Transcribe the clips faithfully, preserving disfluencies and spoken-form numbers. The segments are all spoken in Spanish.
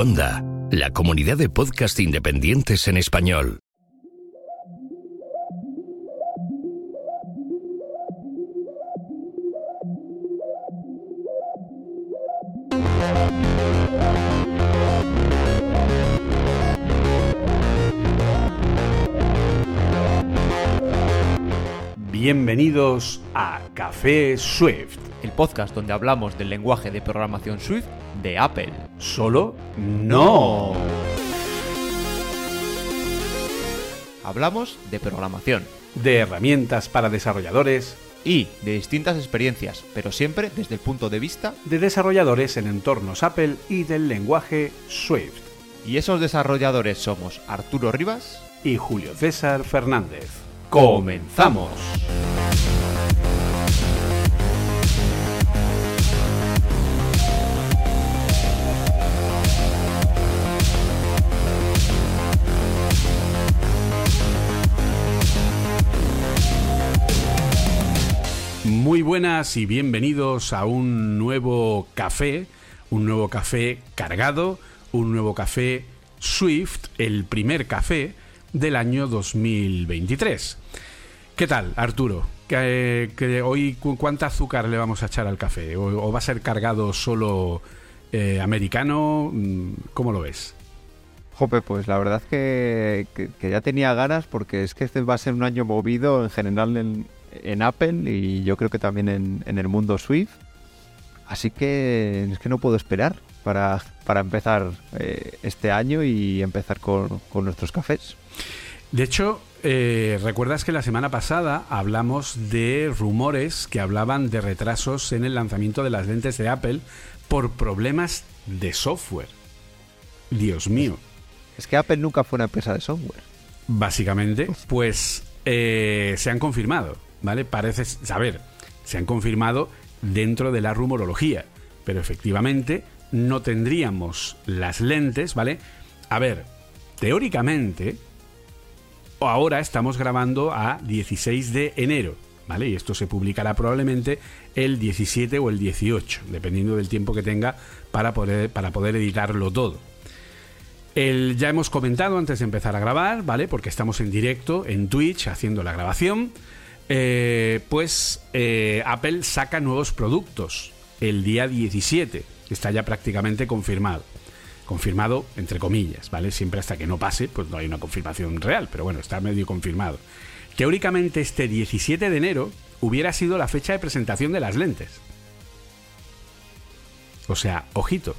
Podonda, la comunidad de podcast independientes en español. Bienvenidos a Café Swift, el podcast donde hablamos del lenguaje de programación Swift de Apple. Solo no. Hablamos de programación, De herramientas para desarrolladores y de distintas experiencias, pero siempre desde el punto de vista de desarrolladores en entornos Apple y del lenguaje Swift. Y esos desarrolladores somos Arturo Rivas y Julio César Fernández. ¡Comenzamos! Muy buenas y bienvenidos a un nuevo café, un nuevo café cargado, un nuevo café Swift, el primer café del año dos mil veintitrés. ¿Qué tal, Arturo? ¿Que, que hoy cuánta azúcar le vamos a echar al café? ¿O, o va a ser cargado solo eh, americano? ¿Cómo lo ves? Jope, pues la verdad que, que, que ya tenía ganas, porque es que este va a ser un año movido en general en, en Apple y yo creo que también en, en el mundo Swift. Así que es que no puedo esperar para, para empezar eh, este año y empezar con, con nuestros cafés. De hecho, eh, ¿recuerdas que la semana pasada hablamos de rumores que hablaban de retrasos en el lanzamiento de las lentes de Apple por problemas de software? Dios mío. Es que Apple nunca fue una empresa de software. Básicamente, pues eh, se han confirmado, ¿vale? Parece saber, se han confirmado dentro de la rumorología, pero efectivamente no tendríamos las lentes, ¿vale? A ver, teóricamente, ahora estamos grabando a dieciséis de enero, ¿vale? Y esto se publicará probablemente el diecisiete o el dieciocho, dependiendo del tiempo que tenga para poder, para poder editarlo todo. El, ya hemos comentado antes de empezar a grabar, ¿vale? Porque estamos en directo en Twitch haciendo la grabación. Eh, pues eh, Apple saca nuevos productos el día diecisiete. Está ya prácticamente confirmado. Confirmado entre comillas, ¿vale? Siempre hasta que no pase, pues no hay una confirmación real, pero bueno, está medio confirmado. Teóricamente este diecisiete de enero hubiera sido la fecha de presentación de las lentes. O sea, ojito.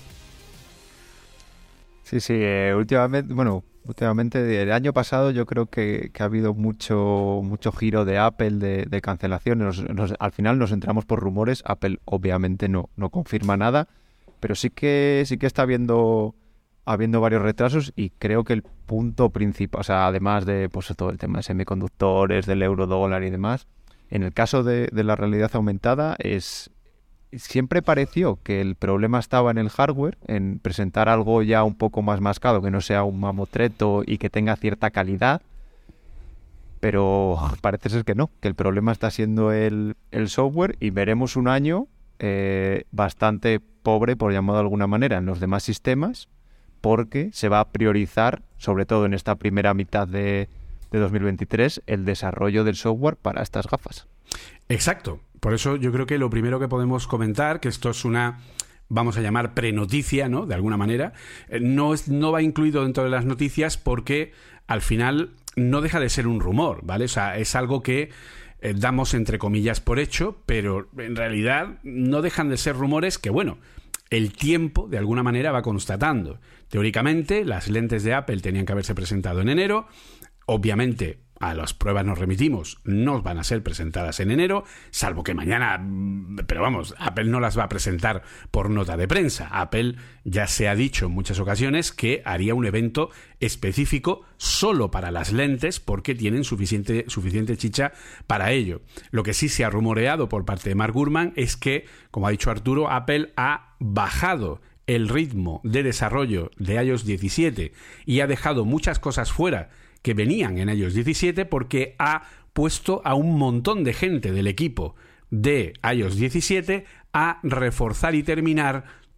Sí, sí, eh, últimamente, bueno, últimamente el año pasado yo creo que, que ha habido mucho mucho giro de Apple, de, de cancelaciones. Nos, nos, al final nos enteramos por rumores. Apple obviamente no, no confirma nada, pero sí que sí que está habiendo, habiendo varios retrasos y creo que el punto principal, o sea, además de pues todo el tema de semiconductores, del eurodólar y demás, en el caso de, de la realidad aumentada es... Siempre pareció que el problema estaba en el hardware, en presentar algo ya un poco más mascado, que no sea un mamotreto y que tenga cierta calidad, pero parece ser que no, que el problema está siendo el, el software y veremos un año eh, bastante pobre, por llamarlo de alguna manera, en los demás sistemas, porque se va a priorizar, sobre todo en esta primera mitad de, de dos mil veintitrés, el desarrollo del software para estas gafas. Exacto. Por eso yo creo que lo primero que podemos comentar, que esto es una, vamos a llamar prenoticia, ¿no? De alguna manera, no, es, no va incluido dentro de las noticias porque al final no deja de ser un rumor, ¿vale? O sea, es algo que eh, damos entre comillas por hecho, pero en realidad no dejan de ser rumores que, bueno, el tiempo de alguna manera va constatando. Teóricamente, las lentes de Apple tenían que haberse presentado en enero. Obviamente, a las pruebas nos remitimos, no van a ser presentadas en enero, salvo que mañana, pero vamos, Apple no las va a presentar por nota de prensa. Apple ya se ha dicho en muchas ocasiones que haría un evento específico solo para las lentes porque tienen suficiente, suficiente chicha para ello. Lo que sí se ha rumoreado por parte de Mark Gurman es que, como ha dicho Arturo, Apple ha bajado el ritmo de desarrollo de iOS diecisiete y ha dejado muchas cosas fuera que venían en iOS diecisiete porque ha puesto a un montón de gente del equipo de iOS diecisiete a reforzar y terminar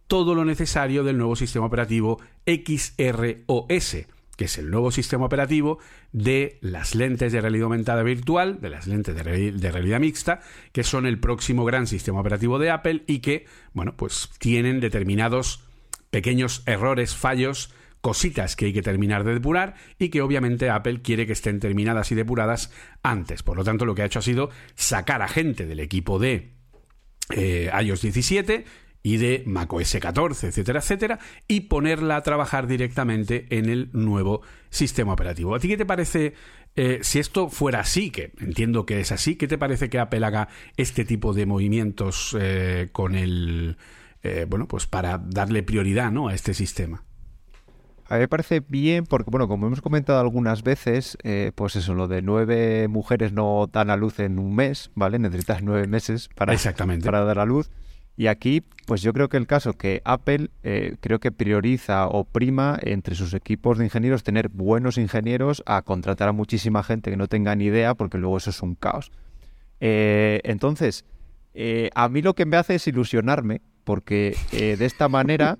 todo lo necesario del nuevo sistema operativo X R O S, que es el nuevo sistema operativo de las lentes de realidad aumentada virtual, de las lentes de, re- de realidad mixta, que son el próximo gran sistema operativo de Apple y que, bueno, pues tienen determinados pequeños errores, fallos, cositas que hay que terminar de depurar y que obviamente Apple quiere que estén terminadas y depuradas antes. Por lo tanto, lo que ha hecho ha sido sacar a gente del equipo de eh, iOS diecisiete y de macOS catorce, etcétera, etcétera, y ponerla a trabajar directamente en el nuevo sistema operativo. ¿A ti qué te parece, eh, si esto fuera así, que entiendo que es así, qué te parece que Apple haga este tipo de movimientos eh, con el, eh, bueno, pues para darle prioridad, ¿no?, a este sistema? A mí me parece bien porque, bueno, como hemos comentado algunas veces, eh, pues eso, lo de nueve mujeres no dan a luz en un mes, ¿vale? Necesitas nueve meses para, Exactamente. para dar a luz. Y aquí, pues yo creo que el caso que Apple eh, creo que prioriza o prima entre sus equipos de ingenieros tener buenos ingenieros a contratar a muchísima gente que no tenga ni idea, porque luego eso es un caos. Eh, entonces, eh, a mí lo que me hace es ilusionarme, porque eh, de esta manera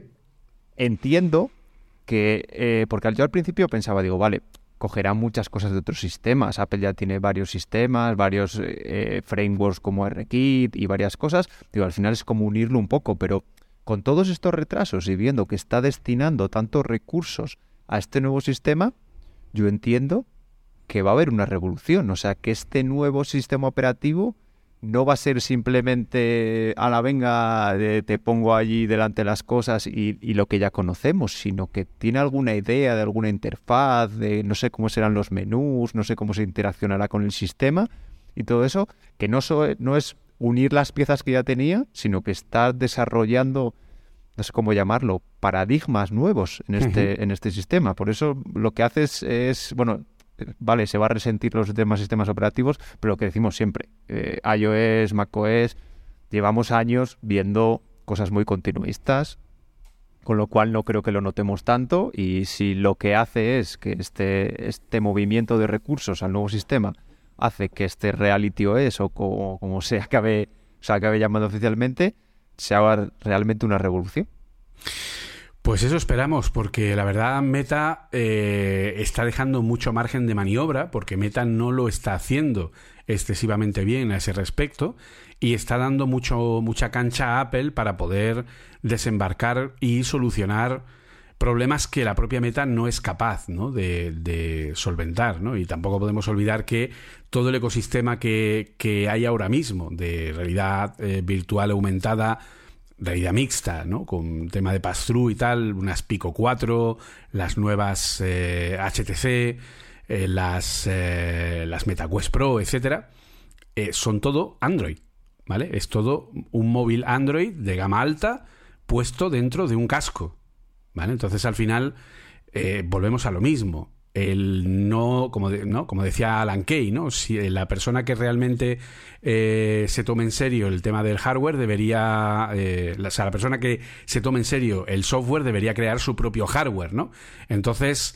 entiendo que, eh, porque yo al principio pensaba, digo, vale, cogerá muchas cosas de otros sistemas. Apple ya tiene varios sistemas, varios eh, frameworks como ARKit y varias cosas. Digo, al final es como unirlo un poco, pero con todos estos retrasos y viendo que está destinando tantos recursos a este nuevo sistema, yo entiendo que va a haber una revolución. O sea, que este nuevo sistema operativo no va a ser simplemente a la venga, de, te pongo allí delante las cosas y, y lo que ya conocemos, sino que tiene alguna idea de alguna interfaz, de no sé cómo serán los menús, no sé cómo se interaccionará con el sistema y todo eso, que no, so, no es unir las piezas que ya tenía, sino que está desarrollando, no sé cómo llamarlo, paradigmas nuevos en este, uh-huh. en este sistema. Por eso lo que hace es, es bueno... Vale, se va a resentir los demás sistemas operativos, pero lo que decimos siempre, eh, iOS, macOS, llevamos años viendo cosas muy continuistas, con lo cual no creo que lo notemos tanto, y si lo que hace es que este, este movimiento de recursos al nuevo sistema hace que este Reality O S, o como, como se acabe, se acabe llamando oficialmente, se haga realmente una revolución. Pues eso esperamos, porque la verdad Meta eh, está dejando mucho margen de maniobra, porque Meta no lo está haciendo excesivamente bien a ese respecto y está dando mucho mucha cancha a Apple para poder desembarcar y solucionar problemas que la propia Meta no es capaz, ¿no?, de, de solventar, ¿no? Y tampoco podemos olvidar que todo el ecosistema que, que hay ahora mismo de realidad eh, virtual aumentada, realidad mixta, ¿no?, con tema de pass-through y tal, unas Pico cuatro, las nuevas eh, H T C, eh, las, eh, las MetaQuest Pro, etcétera, eh, son todo Android, ¿vale? Es todo un móvil Android de gama alta puesto dentro de un casco, ¿vale? Entonces, al final, eh, volvemos a lo mismo. El no, como, de, ¿no? como decía Alan Kay, ¿no? Si la persona que realmente eh, se tome en serio el tema del hardware debería, eh, la, o sea, la persona que se tome en serio el software debería crear su propio hardware, ¿no? Entonces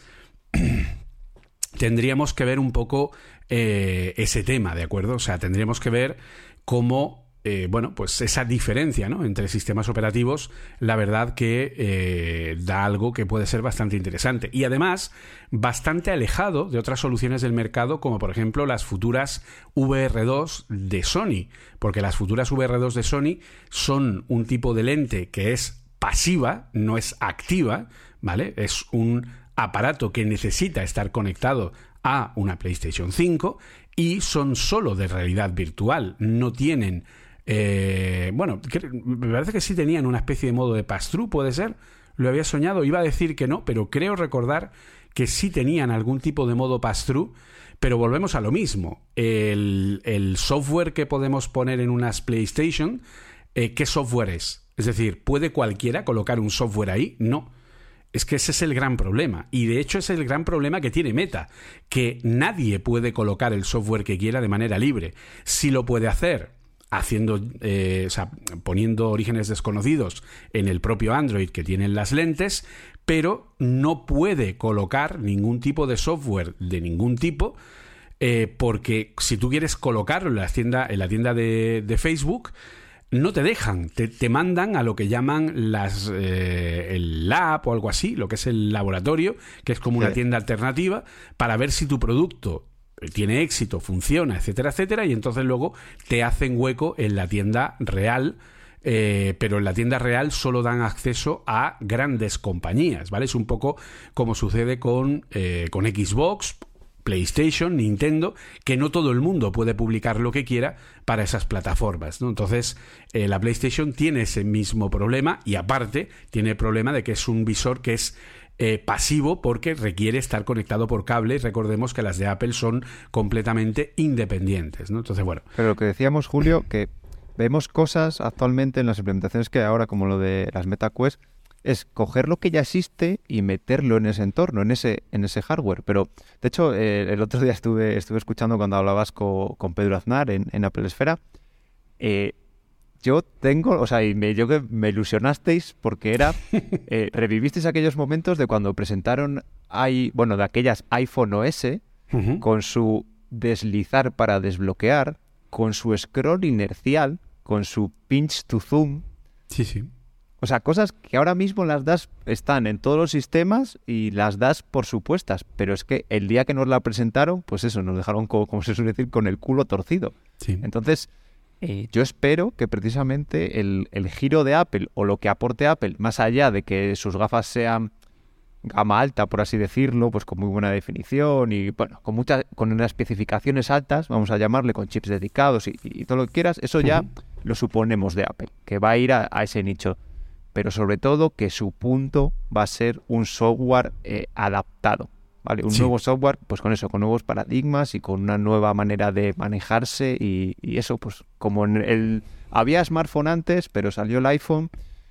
tendríamos que ver un poco eh, ese tema, ¿de acuerdo? O sea, tendríamos que ver cómo Eh, bueno, pues esa diferencia, ¿no?, entre sistemas operativos, la verdad que eh, da algo que puede ser bastante interesante y además bastante alejado de otras soluciones del mercado, como por ejemplo las futuras V R dos de Sony, porque las futuras V R dos de Sony son un tipo de lente que es pasiva, no es activa, ¿vale? Es un aparato que necesita estar conectado a una PlayStation cinco y son solo de realidad virtual, no tienen Eh, bueno, me parece que sí tenían una especie de modo de pass-through, ¿puede ser? Lo había soñado, iba a decir que no, pero creo recordar que sí tenían algún tipo de modo pass-through, pero volvemos a lo mismo. El, el software que podemos poner en unas PlayStation, eh, ¿qué software es? Es decir, ¿puede cualquiera colocar un software ahí? No. Es que ese es el gran problema. Y de hecho es el gran problema que tiene Meta, que nadie puede colocar el software que quiera de manera libre. Si lo puede hacer haciendo, eh, o sea, poniendo orígenes desconocidos en el propio Android que tienen las lentes, pero no puede colocar ningún tipo de software de ningún tipo, eh, porque si tú quieres colocarlo en la tienda, en la tienda de, de Facebook, no te dejan, te, te mandan a lo que llaman las eh, el lab o algo así, lo que es el laboratorio, que es como una sí. tienda alternativa, para ver si tu producto tiene éxito, funciona, etcétera, etcétera, y entonces luego te hacen hueco en la tienda real, eh, pero en la tienda real solo dan acceso a grandes compañías, ¿vale? Es un poco como sucede con, eh, con Xbox, PlayStation, Nintendo, que no todo el mundo puede publicar lo que quiera para esas plataformas, ¿no? Entonces, eh, la PlayStation tiene ese mismo problema y aparte tiene el problema de que es un visor que es eh, pasivo porque requiere estar conectado por cable y recordemos que las de Apple son completamente independientes, ¿no? Entonces, bueno. Pero lo que decíamos, Julio, que vemos cosas actualmente en las implementaciones que hay ahora, como lo de las MetaQuest, es coger lo que ya existe y meterlo en ese entorno, en ese en ese hardware. Pero, de hecho, eh, el otro día estuve estuve escuchando cuando hablabas co, con Pedro Aznar en, en Apple Esfera. Eh, yo tengo, o sea, y me, yo que me ilusionasteis porque era, eh, revivisteis aquellos momentos de cuando presentaron, hay, bueno, de aquellas iPhone O S, uh-huh. con su deslizar para desbloquear, con su scroll inercial, con su pinch to zoom. Sí, sí. O sea, cosas que ahora mismo las das, están en todos los sistemas y las das por supuestas, pero es que el día que nos la presentaron, pues eso, nos dejaron, como, como se suele decir, con el culo torcido. Sí. Entonces, eh, yo espero que precisamente el, el giro de Apple, o lo que aporte Apple, más allá de que sus gafas sean gama alta, por así decirlo, pues con muy buena definición y, bueno, con muchas, con unas especificaciones altas, vamos a llamarle, con chips dedicados y, y todo lo que quieras, eso ya uh-huh. lo suponemos de Apple, que va a ir a, a ese nicho. Pero sobre todo que su punto va a ser un software eh, adaptado, ¿vale? Un sí. nuevo software, pues con eso, con nuevos paradigmas y con una nueva manera de manejarse y, y eso, pues como en el... Había smartphone antes, pero salió el iPhone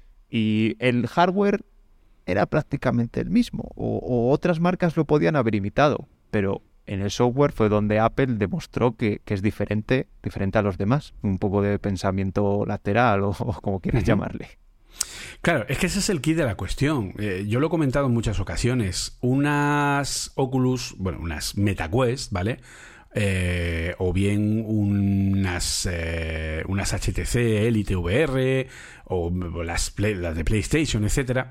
y el hardware era prácticamente el mismo, o, o otras marcas lo podían haber imitado, pero en el software fue donde Apple demostró que, que es diferente, diferente a los demás, un poco de pensamiento lateral o, o como quieras uh-huh. llamarle. Claro, es que ese es el kit de la cuestión. Eh, yo lo he comentado en muchas ocasiones. Unas Oculus, bueno, unas MetaQuest, ¿vale? Eh, o bien unas eh, unas H T C Elite V R o las, play, las de PlayStation, etcétera.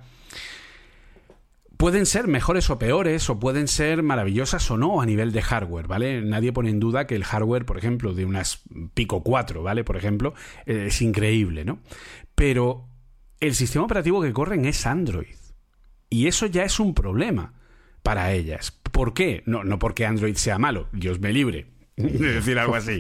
Pueden ser mejores o peores, o pueden ser maravillosas o no a nivel de hardware, ¿vale? Nadie pone en duda que el hardware, por ejemplo, de unas Pico cuatro, ¿vale? Por ejemplo, eh, es increíble, ¿no? Pero el sistema operativo que corren es Android. Y eso ya es un problema para ellas. ¿Por qué? No, no porque Android sea malo, Dios me libre de decir algo así.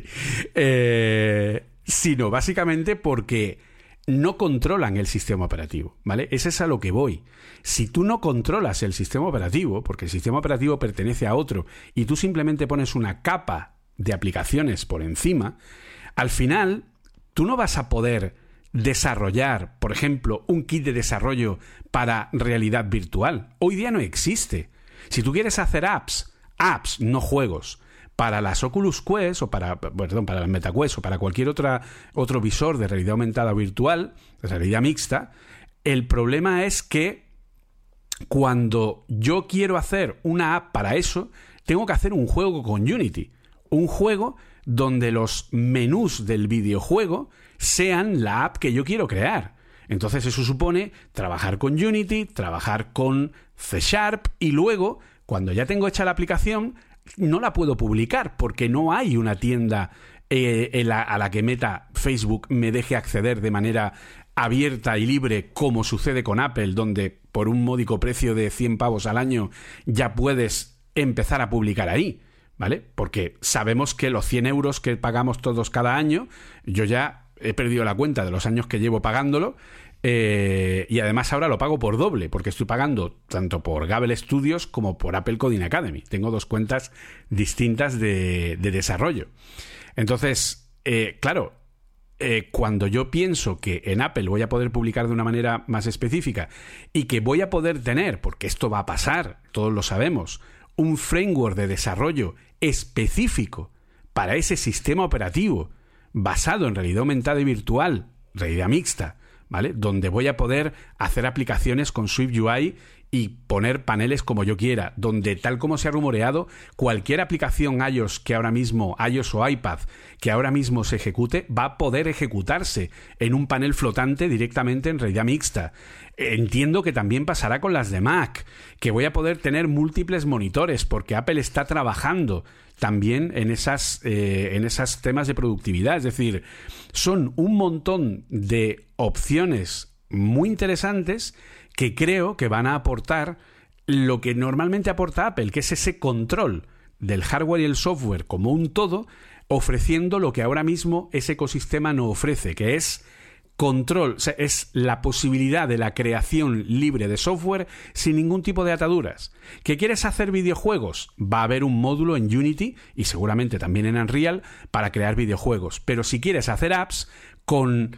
Eh, sino básicamente porque no controlan el sistema operativo, ¿vale? Ese es a lo que voy. Si tú no controlas el sistema operativo, porque el sistema operativo pertenece a otro, y tú simplemente pones una capa de aplicaciones por encima, al final tú no vas a poder desarrollar, por ejemplo, un kit de desarrollo para realidad virtual. Hoy día no existe. Si tú quieres hacer apps, apps, no juegos, para las Oculus Quest o para, perdón, para las MetaQuest o para cualquier otra, otro visor de realidad aumentada o virtual, de realidad mixta, el problema es que cuando yo quiero hacer una app para eso, tengo que hacer un juego con Unity. Un juego donde los menús del videojuego sean la app que yo quiero crear. Entonces eso supone trabajar con Unity, trabajar con C Sharp y luego, cuando ya tengo hecha la aplicación, no la puedo publicar porque no hay una tienda eh, en la, a la que Meta, Facebook, me deje acceder de manera abierta y libre, como sucede con Apple, donde por un módico precio de cien pavos al año ya puedes empezar a publicar ahí, ¿vale? Porque sabemos que los cien euros que pagamos todos cada año, yo ya he perdido la cuenta de los años que llevo pagándolo, eh, y además ahora lo pago por doble, porque estoy pagando tanto por Gable Studios como por Apple Coding Academy. Tengo dos cuentas distintas de, de desarrollo. Entonces, eh, claro, eh, cuando yo pienso que en Apple voy a poder publicar de una manera más específica y que voy a poder tener, porque esto va a pasar, todos lo sabemos, un framework de desarrollo específico para ese sistema operativo basado en realidad aumentada y virtual, realidad mixta, ¿vale? Donde voy a poder hacer aplicaciones con SwiftUI y poner paneles como yo quiera, donde, tal como se ha rumoreado, cualquier aplicación iOS que ahora mismo, iOS o iPad, que ahora mismo se ejecute, va a poder ejecutarse en un panel flotante directamente en realidad mixta. Entiendo que también pasará con las de Mac, que voy a poder tener múltiples monitores, porque Apple está trabajando también en esas, eh, en esos temas de productividad. Es decir, son un montón de opciones muy interesantes que creo que van a aportar lo que normalmente aporta Apple, que es ese control del hardware y el software como un todo, ofreciendo lo que ahora mismo ese ecosistema no ofrece, que es control, o sea, es la posibilidad de la creación libre de software sin ningún tipo de ataduras. ¿Que quieres hacer videojuegos? Va a haber un módulo en Unity y seguramente también en Unreal para crear videojuegos. Pero si quieres hacer apps con,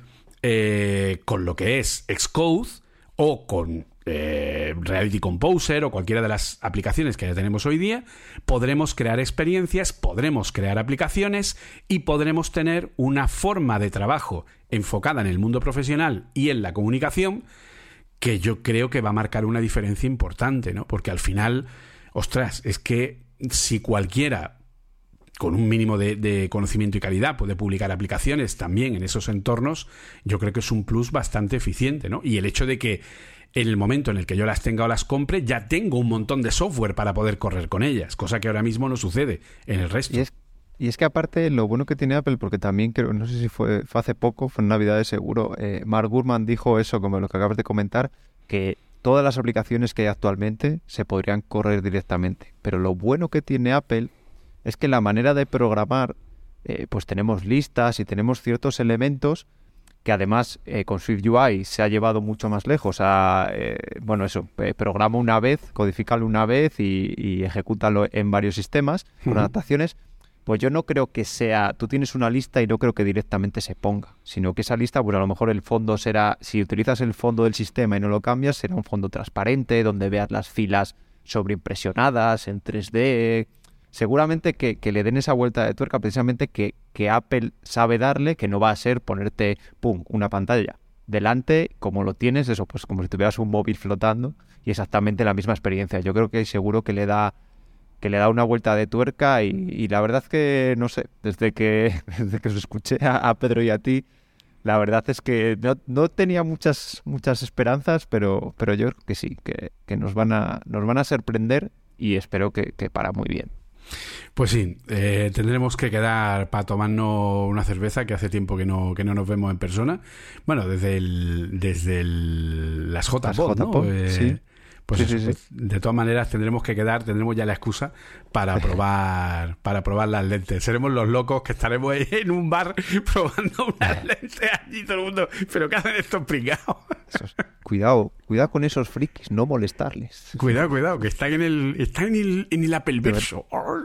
eh, con lo que es Xcode o con eh, Reality Composer o cualquiera de las aplicaciones que ya tenemos hoy día, podremos crear experiencias, podremos crear aplicaciones y podremos tener una forma de trabajo enfocada en el mundo profesional y en la comunicación que yo creo que va a marcar una diferencia importante, ¿no? Porque al final, ostras, es que si cualquiera con un mínimo de, de conocimiento y calidad puede publicar aplicaciones también en esos entornos, yo creo que es un plus bastante eficiente, ¿no? Y el hecho de que en el momento en el que yo las tenga o las compre, ya tengo un montón de software para poder correr con ellas, cosa que ahora mismo no sucede en el resto. Y es, y es que aparte lo bueno que tiene Apple, porque también creo, no sé si fue, fue hace poco, fue en Navidad de seguro, eh, Mark Gurman dijo eso, como lo que acabas de comentar, que todas las aplicaciones que hay actualmente se podrían correr directamente. Pero lo bueno que tiene Apple es que la manera de programar, eh, pues tenemos listas y tenemos ciertos elementos que además eh, con SwiftUI se ha llevado mucho más lejos. A, eh, bueno, eso, eh, programa una vez, codifícalo una vez y, y ejecútalo en varios sistemas con uh-huh. adaptaciones. Pues yo no creo que sea, tú tienes una lista y no creo que directamente se ponga, sino que esa lista, pues a lo mejor el fondo será, si utilizas el fondo del sistema y no lo cambias, será un fondo transparente donde veas las filas sobreimpresionadas en tres D. Seguramente que, que le den esa vuelta de tuerca precisamente que, que Apple sabe darle, que no va a ser ponerte, pum, una pantalla delante, como lo tienes, eso, pues como si tuvieras un móvil flotando y exactamente la misma experiencia. Yo creo que seguro que le da que le da una vuelta de tuerca y, y la verdad es que, no sé, desde que desde que os escuché a, a Pedro y a ti, la verdad es que no, no tenía muchas muchas esperanzas, pero pero yo creo que sí, que, que nos van a nos van a sorprender y espero que, que para muy bien. Pues sí, eh, tendremos que quedar para tomarnos una cerveza, que hace tiempo que no que no nos vemos en persona. Bueno, desde el desde el, las J-Pod, ¿no? Eh, sí. Pues, sí, eso, sí, pues sí. De todas maneras tendremos que quedar, tendremos ya la excusa para probar para probar las lentes. Seremos los locos que estaremos en un bar probando unas lentes allí todo el mundo. ¿Pero qué hacen estos pringados? Esos, cuidado, cuidado con esos frikis, no molestarles. Cuidado, cuidado, que están en el están en el, en el Apple verso.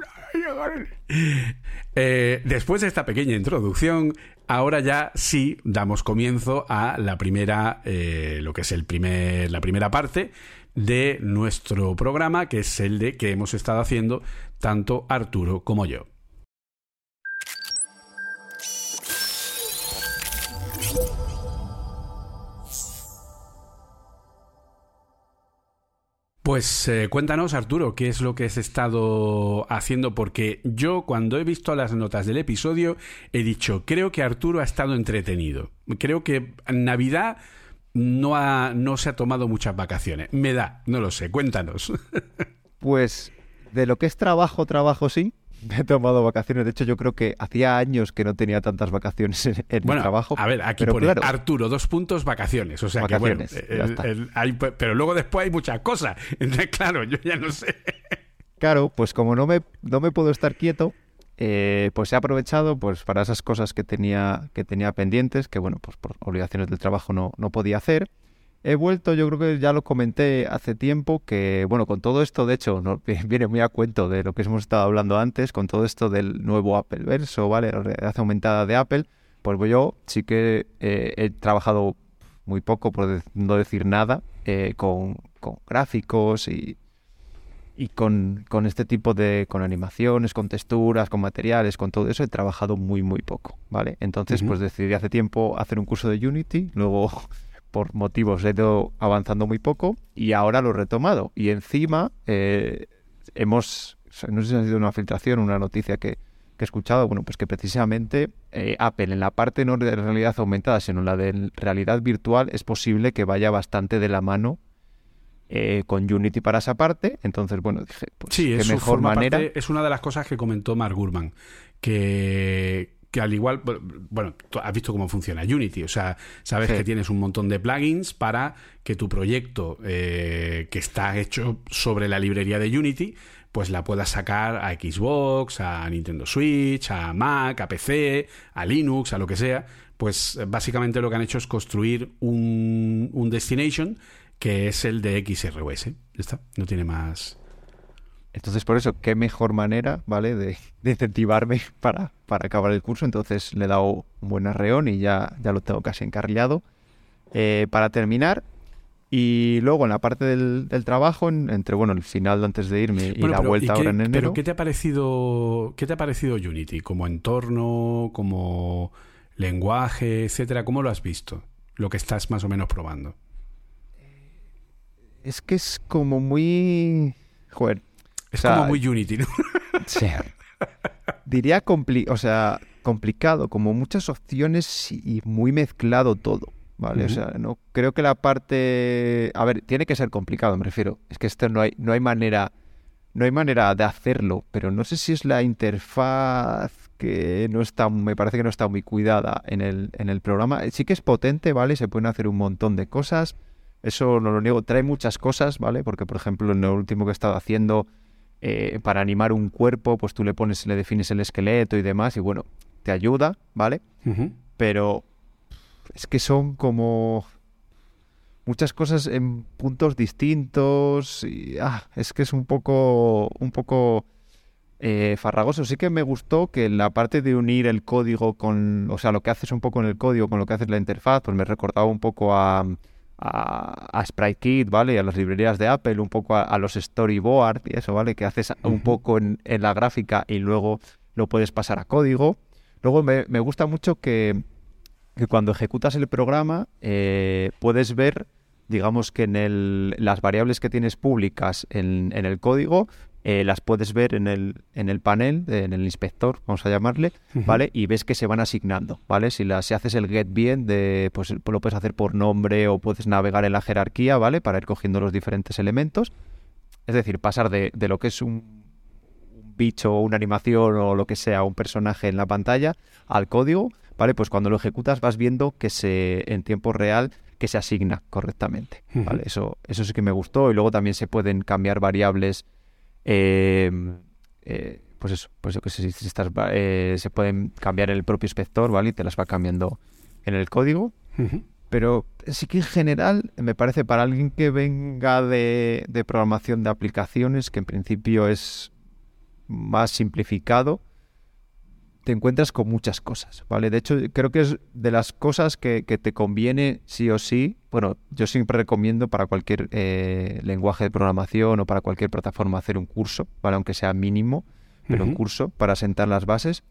Eh, después de esta pequeña introducción, ahora ya sí damos comienzo a la primera, eh, lo que es el primer, la primera parte de nuestro programa, que es el de que hemos estado haciendo tanto Arturo como yo. Pues eh, cuéntanos, Arturo, qué es lo que has estado haciendo, porque yo cuando he visto las notas del episodio he dicho, creo que Arturo ha estado entretenido. Creo que en Navidad no, ha, no se ha tomado muchas vacaciones. Me da, no lo sé, cuéntanos. Pues de lo que es trabajo, trabajo sí. Me he tomado vacaciones. De hecho, yo creo que hacía años que no tenía tantas vacaciones en, en bueno, mi trabajo. A ver, aquí pero pone claro, Arturo, dos puntos, vacaciones. O sea vacaciones, que bueno, el, el, hay, pero luego después hay muchas cosas. Entonces, claro, yo ya no sé. Claro, pues como no me, no me puedo estar quieto, eh, pues he aprovechado pues para esas cosas que tenía, que tenía pendientes, que bueno, pues por obligaciones del trabajo no, no podía hacer. He vuelto, yo creo que ya lo comenté hace tiempo, que bueno, con todo esto, de hecho, no, viene muy a cuento de lo que hemos estado hablando antes, con todo esto del nuevo Apple Verso, ¿vale? La realidad aumentada de Apple, pues yo sí que eh, he trabajado muy poco, por de, no decir nada, eh, con, con gráficos y, y con, con este tipo de, con animaciones, con texturas, con materiales, con todo eso, he trabajado muy, muy poco, ¿vale? Entonces, uh-huh. pues decidí hace tiempo hacer un curso de Unity, luego por motivos he ido avanzando muy poco y ahora lo he retomado. Y encima eh, hemos, no sé si ha sido una filtración, una noticia que, que he escuchado, bueno, pues que precisamente eh, Apple en la parte no de realidad aumentada, sino en la de realidad virtual, es posible que vaya bastante de la mano eh, con Unity para esa parte. Entonces, bueno, dije, pues sí, qué mejor manera. Parte, es una de las cosas que comentó Mark Gurman, que... que al igual, bueno, has visto cómo funciona Unity, o sea, sabes sí. que tienes un montón de plugins para que tu proyecto eh, que está hecho sobre la librería de Unity, pues la puedas sacar a Xbox, a Nintendo Switch, a Mac, a P C, a Linux, a lo que sea. Pues básicamente lo que han hecho es construir un, un destination que es el de X R O S. Ya está, no tiene más... Entonces, por eso, qué mejor manera, ¿vale?, de, de incentivarme para, para acabar el curso. Entonces le he dado un buen arreón y ya, ya lo tengo casi encarrilado eh, para terminar. Y luego en la parte del, del trabajo, en, entre bueno el final antes de irme y bueno, la pero, vuelta ¿y qué, ahora en enero. ¿Pero qué te ha parecido, qué te ha parecido Unity? Como entorno, como lenguaje, etcétera. ¿Cómo lo has visto? Lo que estás más o menos probando. Es que es como muy... Joder. Es o sea, como muy Unity, ¿no? Sí. Diría compli- o sea, complicado, como muchas opciones y muy mezclado todo, ¿vale? Uh-huh. O sea, no creo que la parte... A ver, tiene que ser complicado, me refiero. Es que esto no hay, no hay manera... No hay manera de hacerlo, pero no sé si es la interfaz que no está... Me parece que no está muy cuidada en el, en el programa. Sí que es potente, ¿vale? Se pueden hacer un montón de cosas. Eso no lo niego. Trae muchas cosas, ¿vale? Porque, por ejemplo, en lo último que he estado haciendo... Eh, para animar un cuerpo, pues tú le pones, le defines el esqueleto y demás, y bueno, te ayuda, ¿vale? Uh-huh. Pero es que son como muchas cosas en puntos distintos y ah, es que es un poco un poco eh, farragoso. Sí que me gustó que la parte de unir el código con, o sea, lo que haces un poco en el código con lo que haces en la interfaz, pues me recordaba un poco a A, a SpriteKit, ¿vale? Y a las librerías de Apple, un poco a, a los storyboard y eso, ¿vale? Que haces uh-huh. un poco en, en la gráfica y luego lo puedes pasar a código. Luego me, me gusta mucho que, que cuando ejecutas el programa eh, puedes ver, digamos que en el, las variables que tienes públicas en, en el código, eh, las puedes ver en el, en el panel, en el inspector, vamos a llamarle, uh-huh. ¿vale? Y ves que se van asignando, ¿vale? Si, la, si haces el get bien, de, pues lo puedes hacer por nombre o puedes navegar en la jerarquía, ¿vale? Para ir cogiendo los diferentes elementos. Es decir, pasar de, de lo que es un, un bicho o una animación o lo que sea, un personaje en la pantalla, al código, ¿vale? Pues cuando lo ejecutas vas viendo que se en tiempo real que se asigna correctamente, ¿vale? Uh-huh. Eso, eso sí que me gustó. Y luego también se pueden cambiar variables. Eh, eh, pues eso, pues yo que sé, si estás, eh, se pueden cambiar en el propio inspector, ¿vale? Y te las va cambiando en el código. Uh-huh. Pero sí que en general me parece para alguien que venga de, de programación de aplicaciones, que en principio es más simplificado, te encuentras con muchas cosas, ¿vale? De hecho, creo que es de las cosas que, que te conviene sí o sí. Bueno, yo siempre recomiendo para cualquier eh, lenguaje de programación o para cualquier plataforma hacer un curso, ¿vale? Aunque sea mínimo, pero uh-huh. un curso para sentar las bases.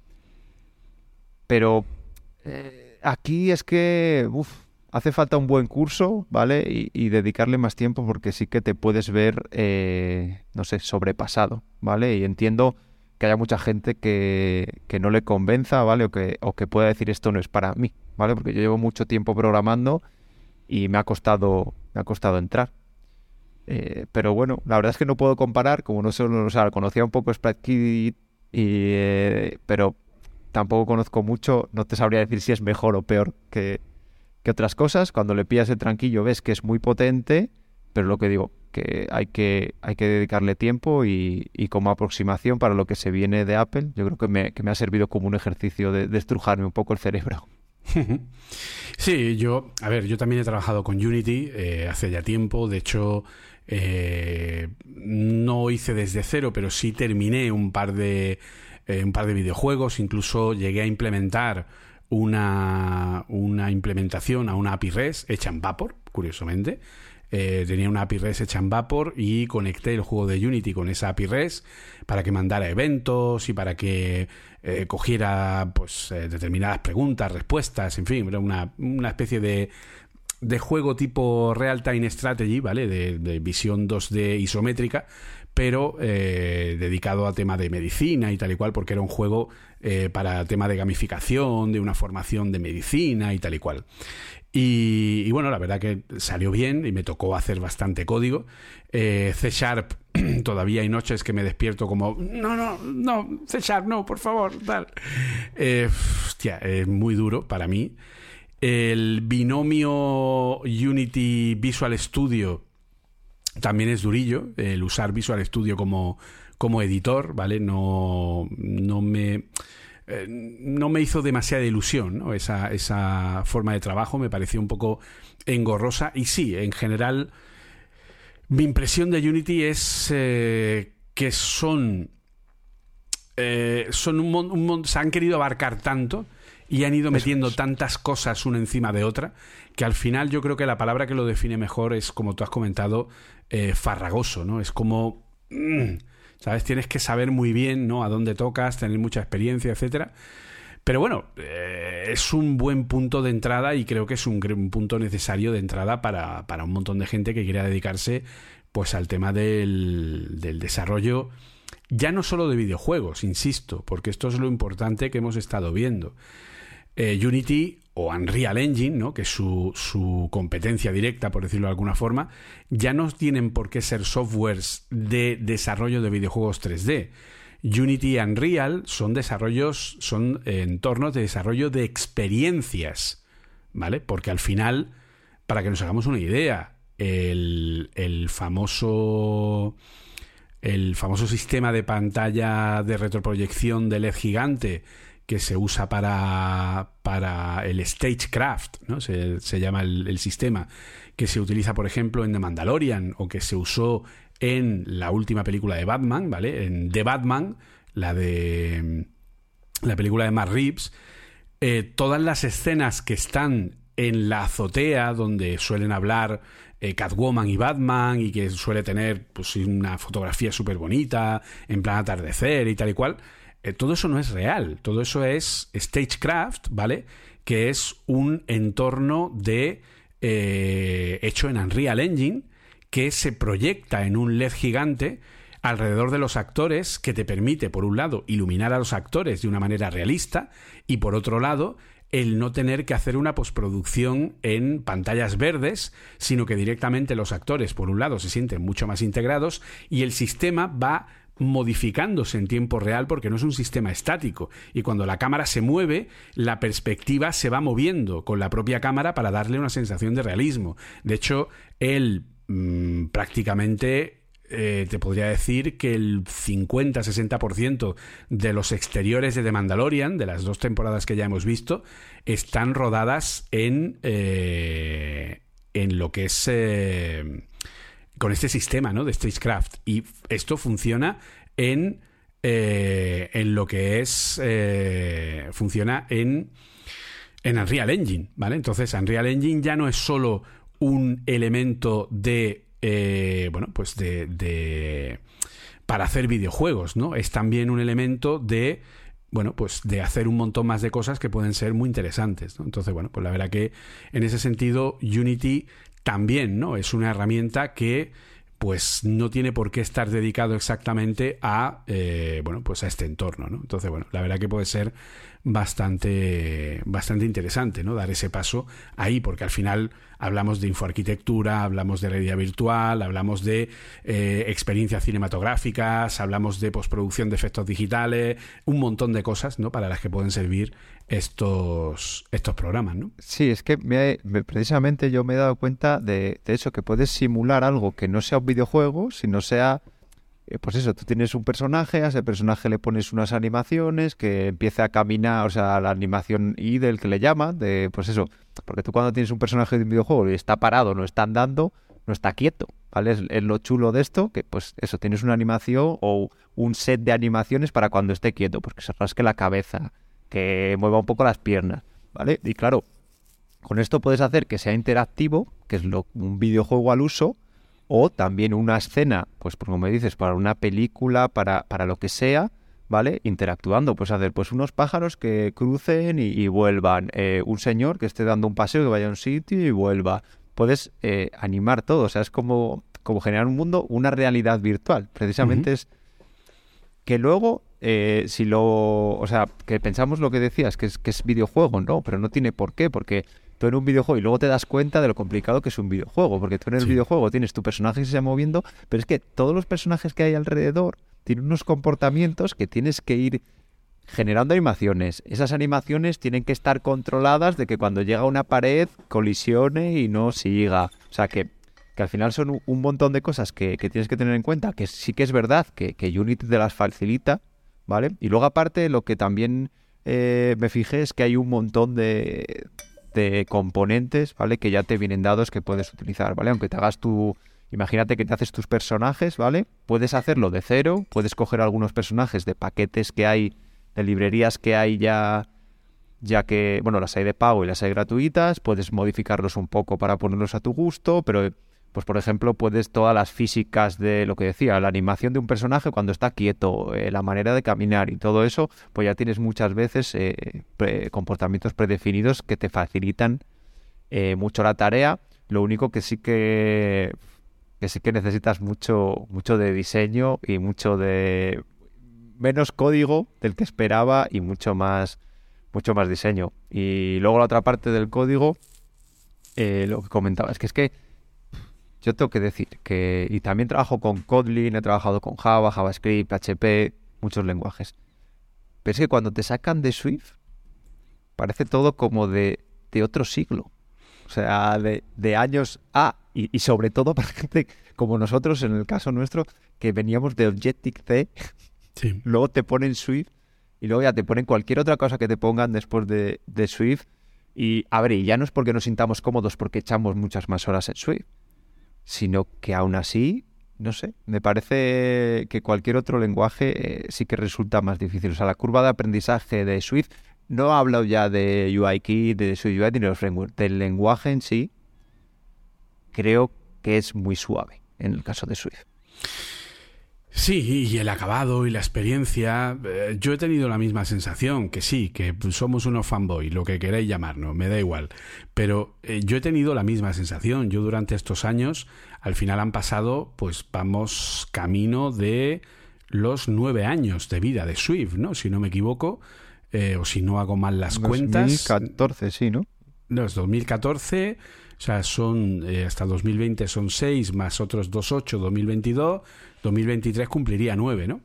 Pero eh, aquí es que uf, hace falta un buen curso, ¿vale? Y, y dedicarle más tiempo porque sí que te puedes ver, eh, no sé, sobrepasado, ¿vale? Y entiendo que haya mucha gente que, que no le convenza, ¿vale? O que, o que pueda decir esto no es para mí, ¿vale? Porque yo llevo mucho tiempo programando y me ha costado, me ha costado entrar. Eh, pero bueno, la verdad es que no puedo comparar, como no solo, o sea, conocía un poco SpriteKit, y, eh, pero tampoco conozco mucho, no te sabría decir si es mejor o peor que, que otras cosas. Cuando le pillas el tranquillo ves que es muy potente, pero lo que digo, que hay que hay que dedicarle tiempo y, y como aproximación para lo que se viene de Apple, yo creo que me, que me ha servido como un ejercicio de, de estrujarme un poco el cerebro. Sí, yo, a ver, yo también he trabajado con Unity eh, hace ya tiempo. De hecho, eh, no hice desde cero, pero sí terminé un par de eh, un par de videojuegos. Incluso llegué a implementar una, una implementación a una A P I REST hecha en Vapor, curiosamente. Eh, tenía una A P I REST hecha en Vapor y conecté el juego de Unity con esa A P I REST para que mandara eventos y para que eh, cogiera pues eh, determinadas preguntas, respuestas, en fin, era una, una especie de de juego tipo Real Time Strategy, ¿vale? De, de visión dos D isométrica, pero eh, dedicado a tema de medicina y tal y cual, porque era un juego eh, para tema de gamificación, de una formación de medicina y tal y cual. Y, y bueno, la verdad que salió bien y me tocó hacer bastante código. Eh, C Sharp, todavía hay noches que me despierto como, no, no, no, C Sharp, no, por favor, tal. Eh, hostia, es muy duro para mí. El binomio Unity Visual Studio también es durillo, el usar Visual Studio como, como editor, ¿vale? No, no me... no me hizo demasiada ilusión, ¿no? Esa, esa forma de trabajo me pareció un poco engorrosa. Y sí, en general, mi impresión de Unity es eh, que son, eh, son un, mon, un mon, se han querido abarcar tanto y han ido metiendo es. tantas cosas una encima de otra, que al final yo creo que la palabra que lo define mejor es, como tú has comentado, eh, farragoso, ¿no? Es como... Mmm, ¿sabes? Tienes que saber muy bien, ¿no?, a dónde tocas, tener mucha experiencia, etcétera. Pero bueno, eh, es un buen punto de entrada y creo que es un, un punto necesario de entrada para, para un montón de gente que quiera dedicarse pues al tema del, del desarrollo, ya no solo de videojuegos, insisto, porque esto es lo importante que hemos estado viendo. Eh, Unity o Unreal Engine, ¿no?, que es su, su competencia directa, por decirlo de alguna forma, ya no tienen por qué ser softwares de desarrollo de videojuegos tres D. Unity y Unreal son desarrollos, son entornos de desarrollo de experiencias, ¿vale? Porque al final, para que nos hagamos una idea, el, el famoso el famoso sistema de pantalla de retroproyección de L E D gigante que se usa para, para el Stagecraft, ¿no? Se, se llama el, el sistema que se utiliza, por ejemplo, en The Mandalorian, o que se usó en la última película de Batman, ¿vale? En The Batman, la de la película de Matt Reeves, eh, todas las escenas que están en la azotea donde suelen hablar eh, Catwoman y Batman, y que suele tener pues una fotografía súper bonita, en plan atardecer y tal y cual, Eh, todo eso no es real, todo eso es Stagecraft, ¿vale? Que es un entorno de eh, hecho en Unreal Engine, que se proyecta en un L E D gigante alrededor de los actores, que te permite, por un lado, iluminar a los actores de una manera realista, y por otro lado, el no tener que hacer una postproducción en pantallas verdes, sino que directamente los actores, por un lado, se sienten mucho más integrados y el sistema va modificándose en tiempo real, porque no es un sistema estático, y cuando la cámara se mueve, la perspectiva se va moviendo con la propia cámara para darle una sensación de realismo. De hecho, él mmm, prácticamente eh, te podría decir que el cincuenta a sesenta por ciento de los exteriores de The Mandalorian, de las dos temporadas que ya hemos visto, están rodadas en eh, en lo que es eh, con este sistema, ¿no?, de Stagecraft, y esto funciona en eh, en lo que es eh, funciona en en Unreal Engine, ¿vale? Entonces Unreal Engine ya no es solo un elemento de eh, bueno, pues de, de para hacer videojuegos, ¿no? Es también un elemento de bueno, pues de hacer un montón más de cosas que pueden ser muy interesantes, ¿no? Entonces, bueno, pues la verdad que en ese sentido Unity también, ¿no?, es una herramienta que pues no tiene por qué estar dedicado exactamente a eh, bueno, pues a este entorno, ¿no? Entonces, bueno, la verdad que puede ser bastante bastante interesante, ¿no?, dar ese paso ahí, porque al final hablamos de infoarquitectura, hablamos de realidad virtual, hablamos de eh, experiencias cinematográficas, hablamos de postproducción de efectos digitales, un montón de cosas, ¿no?, para las que pueden servir estos estos programas, ¿no? Sí, es que me, me, precisamente yo me he dado cuenta de, de eso, que puedes simular algo que no sea un videojuego, sino sea pues eso, tú tienes un personaje, a ese personaje le pones unas animaciones, que empiece a caminar, o sea, la animación idle que le llaman, de, pues eso, porque tú cuando tienes un personaje de un videojuego y está parado, no está andando, no está quieto, ¿vale? Es, es lo chulo de esto, que pues eso, tienes una animación o un set de animaciones para cuando esté quieto, pues que se rasque la cabeza, que mueva un poco las piernas, ¿vale? Y claro, con esto puedes hacer que sea interactivo, que es lo, un videojuego al uso, o también una escena, pues como me dices, para una película, para, para lo que sea, ¿vale? Interactuando, pues hacer pues unos pájaros que crucen y, y vuelvan, eh, un señor que esté dando un paseo, que vaya a un sitio y vuelva. Puedes eh, animar todo, o sea, es como, como generar un mundo, una realidad virtual. Precisamente uh-huh. es que luego, eh, si lo... O sea, que pensamos lo que decías, que es, que es videojuego, ¿no? Pero no tiene por qué, porque tú en un videojuego y luego te das cuenta de lo complicado que es un videojuego, porque tú en el sí. videojuego tienes tu personaje que se está moviendo, pero es que todos los personajes que hay alrededor tienen unos comportamientos que tienes que ir generando animaciones. Esas animaciones tienen que estar controladas de que cuando llega a una pared colisione y no siga. O sea, que, que al final son un, un montón de cosas que, que tienes que tener en cuenta, que sí que es verdad que, que Unity te las facilita, ¿vale? Y luego aparte lo que también eh, me fijé es que hay un montón de, de componentes, ¿vale? Que ya te vienen dados que puedes utilizar, ¿vale? Aunque te hagas tu... Imagínate que te haces tus personajes, ¿vale? Puedes hacerlo de cero, puedes coger algunos personajes de paquetes que hay, de librerías que hay ya, ya que, bueno, las hay de pago y las hay gratuitas, puedes modificarlos un poco para ponerlos a tu gusto, pero, pues por ejemplo, puedes todas las físicas de lo que decía, la animación de un personaje cuando está quieto, eh, la manera de caminar y todo eso, pues ya tienes muchas veces eh, pre- comportamientos predefinidos que te facilitan eh, mucho la tarea. Lo único que sí que... que sí que necesitas mucho, mucho de diseño y mucho de menos código del que esperaba y mucho más, mucho más diseño. Y luego la otra parte del código, eh, lo que comentaba, es que es que yo tengo que decir que, y también trabajo con Kotlin, he trabajado con Java, JavaScript, P H P, muchos lenguajes. Pero es que cuando te sacan de Swift, parece todo como de, de otro siglo. O sea, de, de años A, y, y sobre todo para gente como nosotros, en el caso nuestro, que veníamos de Objective-C, sí. Luego te ponen Swift, y luego ya te ponen cualquier otra cosa que te pongan después de, de Swift, y a ver, y ya no es porque nos sintamos cómodos porque echamos muchas más horas en Swift, sino que aún así, no sé, me parece que cualquier otro lenguaje eh, sí que resulta más difícil. O sea, la curva de aprendizaje de Swift... No he hablado ya de U I Kit, de Swift U I ni de los frameworks. Del lenguaje en sí, creo que es muy suave en el caso de Swift. Sí, y el acabado y la experiencia, eh, yo he tenido la misma sensación, que sí, que somos unos fanboy, lo que queráis llamarnos, me da igual, pero eh, yo he tenido la misma sensación. Yo durante estos años, al final han pasado, pues vamos camino de los nueve años de vida de Swift, ¿no? Si no me equivoco, eh, o si no hago mal las cuentas. dos mil catorce, sí, ¿no? No, es dos mil catorce... O sea, son eh, hasta dos mil veinte son seis, más otros dos, ocho, dos mil veintidós, dos mil veintitrés cumpliría nueve, ¿no?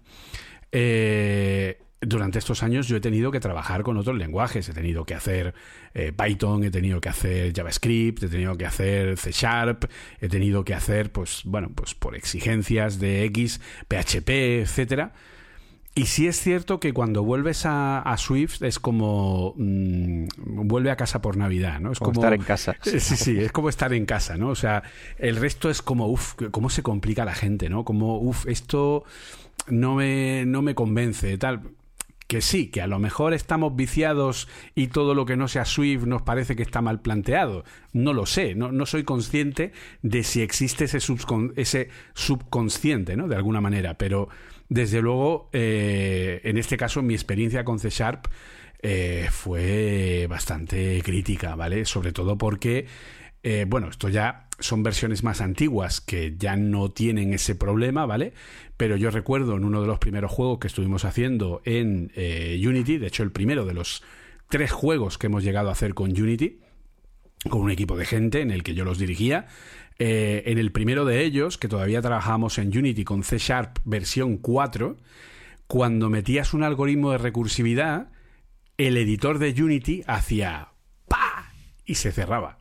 Eh, durante estos años yo he tenido que trabajar con otros lenguajes. He tenido que hacer eh, Python, he tenido que hacer JavaScript, he tenido que hacer C Sharp, he tenido que hacer, pues, bueno, pues por exigencias de X, P H P, etcétera. Y sí es cierto que cuando vuelves a, a Swift es como mmm, vuelve a casa por Navidad, ¿no? Es como, como estar en casa. Sí, sí, es como estar en casa, ¿no? O sea, el resto es como, uff, cómo se complica la gente, ¿no? Como, uff, esto no me, no me convence, tal. Que sí, que a lo mejor estamos viciados y todo lo que no sea Swift nos parece que está mal planteado. No lo sé, no, no soy consciente de si existe ese, subcon- ese subconsciente, ¿no? De alguna manera, pero desde luego, eh, en este caso, mi experiencia con C Sharp eh, fue bastante crítica, ¿vale? Sobre todo porque, eh, bueno, esto ya son versiones más antiguas que ya no tienen ese problema, ¿vale? Pero yo recuerdo en uno de los primeros juegos que estuvimos haciendo en eh, Unity, de hecho el primero de los tres juegos que hemos llegado a hacer con Unity, con un equipo de gente en el que yo los dirigía, eh, en el primero de ellos, que todavía trabajábamos en Unity con C Sharp versión cuatro, cuando metías un algoritmo de recursividad, el editor de Unity hacía ¡pa! Y se cerraba.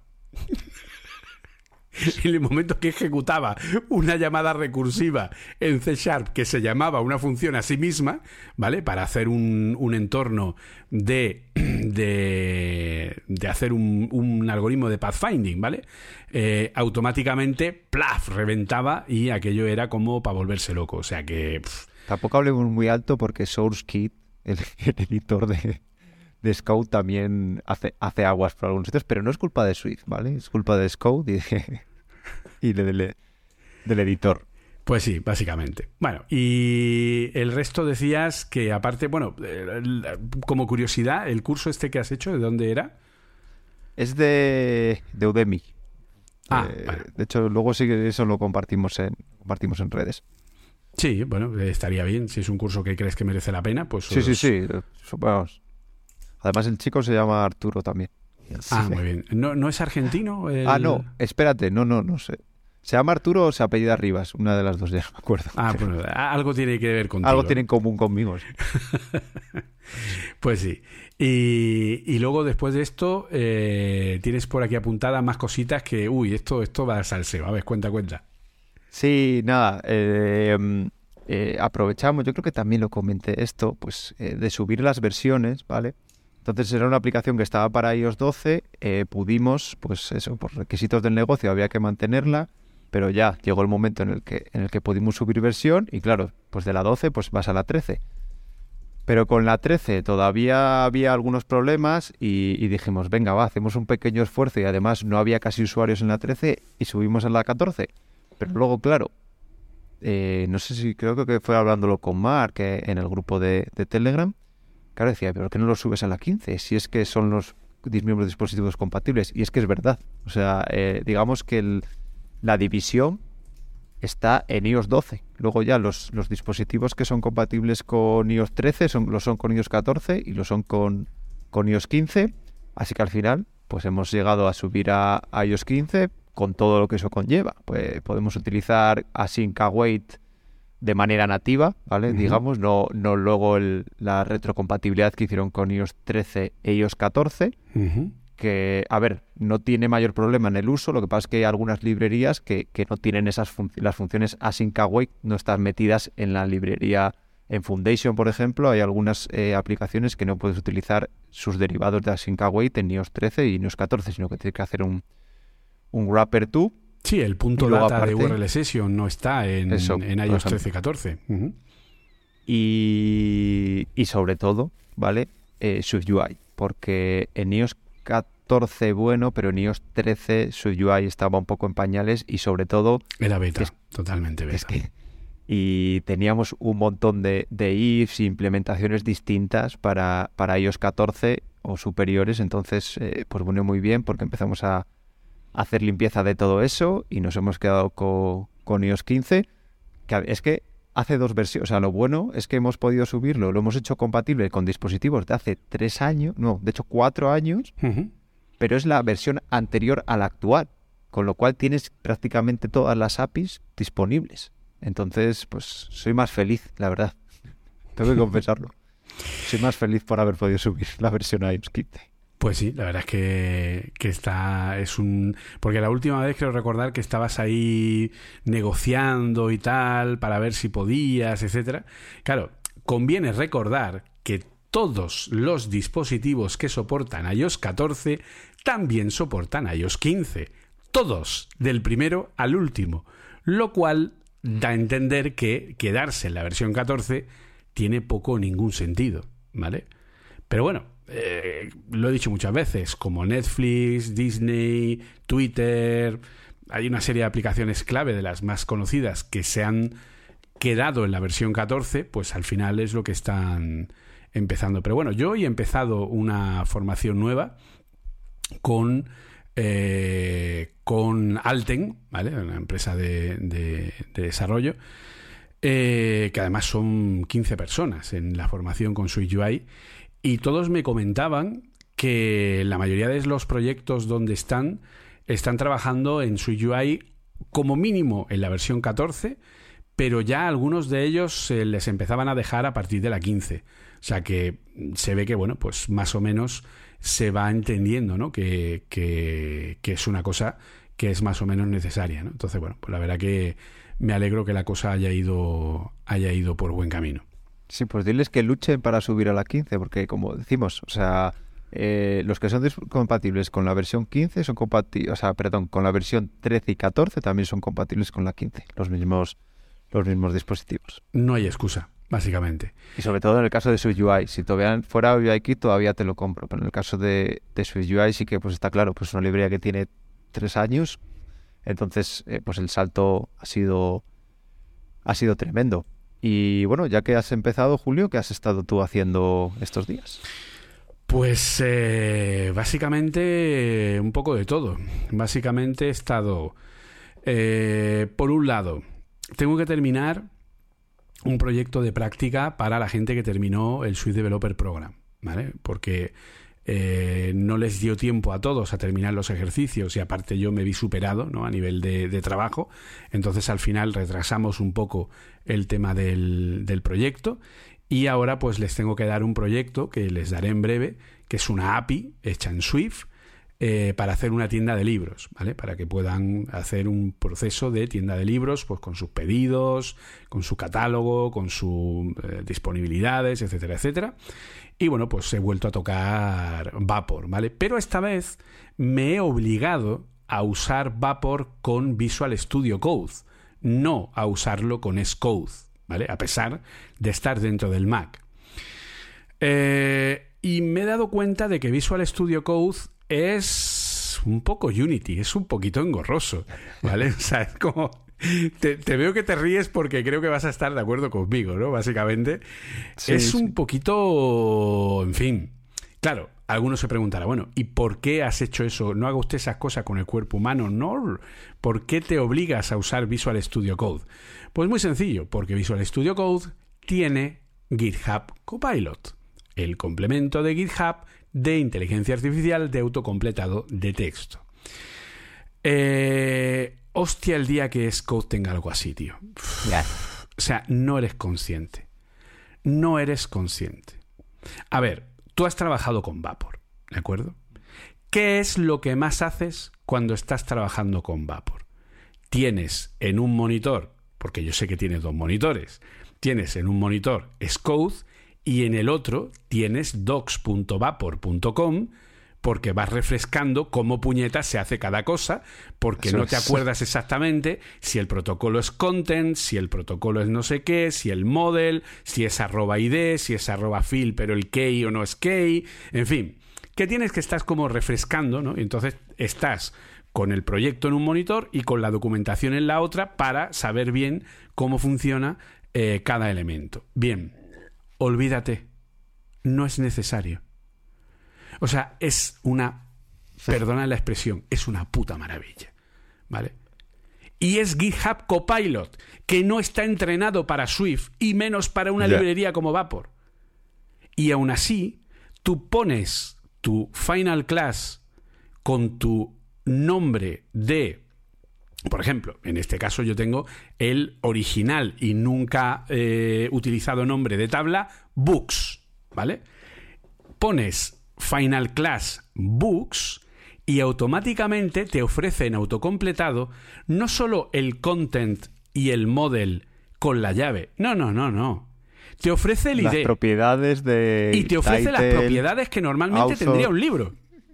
En el momento que ejecutaba una llamada recursiva en C Sharp que se llamaba una función a sí misma, ¿vale? Para hacer un, un entorno de, de, de hacer un, un algoritmo de pathfinding, ¿vale? Eh, automáticamente, ¡plaf!, reventaba y aquello era como para volverse loco. O sea que... Pff. Tampoco hablemos muy alto porque SourceKit, el, el editor de... de Scout también hace, hace aguas por algunos sitios, pero no es culpa de Swift, ¿vale? Es culpa de Scout y, de, y de, de, del editor. Pues sí, básicamente. Bueno, y el resto decías que aparte, bueno, como curiosidad, el curso este que has hecho, ¿de dónde era? Es de, de Udemy. Ah, eh, bueno. De hecho, luego sí que eso lo compartimos en, compartimos en redes. Sí, bueno, estaría bien. Si es un curso que crees que merece la pena, pues... Sí, os... sí, sí. Vamos. Además, el chico se llama Arturo también. Ah, Sí. muy bien. ¿No, ¿no es argentino? El... Ah, no, espérate, no, no, no sé. ¿Se llama Arturo o se apellida Rivas? Una de las dos, ya no me acuerdo. Ah, bueno, algo tiene que ver contigo. Algo tiene en común conmigo. Sí. Pues sí. Y, y luego después de esto eh, tienes por aquí apuntadas más cositas que, uy, esto, esto va a salseo. A ver, cuenta, cuenta. Sí, nada, eh, eh, aprovechamos, yo creo que también lo comenté esto, pues eh, de subir las versiones, ¿vale? Entonces era una aplicación que estaba para iOS doce, eh, pudimos, pues eso, por requisitos del negocio había que mantenerla, pero ya llegó el momento en el que en el que pudimos subir versión y claro, pues de la doce pues vas a la trece. Pero con la trece todavía había algunos problemas y, y dijimos, venga, va, hacemos un pequeño esfuerzo y además no había casi usuarios en la trece y subimos a la catorce. Pero luego, claro, eh, no sé si creo que fue hablándolo con Mark que en el grupo de, de Telegram. Claro, decía, ¿pero por qué no lo subes a la quince? Si es que son los mismos dispositivos compatibles. Y es que es verdad. O sea, eh, digamos que el, la división está en iOS doce. Luego ya los, los dispositivos que son compatibles con iOS trece son, lo son con iOS catorce y lo son con, con iOS quince. Así que al final, pues hemos llegado a subir a, a iOS quince con todo lo que eso conlleva. Pues podemos utilizar Async Await de manera nativa, ¿vale? Uh-huh. Digamos, no, no luego el, la retrocompatibilidad que hicieron con iOS trece e iOS catorce, uh-huh. que, a ver, no tiene mayor problema en el uso, lo que pasa es que hay algunas librerías que, que no tienen esas fun- las funciones Async Await, no están metidas en la librería. En Foundation, por ejemplo, hay algunas eh, aplicaciones que no puedes utilizar sus derivados de Async Await en iOS trece y iOS catorce, sino que tienes que hacer un, un wrapper to. Sí, el punto data aparte, de U R L Session no está en, eso, en iOS trece catorce. Uh-huh. Y, y sobre todo, ¿vale? Eh, SwiftUI, porque en iOS catorce bueno, pero en iOS trece SwiftUI estaba un poco en pañales y sobre todo... Era beta, es, totalmente beta. Es que, y teníamos un montón de, de ifs y implementaciones distintas para, para iOS catorce o superiores, entonces eh, pues bueno, muy bien, porque empezamos a hacer limpieza de todo eso y nos hemos quedado co, con iOS quince, que es que hace dos versiones, o sea, lo bueno es que hemos podido subirlo, lo hemos hecho compatible con dispositivos de hace tres años, no, de hecho cuatro años, uh-huh. pero es la versión anterior a la actual, con lo cual tienes prácticamente todas las A P Is disponibles. Entonces, pues soy más feliz, la verdad, tengo que confesarlo. Soy más feliz por haber podido subir la versión a iOS quince. Pues sí, la verdad es que, que está, es un... Porque la última vez creo recordar que estabas ahí negociando y tal, para ver si podías, etcétera. Claro, conviene recordar que todos los dispositivos que soportan iOS catorce también soportan iOS quince. Todos, del primero al último. Lo cual da a entender que quedarse en la versión catorce tiene poco o ningún sentido, ¿vale? Pero bueno, Eh, lo he dicho muchas veces, como Netflix, Disney, Twitter, hay una serie de aplicaciones clave de las más conocidas que se han quedado en la versión catorce, pues al final es lo que están empezando. Pero bueno, yo he empezado una formación nueva con eh, con Alten, ¿vale? Una empresa de, de, de desarrollo, eh, que además son quince personas en la formación con SwiftUI. Y todos me comentaban que la mayoría de los proyectos donde están, están trabajando en SwiftUI como mínimo en la versión catorce, pero ya algunos de ellos se les empezaban a dejar a partir de la quince. O sea que se ve que, bueno, pues más o menos se va entendiendo, ¿no? Que, que, que es una cosa que es más o menos necesaria, ¿no? Entonces, bueno, pues la verdad que me alegro que la cosa haya ido, haya ido por buen camino. Sí, pues diles que luchen para subir a la quince, porque como decimos, o sea, eh, los que son compatibles con la versión quince son compatibles, o sea, perdón, con la versión trece y catorce también son compatibles con la quince, los mismos, los mismos dispositivos. No hay excusa, básicamente. Y sobre todo en el caso de SwiftUI, si todavía fuera UIKit todavía te lo compro, pero en el caso de, de SwiftUI sí que pues está claro, pues una librería que tiene tres años, entonces eh, pues el salto ha sido ha sido tremendo. Y bueno, ya que has empezado, Julio, ¿qué has estado tú haciendo estos días? Pues eh, básicamente un poco de todo. Básicamente he estado, eh, por un lado, tengo que terminar un proyecto de práctica para la gente que terminó el Swift Developer Program, ¿vale? Porque eh, no les dio tiempo a todos a terminar los ejercicios y aparte yo me vi superado, ¿no?, a nivel de, de trabajo. Entonces al final retrasamos un poco el tema del, del proyecto. Y ahora pues les tengo que dar un proyecto que les daré en breve, que es una A P I hecha en Swift eh, para hacer una tienda de libros, ¿vale? Para que puedan hacer un proceso de tienda de libros pues con sus pedidos, con su catálogo, con sus eh, disponibilidades, etcétera, etcétera. Y bueno, pues he vuelto a tocar Vapor, ¿vale? Pero esta vez me he obligado a usar Vapor con Visual Studio Code, no a usarlo con Xcode, ¿vale? A pesar de estar dentro del Mac. Eh, y me he dado cuenta de que Visual Studio Code es un poco Unity, es un poquito engorroso, ¿vale? O sea, es como... Te, te veo que te ríes porque creo que vas a estar de acuerdo conmigo, ¿no? Básicamente. Sí, es un sí. poquito... En fin. Claro, algunos se preguntarán, bueno, ¿y por qué has hecho eso? ¿No haga usted esas cosas con el cuerpo humano? No. ¿Por qué te obligas a usar Visual Studio Code? Pues muy sencillo, porque Visual Studio Code tiene GitHub Copilot, el complemento de GitHub de inteligencia artificial de autocompletado de texto. Eh, hostia, el día que Xcode tenga algo así, tío. Yeah. O sea, no eres consciente. No eres consciente. A ver, tú has trabajado con Vapor, ¿de acuerdo? ¿Qué es lo que más haces cuando estás trabajando con Vapor? Tienes en un monitor, porque yo sé que tienes dos monitores, tienes en un monitor Xcode y en el otro tienes docs punto vapor punto com porque vas refrescando cómo puñetas se hace cada cosa, porque Eso no te acuerdas es. exactamente si el protocolo es content, si el protocolo es no sé qué, si el model, si es arroba id, si es arroba fill, pero el key o no es key, en fin, que tienes que estar como refrescando, ¿no? Y entonces estás con el proyecto en un monitor y con la documentación en la otra para saber bien cómo funciona eh, cada elemento. Bien, olvídate, no es necesario. O sea, es una, perdona la expresión, es una puta maravilla, ¿vale? Y es GitHub Copilot, que no está entrenado para Swift y menos para una yeah. librería como Vapor. Y aún así, tú pones tu Final Class con tu nombre de, por ejemplo, en este caso yo tengo el original y nunca eh, utilizado nombre de tabla, Books, ¿vale? Pones Final Class Books y automáticamente te ofrece en autocompletado no solo el content y el model con la llave, no, no, no, no. Te ofrece el I D. Las propiedades de... Y te ofrece title, las propiedades que normalmente author. tendría un libro.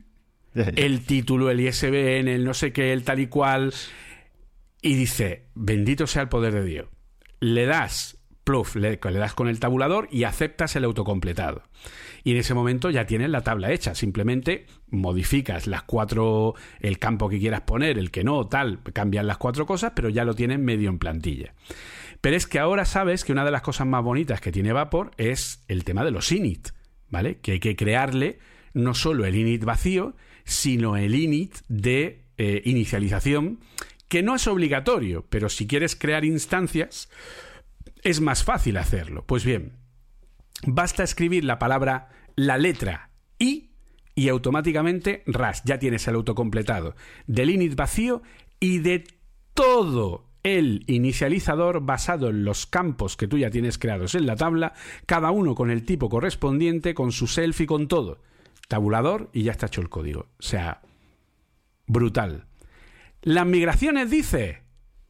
El título, el I S B N, el no sé qué, el tal y cual. Y dice, bendito sea el poder de Dios. Le das... Pluf, le, le das con el tabulador y aceptas el autocompletado. Y en ese momento ya tienes la tabla hecha. Simplemente modificas las cuatro, el campo que quieras poner, el que no, tal, cambian las cuatro cosas, pero ya lo tienes medio en plantilla. Pero es que ahora sabes que una de las cosas más bonitas que tiene Vapor es el tema de los init, ¿vale? Que hay que crearle no solo el init vacío, sino el init de eh, inicialización, que no es obligatorio, pero si quieres crear instancias es más fácil hacerlo. Pues bien, basta escribir la palabra, la letra I y automáticamente, ras, ya tienes el autocompletado del init vacío y de todo el inicializador basado en los campos que tú ya tienes creados en la tabla, cada uno con el tipo correspondiente, con su self y con todo. Tabulador y ya está hecho el código. O sea, brutal. Las migraciones, dice...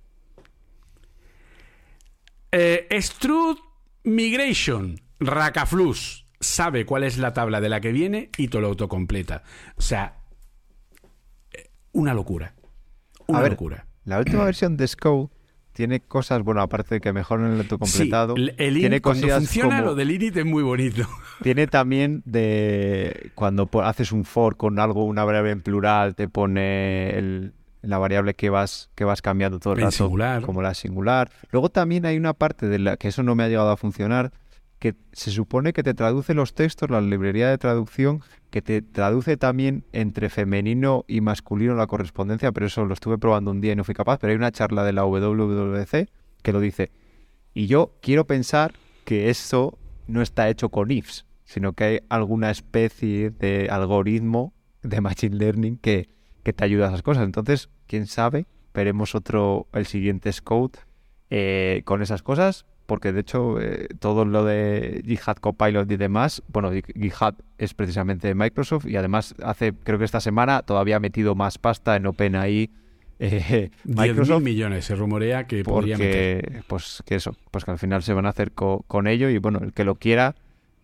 Eh, Struct Migration, Racaflux, sabe cuál es la tabla de la que viene y te lo autocompleta. O sea, una locura. Una A ver, locura. La última versión de Xcode tiene cosas, bueno, aparte de que mejoran el autocompletado. Sí, el init, tiene cuando funciona como, lo del init es muy bonito. Tiene también de cuando haces un for con algo, una variable en plural, te pone el, la variable que vas, que vas cambiando todo el En rato, singular. como la singular. Luego también hay una parte de la que eso no me ha llegado a funcionar, que se supone que te traduce los textos, la librería de traducción, que te traduce también entre femenino y masculino la correspondencia, pero eso lo estuve probando un día y no fui capaz, pero hay una charla de la W W D C que lo dice. Y yo quiero pensar que eso no está hecho con ifs, sino que hay alguna especie de algoritmo de machine learning que, que te ayuda a esas cosas. Entonces, quién sabe, veremos otro, el siguiente Scout eh, con esas cosas, porque de hecho eh, todo lo de GitHub Copilot y demás, bueno, GitHub es precisamente de Microsoft y además hace, creo que esta semana todavía ha metido más pasta en OpenAI eh, Microsoft. diez mil millones se rumorea que podría meter. Porque, pues que eso, pues que al final se van a hacer co- con ello y bueno, el que lo quiera,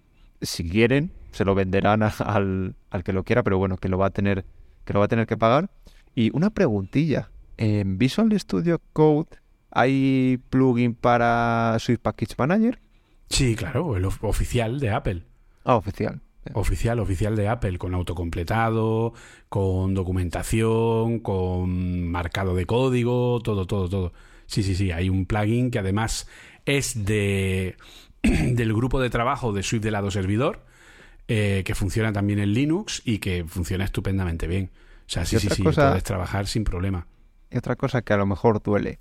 si quieren, se lo venderán a- al, al que lo quiera, pero bueno, que lo va a tener, que lo va a tener que pagar. Y una preguntilla, en Visual Studio Code ¿hay plugin para Swift Package Manager? Sí, claro, el of- oficial de Apple. Ah, oficial. Oficial, oficial de Apple, con autocompletado, con documentación, con marcado de código, todo, todo, todo. Sí, sí, sí, hay un plugin que además es de del grupo de trabajo de Swift de lado servidor, eh, que funciona también en Linux y que funciona estupendamente bien. O sea, sí, Y sí, otra sí, cosa- puedes trabajar sin problema. Y otra cosa que a lo mejor duele,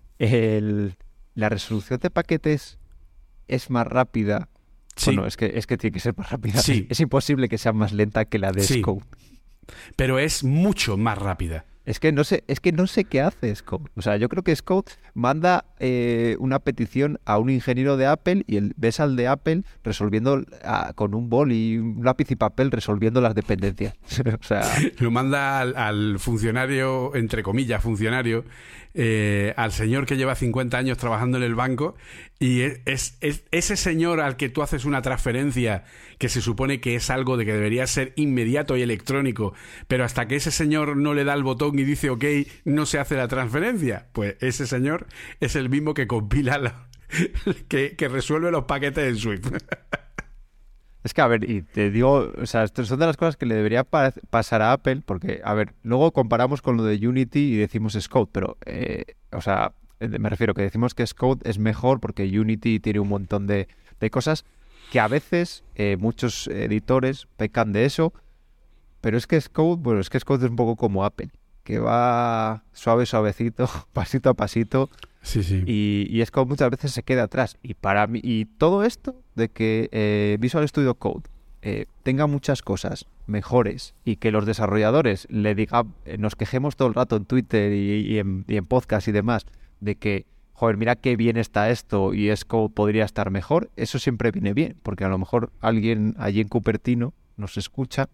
el, la resolución de paquetes es más rápida. Sí, Bueno, es que, es que tiene que ser más rápida. Sí. Es, es imposible que sea más lenta que la de Sí. Scout. pero es mucho más rápida. Es que no sé, es que no sé qué hace Scout. O sea, yo creo que Scout manda eh, una petición a un ingeniero de Apple y el, ves al de Apple resolviendo ah, con un bol y un lápiz y papel resolviendo las dependencias. O sea, Lo manda al, al funcionario, entre comillas, funcionario, eh, al señor que lleva cincuenta años trabajando en el banco y es, es- es- ese señor al que tú haces una transferencia que se supone que es algo de que debería ser inmediato y electrónico, pero hasta que ese señor no le da el botón y dice ok, no se hace la transferencia, pues ese señor es el mismo que compila la- que, que resuelve los paquetes en Swift. es que, a ver, y te digo, o sea, estas son de las cosas que le debería pa- pasar a Apple, porque, a ver, luego comparamos con lo de Unity y decimos Scout, pero, eh, o sea, eh, me refiero que decimos que Scout es mejor porque Unity tiene un montón de, de cosas que a veces eh, muchos editores pecan de eso, pero es que Scout, bueno, es que Scout es un poco como Apple, que va suave, suavecito, pasito a pasito, Sí, sí. y, y Scout muchas veces se queda atrás. Y para mí, y todo esto de que eh, Visual Studio Code eh, tenga muchas cosas mejores y que los desarrolladores le digan, eh, nos quejemos todo el rato en Twitter y, y en, y en podcast y demás, de que, joder, mira qué bien está esto y Scout podría estar mejor, eso siempre viene bien, porque a lo mejor alguien allí en Cupertino nos escucha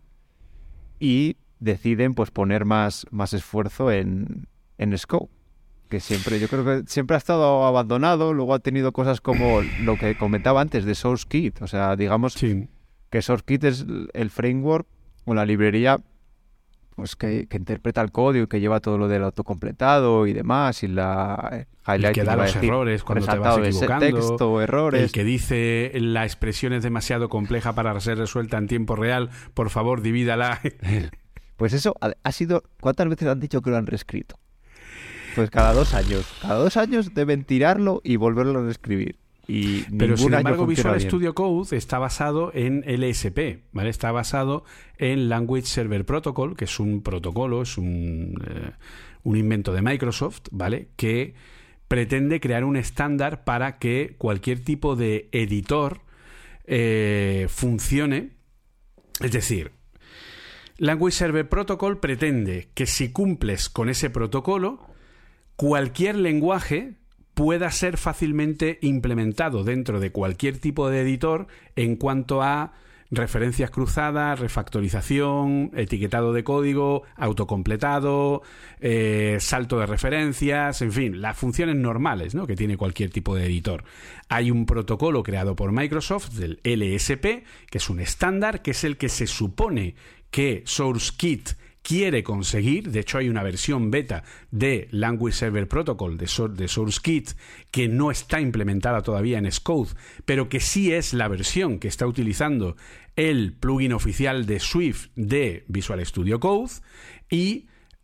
y deciden pues poner más, más esfuerzo en, en Scout, que siempre, yo creo que siempre ha estado abandonado, luego ha tenido cosas como lo que comentaba antes de SourceKit, o sea, digamos Sí. que SourceKit es el framework o la librería pues que, que interpreta el código y que lleva todo lo del autocompletado y demás, y la eh, El highlighting, que da iba a los decir, errores cuando te resaltado vas de ese equivocando, texto, errores. el que dice la expresión es demasiado compleja para ser resuelta en tiempo real, por favor divídala. Pues eso ha, ha sido... ¿Cuántas veces han dicho que lo han reescrito? Pues cada dos años. Cada dos años deben tirarlo y volverlo a reescribir. Y Pero sin ningún año embargo funciona Visual bien. Studio Code está basado en L S P, ¿vale? Está basado en Language Server Protocol, que es un protocolo, es un, eh, un invento de Microsoft, ¿vale? Que pretende crear un estándar para que cualquier tipo de editor eh, funcione. Es decir, Language Server Protocol pretende que si cumples con ese protocolo, cualquier lenguaje pueda ser fácilmente implementado dentro de cualquier tipo de editor en cuanto a referencias cruzadas, refactorización, etiquetado de código, autocompletado, eh, salto de referencias, en fin, las funciones normales, ¿no?, que tiene cualquier tipo de editor. Hay un protocolo creado por Microsoft, del L S P, que es un estándar, que es el que se supone que SourceKit quiere conseguir. De hecho, hay una versión beta de Language Server Protocol de, so- de SourceKit que no está implementada todavía en Scout, pero que sí es la versión que está utilizando el plugin oficial de Swift de Visual Studio Code. Y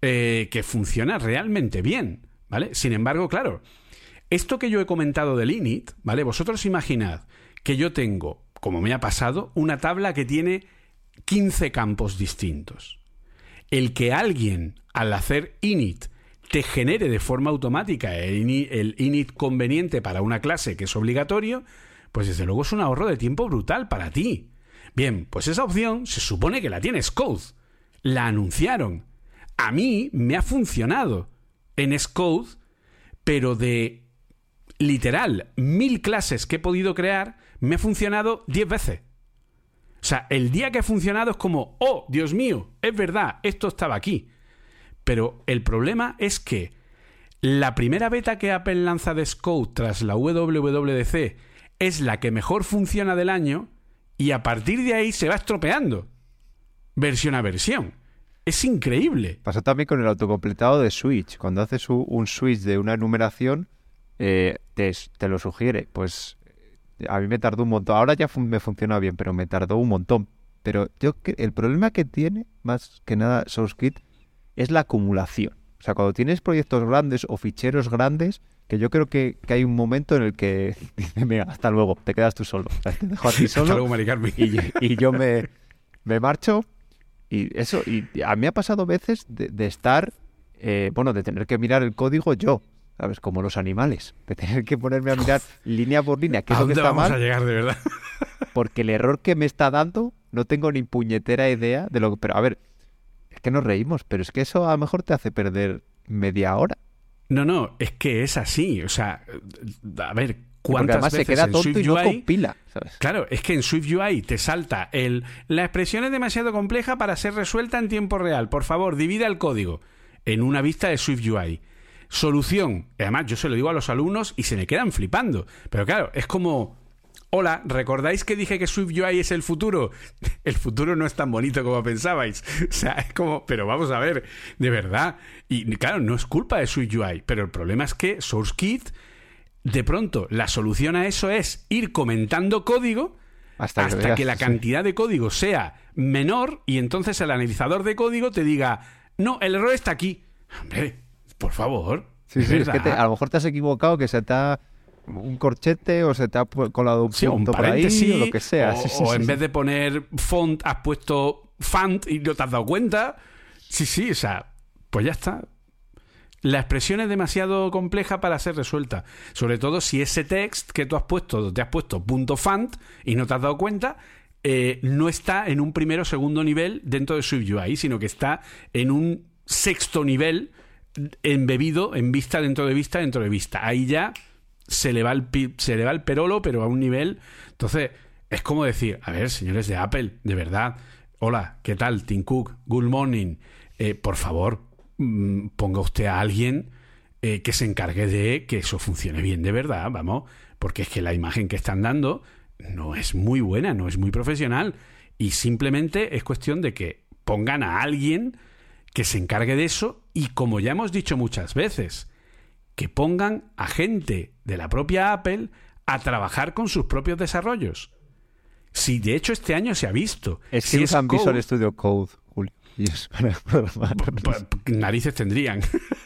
eh, que funciona realmente bien, ¿vale? Sin embargo, claro, esto que yo he comentado del init, ¿vale? Vosotros imaginad que yo tengo, como me ha pasado, una tabla que tiene quince campos distintos. El que alguien, al hacer init, te genere de forma automática el init, el init conveniente para una clase que es obligatorio, pues desde luego es un ahorro de tiempo brutal para ti. Bien, pues esa opción se supone que la tiene Xcode. La anunciaron. A mí me ha funcionado en Xcode, pero de literal mil clases que he podido crear, me ha funcionado diez veces. O sea, el día que ha funcionado es como, oh, Dios mío, es verdad, esto estaba aquí. Pero el problema es que la primera beta que Apple lanza de Xcode tras la W W D C es la que mejor funciona del año y a partir de ahí se va estropeando versión a versión. Es increíble. Pasa también con el autocompletado de Switch. Cuando haces un switch de una enumeración, eh, te, te lo sugiere. Pues a mí me tardó un montón. Ahora ya fun- me funciona bien, pero me tardó un montón. Pero yo el problema que tiene, más que nada SourceKit, es la acumulación. O sea, cuando tienes proyectos grandes o ficheros grandes, que yo creo que, que hay un momento en el que dice, venga, hasta luego, te quedas tú solo. O sea, te dejo a ti solo. Hasta luego, Mari Carmen. Y, y yo me, me marcho. Y eso, y a mí me ha pasado veces de, de estar, eh, bueno, de tener que mirar el código yo, ¿sabes? Como los animales. De tener que ponerme a mirar línea por línea qué es lo que está mal. ¿A dónde vamos a llegar, de verdad? Porque el error que me está dando, no tengo ni puñetera idea de lo que... Pero a ver, es que nos reímos, pero es que eso a lo mejor te hace perder media hora. No, no, es que es así. O sea, a ver, Porque ¿cuántas además se veces queda en tonto y no SwiftUI compila, ¿sabes? Claro, es que en SwiftUI te salta el... La expresión es demasiado compleja para ser resuelta en tiempo real. Por favor, divida el código en una vista de SwiftUI. Solución. Además, yo se lo digo a los alumnos y se me quedan flipando. Pero claro, es como... Hola, ¿recordáis que dije que SwiftUI es el futuro? El futuro no es tan bonito como pensabais. O sea, es como... Pero vamos a ver, de verdad. Y claro, no es culpa de SwiftUI. Pero el problema es que SourceKit... De pronto, la solución a eso es ir comentando código hasta, hasta que, veas, que la cantidad sí. de código sea menor y entonces el analizador de código te diga, no, el error está aquí. Hombre, por favor. Sí, sí, es que te, a lo mejor te has equivocado, que se te ha un corchete o se te ha colado un sí, punto un por ahí o lo que sea. O, sí, sí, o sí, en sí. vez de poner font, has puesto font y no te has dado cuenta. Sí, sí, o sea, pues ya está. La expresión es demasiado compleja para ser resuelta. Sobre todo si ese text que tú has puesto, te has puesto punto .font y no te has dado cuenta, eh, no está en un primero o segundo nivel dentro de SwiftUI, sino que está en un sexto nivel embebido en vista dentro de vista dentro de vista. Ahí ya se le va el, se le va el perolo, pero a un nivel... Entonces, es como decir, a ver, señores de Apple, de verdad, hola, ¿qué tal? Tim Cook, good morning. Eh, por favor, ponga usted a alguien eh, que se encargue de que eso funcione bien de verdad, vamos, porque es que la imagen que están dando no es muy buena, no es muy profesional y simplemente es cuestión de que pongan a alguien que se encargue de eso y, como ya hemos dicho muchas veces, que pongan a gente de la propia Apple a trabajar con sus propios desarrollos. Si de hecho este año se ha visto. Es que si usan es Code, Visual Studio Code, Julio. Y es para narices tendrían.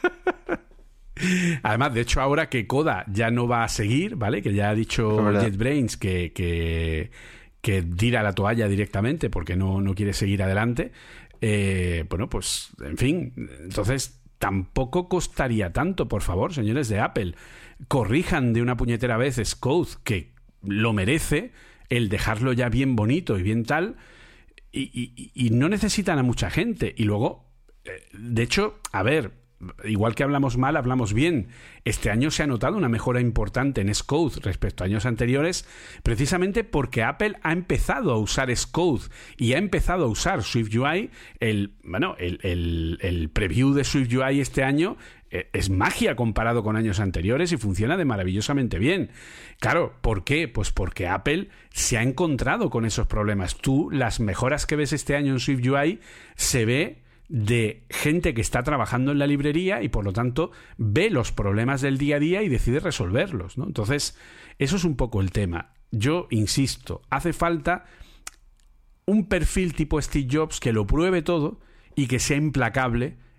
Además, de hecho, ahora que Coda ya no va a seguir, ¿vale? Que ya ha dicho JetBrains que, que, que tira la toalla directamente porque no, no quiere seguir adelante. Eh, bueno, pues, en fin, entonces tampoco costaría tanto, por favor, señores de Apple. Corrijan de una puñetera vez Xcode, que lo merece, el dejarlo ya bien bonito y bien tal. Y, y, y no necesitan a mucha gente. Y luego, de hecho, a ver, igual que hablamos mal, hablamos bien. Este año se ha notado una mejora importante en Xcode respecto a años anteriores, precisamente porque Apple ha empezado a usar Xcode y ha empezado a usar SwiftUI. El, bueno, el, el, el preview de SwiftUI este año es magia comparado con años anteriores y funciona de maravillosamente bien. Claro, ¿por qué? Pues porque Apple se ha encontrado con esos problemas. Tú, las mejoras que ves este año en SwiftUI se ve de gente que está trabajando en la librería y por lo tanto ve los problemas del día a día y decide resolverlos, ¿no? Entonces, eso es un poco el tema. Yo insisto, hace falta un perfil tipo Steve Jobs que lo pruebe todo y que sea implacable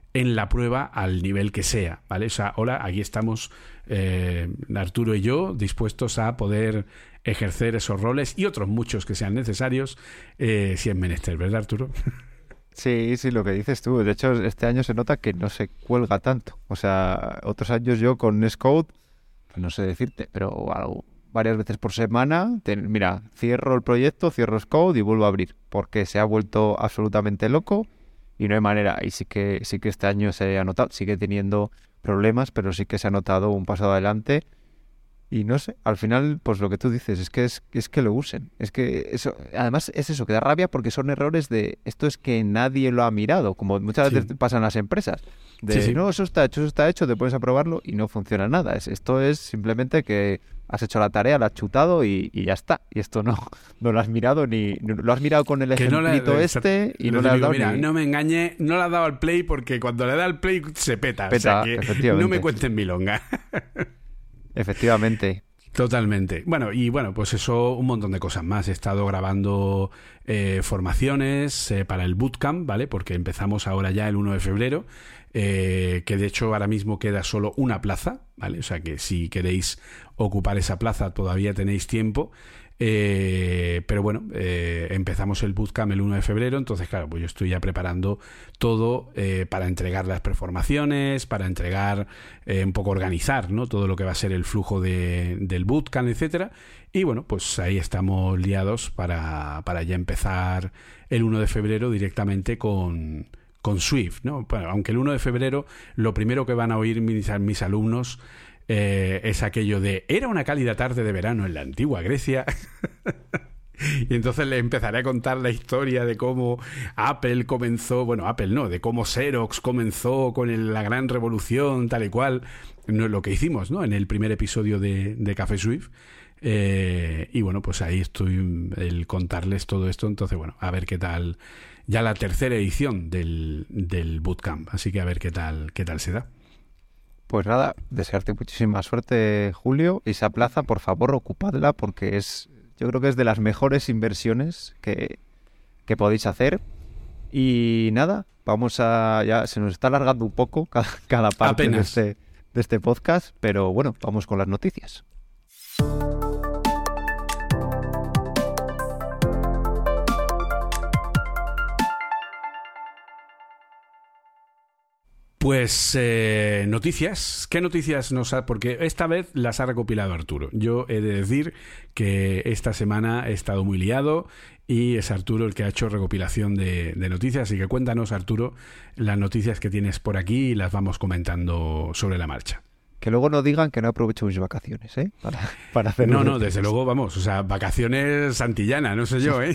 en la prueba al nivel que sea, ¿vale? O sea, hola, aquí estamos eh, Arturo y yo dispuestos a poder ejercer esos roles y otros muchos que sean necesarios eh, si es menester, ¿verdad, Arturo? Sí, sí, lo que dices tú. De hecho, este año se nota que no se cuelga tanto. O sea, otros años yo con Xcode, pues no sé decirte, pero algo, varias veces por semana, te, mira, cierro el proyecto, cierro Xcode y vuelvo a abrir, porque se ha vuelto absolutamente loco y no hay manera. Y sí que sí que este año se ha notado, sigue teniendo problemas, pero sí que se ha notado un paso adelante. Y no sé, al final, pues lo que tú dices, es que es, es que lo usen. Es que eso, además es eso, que da rabia porque son errores de, esto es que nadie lo ha mirado, como muchas veces Sí. pasan las empresas. De, Sí, sí. no, eso está hecho, eso está hecho, te pones a probarlo y no funciona nada. Es, esto es simplemente que has hecho la tarea, la has chutado y, y ya está. Y esto no, no lo has mirado ni, no- lo has mirado con el Que no le- ejemplito exacto. este y Lo no le has típico, dado mira, ni... no me engañe, no le has dado al play porque cuando le da al play se peta. Peta, o sea que efectivamente. no me cuenten milonga. Efectivamente. Totalmente. Bueno, y bueno, pues eso, un montón de cosas más. He estado grabando eh, formaciones eh, para el bootcamp, ¿vale? Porque empezamos ahora ya el uno de febrero, eh, que de hecho ahora mismo queda solo una plaza, ¿vale? O sea que si queréis ocupar esa plaza todavía tenéis tiempo. Eh, pero bueno, eh, empezamos el bootcamp el uno de febrero, entonces claro, pues yo estoy ya preparando todo eh, para entregar las preformaciones, para entregar, eh, un poco organizar, ¿no? Todo lo que va a ser el flujo de, del bootcamp, etcétera. Y bueno, pues ahí estamos liados para, para ya empezar el uno de febrero directamente con, con Swift, ¿no? Bueno, aunque el uno de febrero lo primero que van a oír mis, mis alumnos Eh, es aquello de era una cálida tarde de verano en la antigua Grecia. Y entonces le empezaré a contar la historia de cómo Apple comenzó, bueno, Apple no, de cómo Xerox comenzó con el, la gran revolución, tal y cual, no, lo que hicimos, ¿no? En el primer episodio de, de Café Swift. Eh, y bueno, pues ahí estoy, el contarles todo esto. Entonces, bueno, a ver qué tal, ya la tercera edición del, del bootcamp. Así que a ver qué tal, qué tal se da. Pues nada, desearte muchísima suerte, Julio. Y esa plaza, por favor, ocupadla porque es, yo creo que es de las mejores inversiones que, que podéis hacer. Y nada, vamos a, ya se nos está alargando un poco cada, cada parte de Apenas. este, de este podcast, pero bueno, vamos con las noticias. Pues eh, noticias. ¿Qué noticias nos ha...? Porque esta vez las ha recopilado Arturo. Yo he de decir que esta semana he estado muy liado y es Arturo el que ha hecho recopilación de, de noticias. Así que cuéntanos, Arturo, las noticias que tienes por aquí y las vamos comentando sobre la marcha. Que luego no digan que no aprovecho mis vacaciones, ¿eh? Para, para hacer No, los no, noticias. desde luego, vamos, o sea, vacaciones santillana, no sé yo, ¿eh?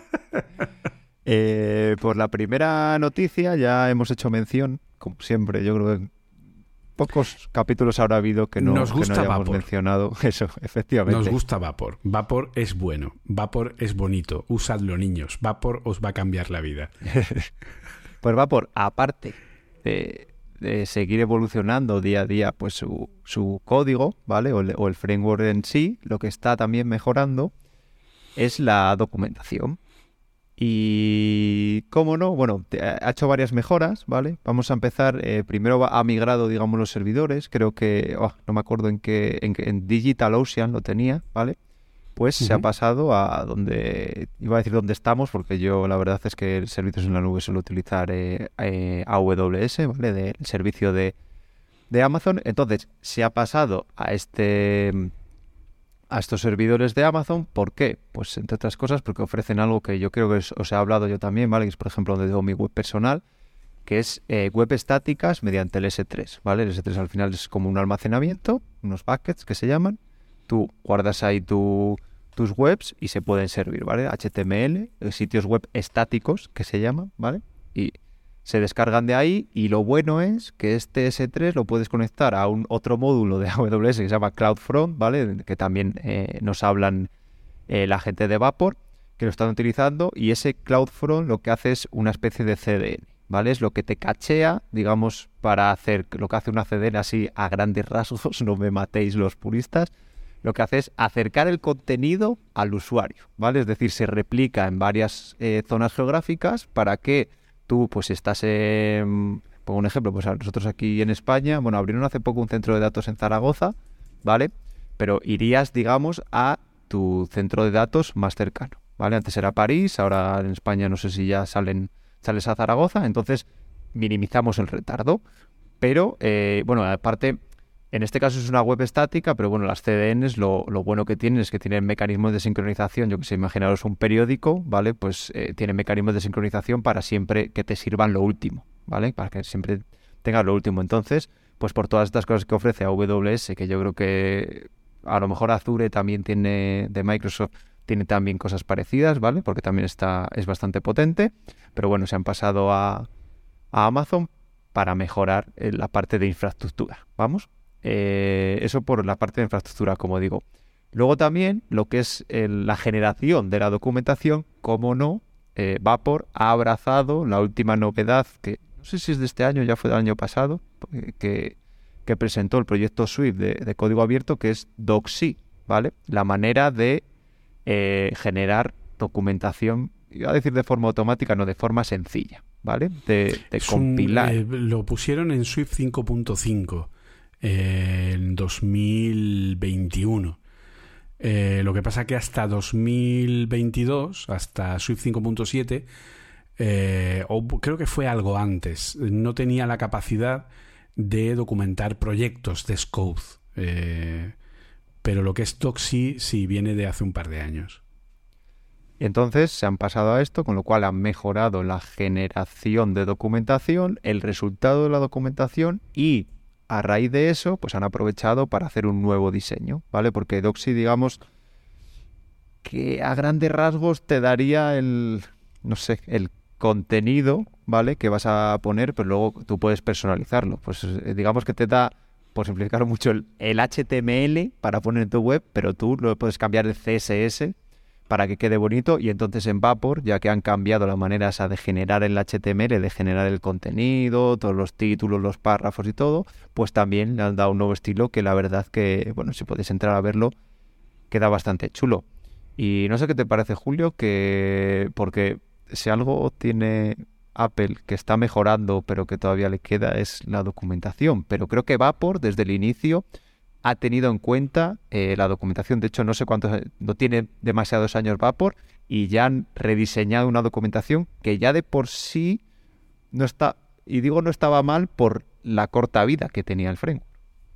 Eh, por la primera noticia ya hemos hecho mención, como siempre, yo creo que pocos capítulos habrá habido que no, Nos gusta que no hayamos Vapor. mencionado eso, efectivamente. Nos gusta Vapor. Vapor es bueno. Vapor es bonito. Usadlo, niños. Vapor os va a cambiar la vida. Pues Vapor, aparte de, de seguir evolucionando día a día pues su, su código, ¿vale? O el, o el framework en sí, lo que está también mejorando es la documentación. Y, ¿cómo no? Bueno, te- ha hecho varias mejoras, ¿vale? Vamos a empezar, eh, primero va- ha migrado, digamos, los servidores, creo que, oh, no me acuerdo en qué, en, qué- en DigitalOcean lo tenía, ¿vale? Pues se ha Ujú. pasado a donde, iba a decir dónde estamos, porque yo la verdad es que el servicios en la nube suelo utilizar eh, eh, A W S, ¿vale? Del servicio de, de Amazon. Entonces, se ha pasado a este... a estos servidores de Amazon. ¿Por qué? Pues entre otras cosas porque ofrecen algo que yo creo que os, os he hablado yo también, ¿vale? Que es por ejemplo donde tengo mi web personal, que es eh, web estáticas mediante el ese tres, ¿vale? El ese tres al final es como un almacenamiento, unos buckets que se llaman. Tú guardas ahí tu, tus webs y se pueden servir, ¿vale? H T M L, eh, sitios web estáticos que se llaman, ¿vale? Y se descargan de ahí y lo bueno es que este ese tres lo puedes conectar a un otro módulo de A W S que se llama CloudFront, ¿vale? Que también eh, nos hablan eh, la gente de Vapor, que lo están utilizando, y ese CloudFront lo que hace es una especie de C D N, ¿vale? Es lo que te cachea, digamos, para hacer lo que hace una C D N así a grandes rasgos, no me matéis los puristas, lo que hace es acercar el contenido al usuario, ¿vale? Es decir, se replica en varias eh, zonas geográficas para que tú, pues, estás en, pongo un ejemplo, pues nosotros aquí en España, bueno, abrieron hace poco un centro de datos en Zaragoza, ¿vale? Pero irías, digamos, a tu centro de datos más cercano, ¿vale? Antes era París, ahora en España no sé si ya salen, sales a Zaragoza, entonces minimizamos el retardo. Pero, eh, bueno, aparte, en este caso es una web estática, pero bueno, las C D Ns lo, lo bueno que tienen es que tienen mecanismos de sincronización. Yo que sé, imaginaros un periódico, ¿vale? Pues eh, tienen mecanismos de sincronización para siempre que te sirvan lo último, ¿vale? Para que siempre tengas lo último. Entonces, pues por todas estas cosas que ofrece A W S, que yo creo que a lo mejor Azure también tiene, de Microsoft, tiene también cosas parecidas, ¿vale? Porque también está, es bastante potente. Pero bueno, se han pasado a, a Amazon para mejorar eh, la parte de infraestructura, ¿vamos? Eh, eso por la parte de infraestructura, como digo. Luego también lo que es el, la generación de la documentación, como no, eh, Vapor ha abrazado la última novedad, que no sé si es de este año, ya fue del año pasado, que, que presentó el proyecto Swift de, de código abierto, que es Docsy, ¿vale? La manera de eh, generar documentación, iba a decir de forma automática, no, de forma sencilla, ¿vale? De, de compilar. Un, eh, lo pusieron en Swift cinco punto cinco eh, en dos mil veintiuno. Eh, lo que pasa que hasta dos mil veintidós, hasta Swift cinco punto siete, eh, o creo que fue algo antes, no tenía la capacidad de documentar proyectos de Scope. Eh, pero lo que es Docsy sí viene de hace un par de años. Entonces se han pasado a esto, con lo cual han mejorado la generación de documentación, el resultado de la documentación, y a raíz de eso pues han aprovechado para hacer un nuevo diseño, ¿vale? Porque Docsy, digamos que a grandes rasgos te daría el, no sé, el contenido, ¿vale? Que vas a poner, pero luego tú puedes personalizarlo. Pues digamos que te da, por simplificar mucho, el, el H T M L para poner en tu web, pero tú lo puedes cambiar el C S S para que quede bonito, y entonces en Vapor, ya que han cambiado la manera esa de generar el H T M L, de generar el contenido, todos los títulos, los párrafos y todo, pues también le han dado un nuevo estilo que la verdad que, bueno, si podéis entrar a verlo, queda bastante chulo. Y no sé qué te parece, Julio, que porque si algo tiene Apple que está mejorando pero que todavía le queda es la documentación, pero creo que Vapor desde el inicio ha tenido en cuenta eh, la documentación. De hecho, no sé cuántos, no tiene demasiados años Vapor y ya han rediseñado una documentación que ya de por sí no está, y digo no estaba mal por la corta vida que tenía el framework.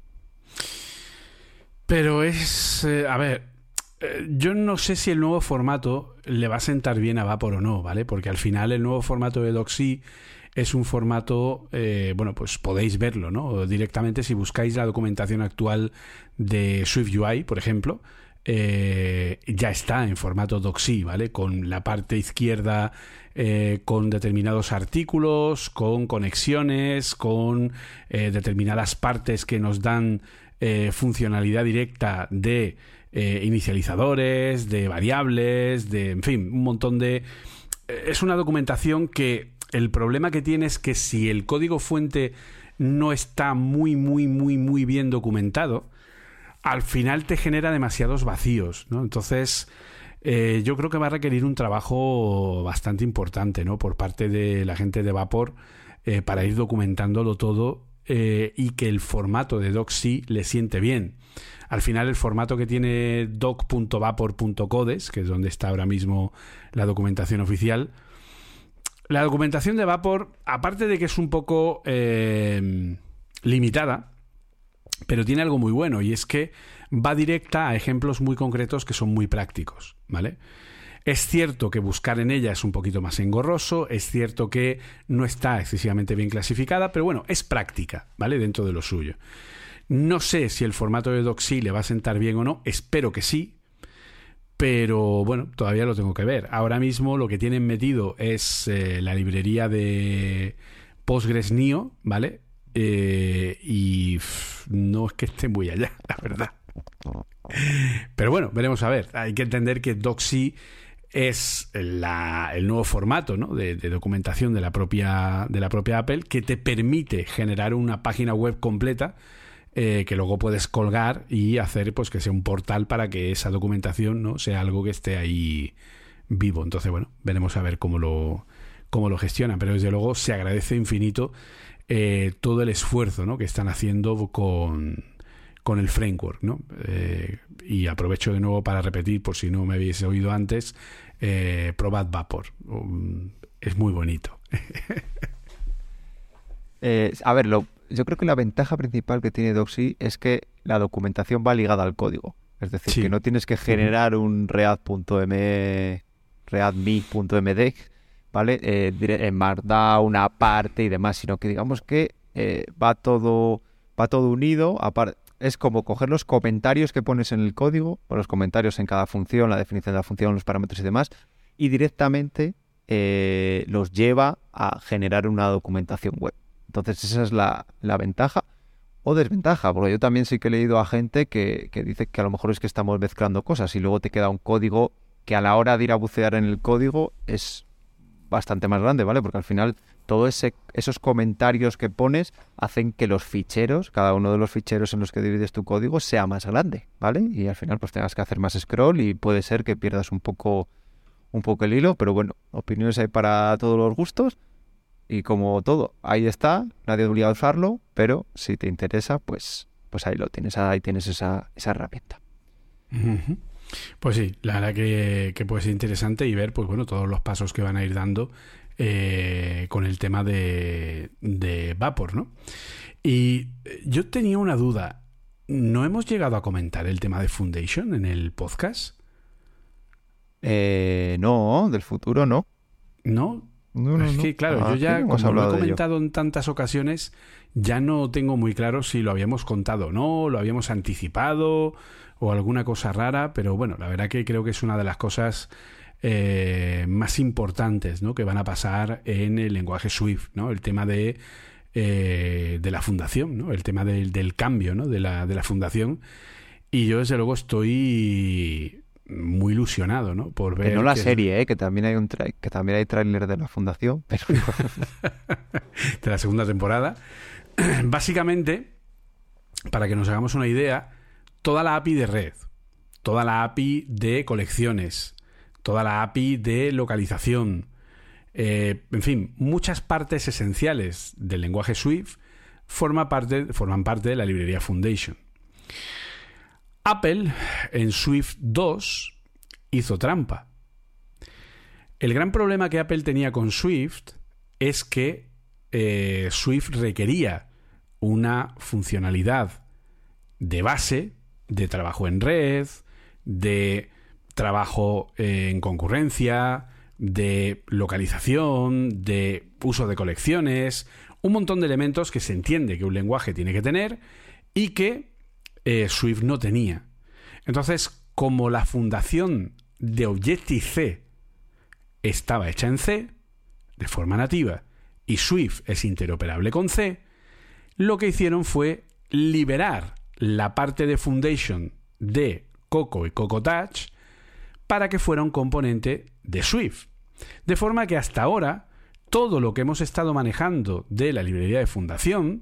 Pero es, eh, a ver, eh, yo no sé si el nuevo formato le va a sentar bien a Vapor o no, ¿vale? Porque al final el nuevo formato de Docsy es un formato, eh, bueno, pues podéis verlo, ¿no? Directamente si buscáis la documentación actual de SwiftUI, por ejemplo, eh, ya está en formato Docsy, ¿vale? Con la parte izquierda eh, con determinados artículos, con conexiones, con eh, determinadas partes que nos dan eh, funcionalidad directa de eh, inicializadores, de variables, de, en fin, un montón de... Eh, es una documentación que el problema que tiene es que si el código fuente no está muy, muy, muy, muy bien documentado, al final te genera demasiados vacíos, ¿no? Entonces, eh, yo creo que va a requerir un trabajo bastante importante, ¿no? Por parte de la gente de Vapor eh, para ir documentándolo todo eh, y que el formato de Docsy le siente bien. Al final, el formato que tiene doc punto vapor punto codes, que es donde está ahora mismo la documentación oficial, la documentación de Vapor, aparte de que es un poco eh, limitada, pero tiene algo muy bueno, y es que va directa a ejemplos muy concretos que son muy prácticos, ¿vale? Es cierto que buscar en ella es un poquito más engorroso, es cierto que no está excesivamente bien clasificada, pero bueno, es práctica, ¿vale? Dentro de lo suyo. No sé si el formato de Docsy le va a sentar bien o no, espero que sí, pero bueno, todavía lo tengo que ver. Ahora mismo lo que tienen metido es eh, la librería de Postgres N I O, ¿vale? Eh, y pff, no es que esté muy allá, la verdad. Pero bueno, veremos a ver. Hay que entender que Docsy es la, el nuevo formato, ¿no? de, de documentación de la propia, de la propia Apple, que te permite generar una página web completa eh, que luego puedes colgar y hacer pues que sea un portal para que esa documentación, ¿no? sea algo que esté ahí vivo. Entonces, bueno, veremos a ver cómo lo, cómo lo gestionan. Pero desde luego se agradece infinito eh, todo el esfuerzo, ¿no?, que están haciendo con, con el framework, ¿no? Eh, y aprovecho de nuevo para repetir, por si no me habéis oído antes, eh, probad Vapor. Um, es muy bonito. eh, a ver, lo, yo creo que la ventaja principal que tiene Doxy es que la documentación va ligada al código. Es decir, sí. que no tienes que generar un react.m readme.md, ¿vale? Eh, en Markdown, aparte y demás, sino que digamos que eh, va todo va todo unido. Aparte, es como coger los comentarios que pones en el código, o los comentarios en cada función, la definición de la función, los parámetros y demás, y directamente eh, los lleva a generar una documentación web. Entonces esa es la, la ventaja o desventaja, porque yo también sí que he leído a gente que, que dice que a lo mejor es que estamos mezclando cosas y luego te queda un código que a la hora de ir a bucear en el código es bastante más grande, ¿vale? Porque al final todos esos comentarios que pones hacen que los ficheros, cada uno de los ficheros en los que divides tu código sea más grande, ¿vale? Y al final pues tengas que hacer más scroll y puede ser que pierdas un poco, un poco el hilo, pero bueno, opiniones hay para todos los gustos y como todo, ahí está, nadie obliga a usarlo, pero si te interesa, pues, pues ahí lo tienes, ahí tienes esa, esa herramienta. Uh-huh. Pues sí, la verdad que, que puede ser interesante y ver, pues bueno, todos los pasos que van a ir dando eh, con el tema de, de Vapor, ¿no? Y yo tenía una duda. ¿No hemos llegado a comentar el tema de Foundation en el podcast? Eh, no, del futuro no. ¿No? No, no, es que, claro, ah, yo ya, hemos como lo he de comentado ello. en tantas ocasiones, ya no tengo muy claro si lo habíamos contado o no, lo habíamos anticipado o alguna cosa rara, pero bueno, la verdad que creo que es una de las cosas eh, más importantes, ¿no?, que van a pasar en el lenguaje Swift, ¿no? El tema de, eh, de la fundación, ¿no? El tema del, del cambio, ¿no?, de la, de la fundación. Y yo, desde luego, estoy muy ilusionado, ¿no?, por ver... Que no la que serie, ¿eh? Que también hay un tra- que también hay tráiler de la fundación, pero... de la segunda temporada. Básicamente, para que nos hagamos una idea, toda la A P I de red, toda la A P I de colecciones, toda la A P I de localización, eh, en fin, muchas partes esenciales del lenguaje Swift forma parte, forman parte de la librería Foundation. Apple, en Swift dos, hizo trampa. El gran problema que Apple tenía con Swift es que eh, Swift requería una funcionalidad de base, de trabajo en red, de trabajo eh, en concurrencia, de localización, de uso de colecciones, un montón de elementos que se entiende que un lenguaje tiene que tener y que eh, Swift no tenía. Entonces, como la fundación de Objective-C estaba hecha en C, de forma nativa, y Swift es interoperable con C, lo que hicieron fue liberar la parte de Foundation de Coco y Coco Touch para que fuera un componente de Swift. De forma que hasta ahora todo lo que hemos estado manejando de la librería de fundación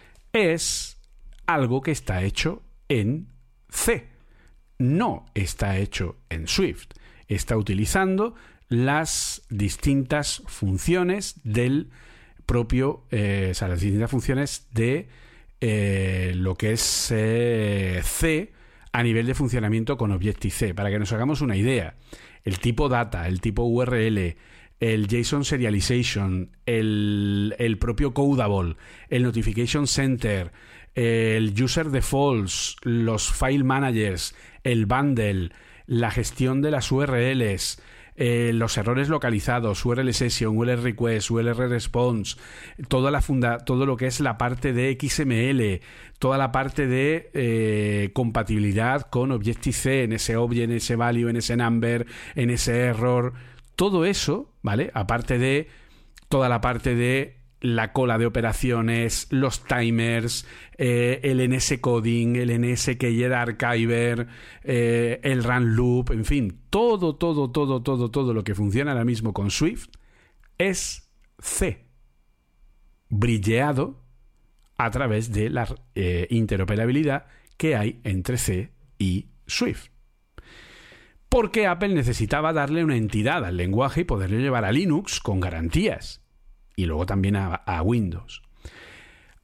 es algo que está hecho en C. No está hecho en Swift. Está utilizando las distintas funciones del propio, eh, o sea, las distintas funciones de eh, lo que es eh, C a nivel de funcionamiento con Objective-C. Para que nos hagamos una idea, el tipo data, el tipo U R L, el JSON Serialization, el, el propio Codable, el Notification Center, el User Defaults, los File Managers, el Bundle, la gestión de las U R Ls, eh, los errores localizados, U R L Session, U R L Request, U R L Response, toda la funda, todo lo que es la parte de X M L, toda la parte de eh, compatibilidad con Objective-C, en ese obje, en ese value, en ese number, en ese error, todo eso, ¿vale? Aparte de toda la parte de la cola de operaciones, los timers, eh, el N S coding, el N S keyer archiver, eh, el run loop, en fin, todo, todo, todo, todo, todo lo que funciona ahora mismo con Swift es C, brilleado a través de la eh, interoperabilidad que hay entre C y Swift. Porque Apple necesitaba darle una entidad al lenguaje y poderlo llevar a Linux con garantías. Y luego también a, a Windows.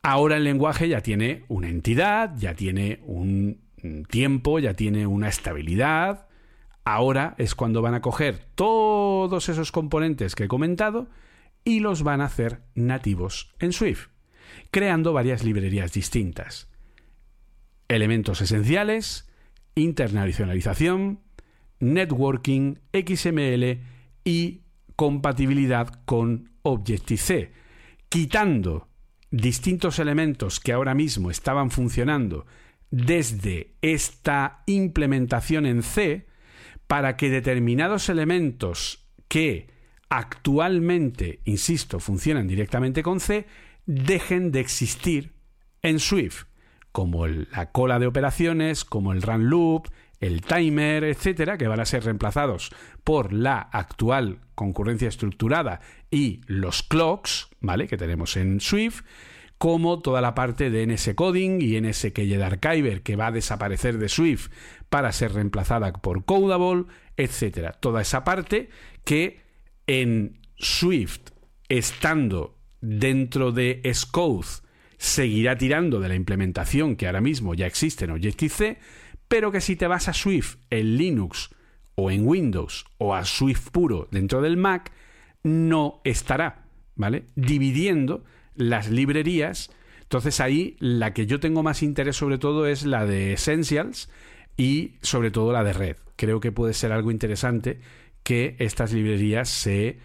Ahora el lenguaje ya tiene una entidad, ya tiene un tiempo, ya tiene una estabilidad. Ahora es cuando van a coger todos esos componentes que he comentado y los van a hacer nativos en Swift, creando varias librerías distintas. Elementos esenciales, internacionalización, networking, X M L y compatibilidad con Objective-C, quitando distintos elementos que ahora mismo estaban funcionando desde esta implementación en C, para que determinados elementos que actualmente, insisto, funcionan directamente con C, dejen de existir en Swift, como el, la cola de operaciones, como el run loop, el timer, etcétera, que van a ser reemplazados por la actual concurrencia estructurada y los clocks, ¿vale?, que tenemos en Swift, como toda la parte de N S Coding y N S Keyled Archiver, que va a desaparecer de Swift para ser reemplazada por Codable, etcétera. Toda esa parte que en Swift, estando dentro de Xcode, seguirá tirando de la implementación que ahora mismo ya existe en Objective-C, pero que si te vas a Swift en Linux o en Windows o a Swift puro dentro del Mac, no estará, ¿vale?, dividiendo las librerías. Entonces ahí la que yo tengo más interés sobre todo es la de Essentials y sobre todo la de Red. Creo que puede ser algo interesante que estas librerías se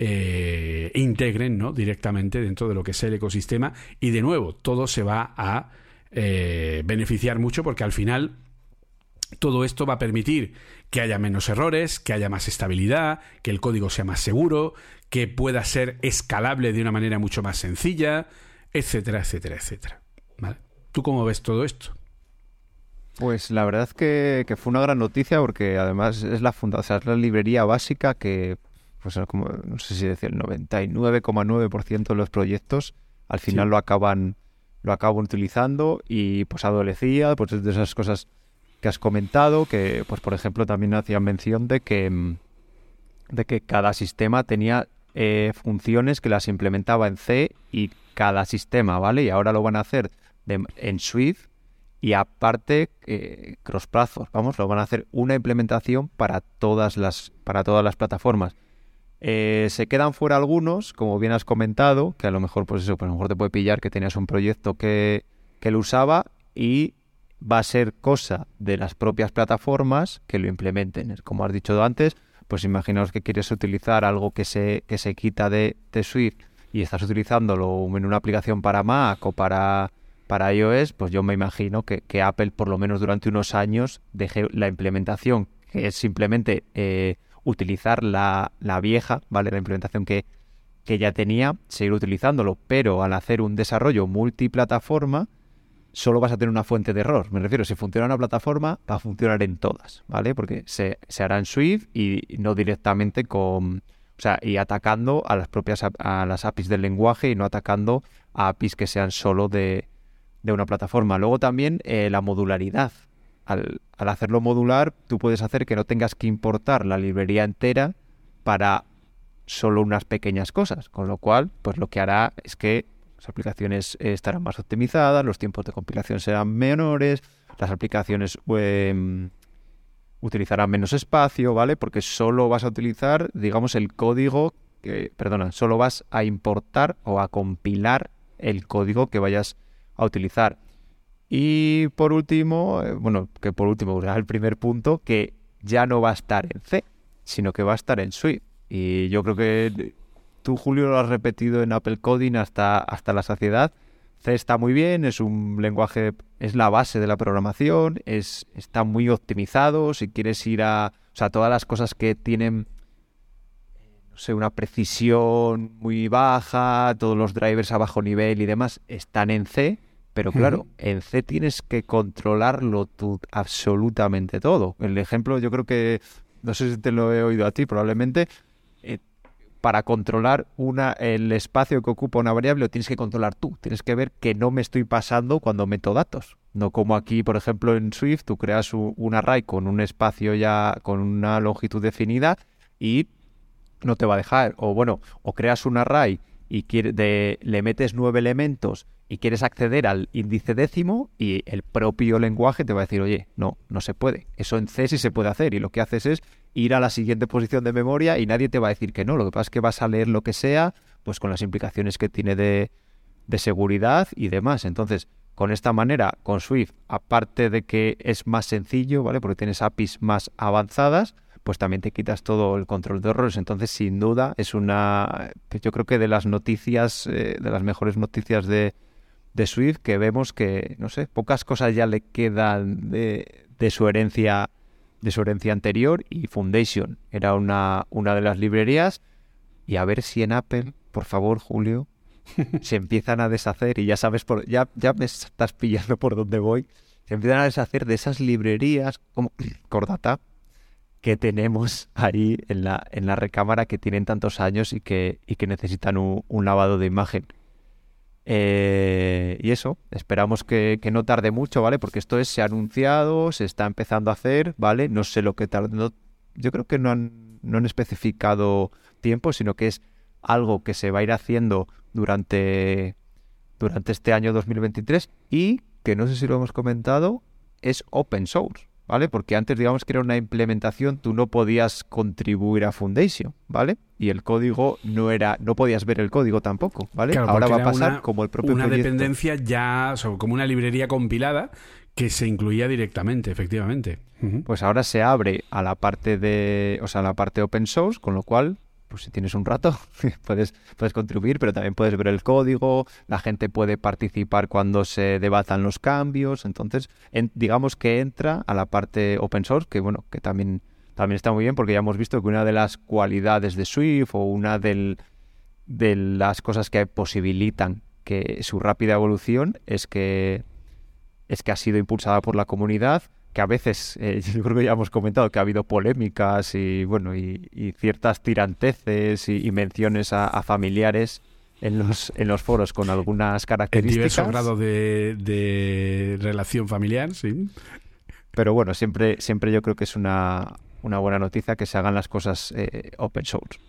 eh, integren, ¿no?, directamente dentro de lo que es el ecosistema, y de nuevo todo se va a eh, beneficiar mucho, porque al final todo esto va a permitir que haya menos errores, que haya más estabilidad, que el código sea más seguro, que pueda ser escalable de una manera mucho más sencilla, etcétera, etcétera, etcétera. ¿Vale? ¿Tú cómo ves todo esto? Pues la verdad que, que fue una gran noticia, porque además es la funda, o sea, es la librería básica que, pues como, no sé si decir, el noventa y nueve coma nueve por ciento de los proyectos al final sí. lo acaban lo acaban utilizando, y pues adolecía pues de esas cosas que has comentado, que pues por ejemplo también hacían mención de que de que cada sistema tenía eh, funciones que las implementaba en C, y cada sistema, ¿vale? Y ahora lo van a hacer de, en Swift, y aparte eh, cross-platform, vamos, lo van a hacer una implementación para todas las para todas las plataformas. Eh, se quedan fuera algunos, como bien has comentado, que a lo mejor pues eso, pues a lo mejor te puede pillar que tenías un proyecto que, que lo usaba, y va a ser cosa de las propias plataformas que lo implementen. Como has dicho antes, pues imaginaos que quieres utilizar algo que se, que se quita de, de Swift y estás utilizándolo en una aplicación para Mac o para, para iOS, pues yo me imagino que, que Apple por lo menos durante unos años deje la implementación, que es simplemente eh, utilizar la, la vieja, ¿vale?, la implementación que, que ya tenía, seguir utilizándolo, pero al hacer un desarrollo multiplataforma, solo vas a tener una fuente de error. Me refiero, si funciona una plataforma, va a funcionar en todas, ¿vale? Porque se, se hará en Swift y no directamente con... O sea, y atacando a las propias a las A P Is del lenguaje, y no atacando a A P Is que sean solo de, de una plataforma. Luego también eh, la modularidad. Al, al hacerlo modular, tú puedes hacer que no tengas que importar la librería entera para solo unas pequeñas cosas. Con lo cual, pues lo que hará es que las aplicaciones eh, estarán más optimizadas, los tiempos de compilación serán menores, las aplicaciones eh, utilizarán menos espacio, ¿vale? Porque solo vas a utilizar, digamos, el código, que, perdona, solo vas a importar o a compilar el código que vayas a utilizar. Y por último, eh, bueno, que por último, el primer punto, que ya no va a estar en C, sino que va a estar en Swift. Y yo creo que tú, Julio, lo has repetido en Apple Coding hasta, hasta la saciedad. C está muy bien, es un lenguaje, es la base de la programación, es, está muy optimizado. Si quieres ir a... O sea, todas las cosas que tienen, no sé, una precisión muy baja, todos los drivers a bajo nivel y demás, están en C. Pero claro, uh-huh. en C tienes que controlarlo tú absolutamente todo. El ejemplo, yo creo que, no sé si te lo he oído a ti, probablemente... Eh, para controlar una, el espacio que ocupa una variable, lo tienes que controlar tú. Tienes que ver que no me estoy pasando cuando meto datos. No como aquí, por ejemplo, en Swift, tú creas un, un array con un espacio ya, con una longitud definida, y no te va a dejar. O bueno, o creas un array y quiere, de, le metes nueve elementos y quieres acceder al índice décimo y el propio lenguaje te va a decir, oye, no, no se puede. Eso en C sí se puede hacer y lo que haces es ir a la siguiente posición de memoria y nadie te va a decir que no. Lo que pasa es que vas a leer lo que sea, pues con las implicaciones que tiene de, de seguridad y demás. Entonces, con esta manera, con Swift, aparte de que es más sencillo, ¿vale? Porque tienes A P Is más avanzadas, pues también te quitas todo el control de errores. Entonces, sin duda, es una... Yo creo que de las noticias, eh, de las mejores noticias de, de Swift, que vemos que, no sé, pocas cosas ya le quedan de, de su herencia de su herencia anterior, y Foundation era una, una de las librerías, y a ver si en Apple, por favor, Julio, se empiezan a deshacer, y ya sabes, por ya, ya me estás pillando por dónde voy, se empiezan a deshacer de esas librerías como Cordata, que tenemos ahí en la, en la recámara, que tienen tantos años y que, y que necesitan un, un lavado de imagen. Eh, y eso, esperamos que, que no tarde mucho, ¿vale? Porque esto es, se ha anunciado, se está empezando a hacer, ¿vale? No sé lo que tarde, no, yo creo que no han, no han especificado tiempo, sino que es algo que se va a ir haciendo durante, durante este año dos mil veintitrés, y que no sé si lo hemos comentado, es open source, ¿vale? Porque antes, digamos que era una implementación, tú no podías contribuir a Foundation, ¿vale? Y el código no era, no podías ver el código tampoco, ¿vale? Claro, ahora va a era pasar una, como el propio una proyecto. dependencia ya, o sea, como una librería compilada que se incluía directamente, efectivamente. Uh-huh. Pues ahora se abre a la parte de, o sea, a la parte open source, con lo cual, pues si tienes un rato, puedes, puedes contribuir, pero también puedes ver el código, la gente puede participar cuando se debatan los cambios. Entonces, en, digamos que entra a la parte open source, que bueno, que también, también está muy bien, porque ya hemos visto que una de las cualidades de Swift, o una del, de las cosas que posibilitan que su rápida evolución, es que, es que ha sido impulsada por la comunidad, que a veces, eh, yo creo que ya hemos comentado que ha habido polémicas y bueno y, y ciertas tiranteces y, y menciones a, a familiares en los en los foros con algunas características. En diverso grado de, de relación familiar, sí. Pero bueno, siempre, siempre yo creo que es una, una buena noticia que se hagan las cosas eh, open source.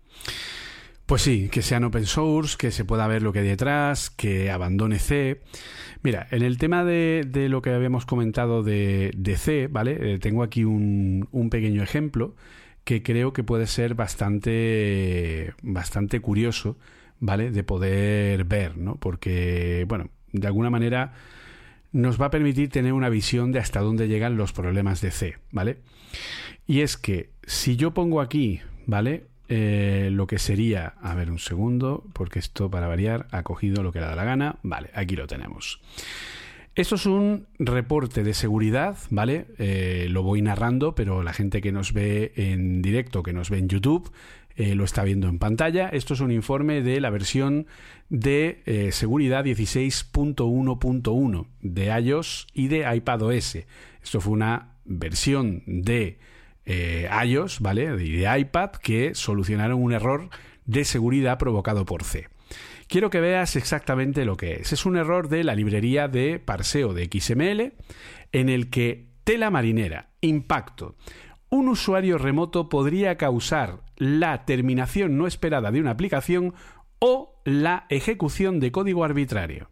Pues sí, que sean open source, que se pueda ver lo que hay detrás, que abandone C. Mira, en el tema de, de lo que habíamos comentado de, de C, ¿vale? Eh, tengo aquí un, un pequeño ejemplo que creo que puede ser bastante, bastante curioso, ¿vale? De poder ver, ¿no? Porque, bueno, de alguna manera nos va a permitir tener una visión de hasta dónde llegan los problemas de C, ¿vale? Y es que si yo pongo aquí, ¿vale? Eh, lo que sería, a ver un segundo, porque esto para variar ha cogido lo que le da la gana. Vale, aquí lo tenemos. Esto es un reporte de seguridad, ¿vale? Eh, lo voy narrando, pero la gente que nos ve en directo, que nos ve en YouTube, eh, lo está viendo en pantalla. Esto es un informe de la versión de eh, seguridad dieciséis punto uno punto uno de iOS y de iPadOS. Esto fue una versión de Eh, iOS, ¿vale? Y de iPad, que solucionaron un error de seguridad provocado por C. Quiero que veas exactamente lo que es. Es un error de la librería de parseo de X M L, en el que tela marinera, impacto. Un usuario remoto podría causar la terminación no esperada de una aplicación o la ejecución de código arbitrario.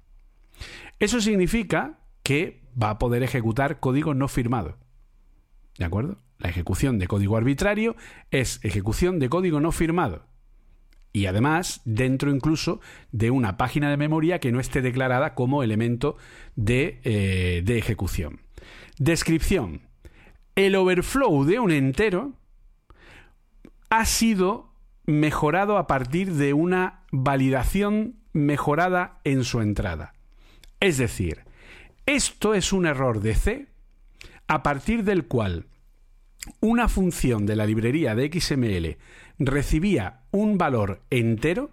Eso significa que va a poder ejecutar código no firmado. ¿De acuerdo? La ejecución de código arbitrario es ejecución de código no firmado. Y además, dentro incluso de una página de memoria que no esté declarada como elemento de, eh, de ejecución. Descripción. El overflow de un entero ha sido mejorado a partir de una validación mejorada en su entrada. Es decir, esto es un error de C a partir del cual una función de la librería de X M L recibía un valor entero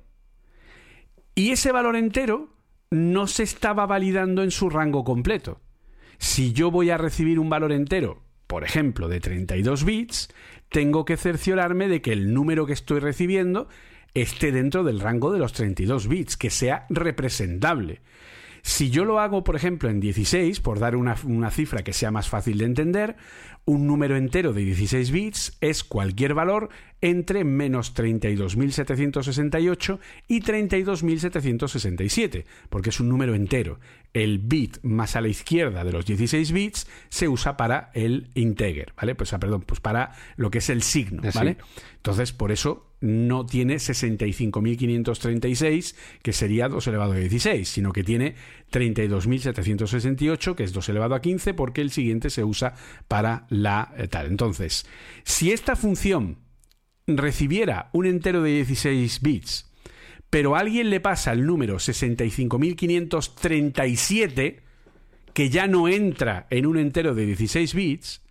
y ese valor entero no se estaba validando en su rango completo. Si yo voy a recibir un valor entero, por ejemplo, de treinta y dos bits, tengo que cerciorarme de que el número que estoy recibiendo esté dentro del rango de los treinta y dos bits, que sea representable. Si yo lo hago, por ejemplo, en dieciséis, por dar una, una cifra que sea más fácil de entender, un número entero de dieciséis bits es cualquier valor entre menos treinta y dos mil setecientos sesenta y ocho y treinta y dos mil setecientos sesenta y siete, porque es un número entero. El bit más a la izquierda de los dieciséis bits se usa para el integer, ¿vale? Pues, ah, perdón, pues para lo que es el signo, ¿vale? Sí. Entonces, por eso no tiene sesenta y cinco mil quinientos treinta y seis, que sería dos elevado a dieciséis, sino que tiene treinta y dos mil setecientos sesenta y ocho, que es dos elevado a quince, porque el siguiente se usa para la eh, tal. Entonces, si esta función recibiera un entero de dieciséis bits, pero a alguien le pasa el número sesenta y cinco mil quinientos treinta y siete, que ya no entra en un entero de dieciséis bits,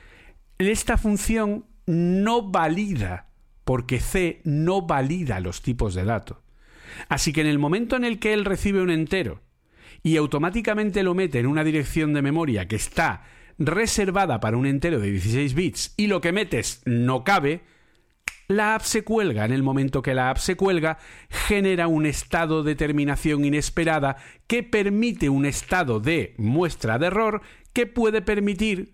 esta función no valida, porque C no valida los tipos de dato. Así que en el momento en el que él recibe un entero y automáticamente lo mete en una dirección de memoria que está reservada para un entero de dieciséis bits y lo que metes no cabe, la app se cuelga. En el momento que la app se cuelga, genera un estado de terminación inesperada que permite un estado de muestra de error que puede permitir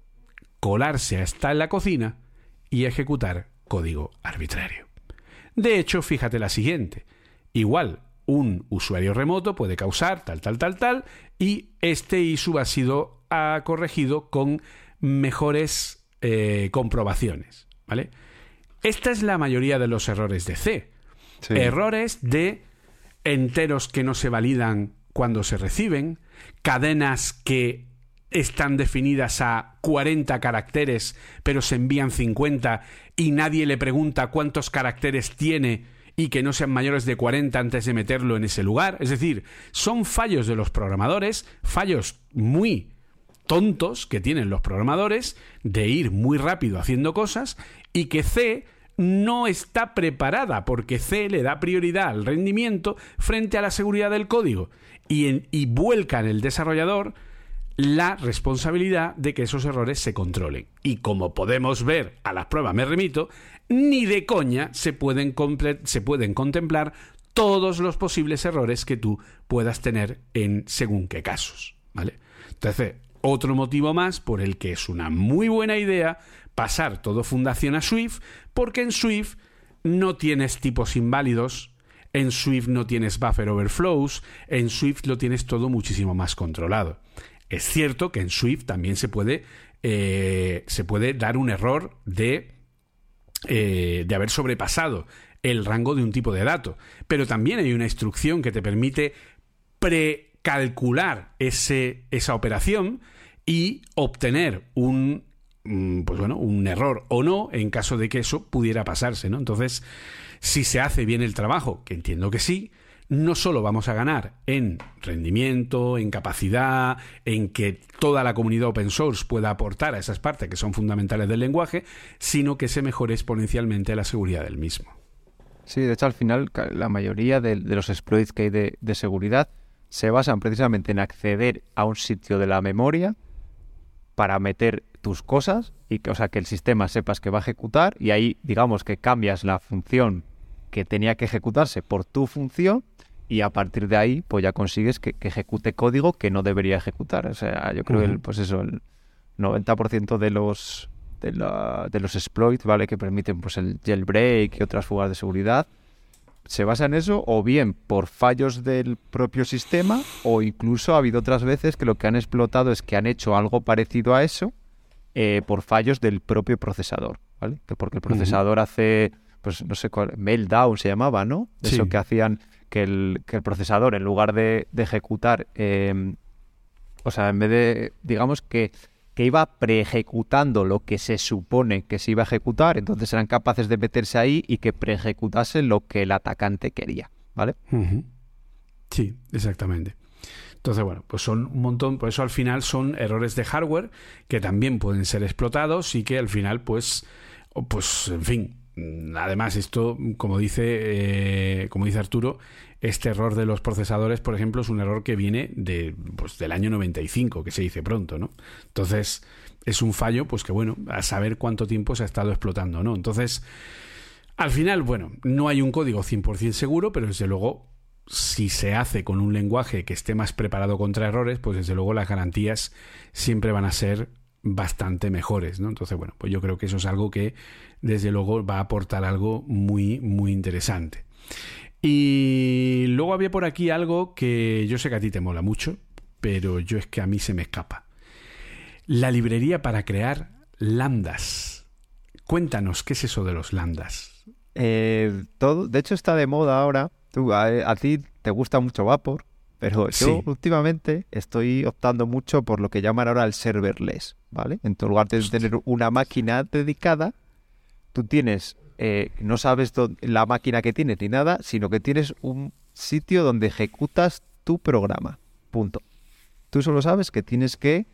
colarse hasta en la cocina y ejecutar código arbitrario. De hecho, fíjate la siguiente. Igual, un usuario remoto puede causar tal, tal, tal, tal, y este issue ha sido ha corregido con mejores eh, comprobaciones, ¿vale? Esta es la mayoría de los errores de C. Sí. Errores de enteros que no se validan cuando se reciben, cadenas que están definidas a cuarenta caracteres, pero se envían cincuenta y nadie le pregunta cuántos caracteres tiene y que no sean mayores de cuarenta antes de meterlo en ese lugar. Es decir, son fallos de los programadores, fallos muy tontos que tienen los programadores de ir muy rápido haciendo cosas y que C no está preparada, porque C le da prioridad al rendimiento frente a la seguridad del código y, en, y vuelca en el desarrollador la responsabilidad de que esos errores se controlen. Y como podemos ver, a las pruebas me remito, ni de coña se pueden, comple- se pueden contemplar todos los posibles errores que tú puedas tener en según qué casos, ¿vale? Entonces, otro motivo más por el que es una muy buena idea pasar todo Fundación a Swift, porque en Swift no tienes tipos inválidos, en Swift no tienes buffer overflows, en Swift lo tienes todo muchísimo más controlado. Es cierto que en Swift también se puede, eh, se puede dar un error de, eh, de haber sobrepasado el rango de un tipo de dato, pero también hay una instrucción que te permite precalcular ese, esa operación y obtener un, pues bueno, un error o no en caso de que eso pudiera pasarse, ¿no? Entonces, si se hace bien el trabajo, que entiendo que sí, no solo vamos a ganar en rendimiento, en capacidad, en que toda la comunidad open source pueda aportar a esas partes que son fundamentales del lenguaje, sino que se mejore exponencialmente la seguridad del mismo. Sí, de hecho, al final, la mayoría de, de los exploits que hay de, de seguridad se basan precisamente en acceder a un sitio de la memoria para meter tus cosas, y que, o sea, que el sistema sepas que va a ejecutar, y ahí, digamos, que cambias la función que tenía que ejecutarse por tu función, y a partir de ahí pues ya consigues que, que ejecute código que no debería ejecutar. O sea, yo creo uh-huh. que el, pues eso, el noventa por ciento de los de, la, de los exploits, ¿vale?, que permiten pues el jailbreak y otras fugas de seguridad, se basa en eso, o bien por fallos del propio sistema, o incluso ha habido otras veces que lo que han explotado es que han hecho algo parecido a eso eh, por fallos del propio procesador, ¿vale? Que porque el procesador uh-huh. hace, pues no sé cuál, meltdown se llamaba, ¿no? De sí. Eso que hacían que el, que el procesador, en lugar de, de ejecutar, eh, o sea, en vez de, digamos que, que iba preejecutando lo que se supone que se iba a ejecutar, entonces eran capaces de meterse ahí y que preejecutase lo que el atacante quería, ¿vale? Uh-huh. Sí, exactamente. Entonces, bueno, pues son un montón, por eso al final son errores de hardware que también pueden ser explotados y que al final, pues, pues en fin, además esto, como dice, eh, como dice Arturo, este error de los procesadores, por ejemplo, es un error que viene de, pues, del año noventa y cinco, que se dice pronto, ¿no? Entonces, es un fallo, pues que bueno, a saber cuánto tiempo se ha estado explotando, ¿no? Entonces, al final, bueno, no hay un código cien por ciento seguro, pero desde luego, si se hace con un lenguaje que esté más preparado contra errores, pues desde luego las garantías siempre van a ser bastante mejores, ¿no? Entonces, bueno, pues yo creo que eso es algo que desde luego va a aportar algo muy, muy interesante. Y luego había por aquí algo que yo sé que a ti te mola mucho, pero yo es que a mí se me escapa. La librería para crear lambdas. Cuéntanos, ¿qué es eso de los lambdas? Eh, todo, de hecho está de moda ahora. Tú, a, a ti te gusta mucho Vapor, pero yo Sí. últimamente estoy optando mucho por lo que llaman ahora el serverless, ¿vale? En tu lugar de Hostia. tener una máquina dedicada, tú tienes, eh, no sabes dó- la máquina que tienes ni nada, sino que tienes un sitio donde ejecutas tu programa. Punto. Tú solo sabes que tienes que,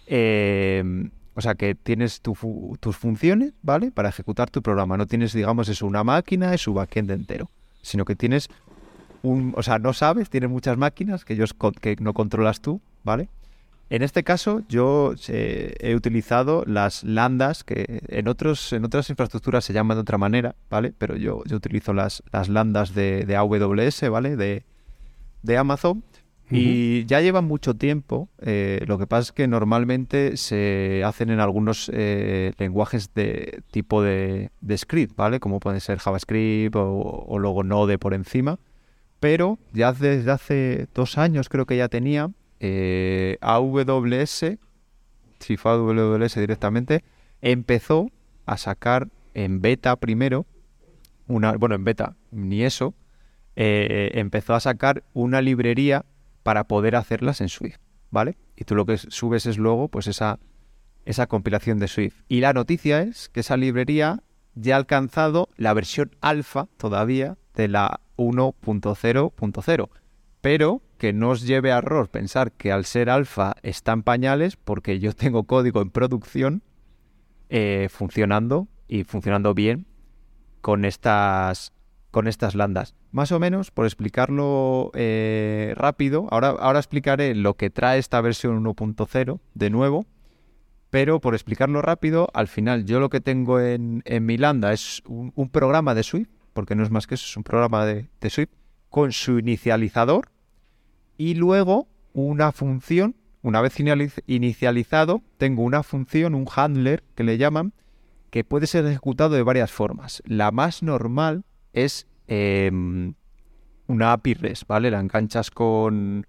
eh, o sea, que tienes tu fu- tus funciones, ¿vale? Para ejecutar tu programa. No tienes, digamos, eso, una máquina y su backend entero, sino que tienes un, o sea, no sabes, tienes muchas máquinas que, ellos con- que no controlas tú, ¿vale? En este caso, yo eh, he utilizado las lambdas, que en otros en otras infraestructuras se llaman de otra manera, ¿vale? Pero yo, yo utilizo las, las lambdas de, de A W S, ¿vale? De, de Amazon. Y ya llevan mucho tiempo. Eh, lo que pasa es que normalmente se hacen en algunos eh, lenguajes de tipo de, de script, ¿vale? Como pueden ser JavaScript o, o luego Node por encima. Pero ya desde hace dos años creo que ya tenía eh, A W S, si fue A W S directamente, empezó a sacar en beta primero, una, bueno, en beta, ni eso, eh, empezó a sacar una librería para poder hacerlas en Swift, ¿vale? Y tú lo que subes es luego pues esa, esa compilación de Swift. Y la noticia es que esa librería ya ha alcanzado la versión alfa todavía de la uno punto cero punto cero. Pero que no os lleve a error pensar que al ser alfa está en pañales, porque yo tengo código en producción eh, funcionando y funcionando bien con estas con estas lambdas. Más o menos, por explicarlo eh, rápido, ahora, ahora explicaré lo que trae esta versión uno punto cero de nuevo, pero por explicarlo rápido, al final yo lo que tengo en, en mi lambda es un, un programa de Swift, porque no es más que eso, es un programa de, de Swift, con su inicializador y luego una función. Una vez inicializ- inicializado, tengo una función, un handler que le llaman, que puede ser ejecutado de varias formas. La más normal es eh, una A P I REST, ¿vale? La enganchas con,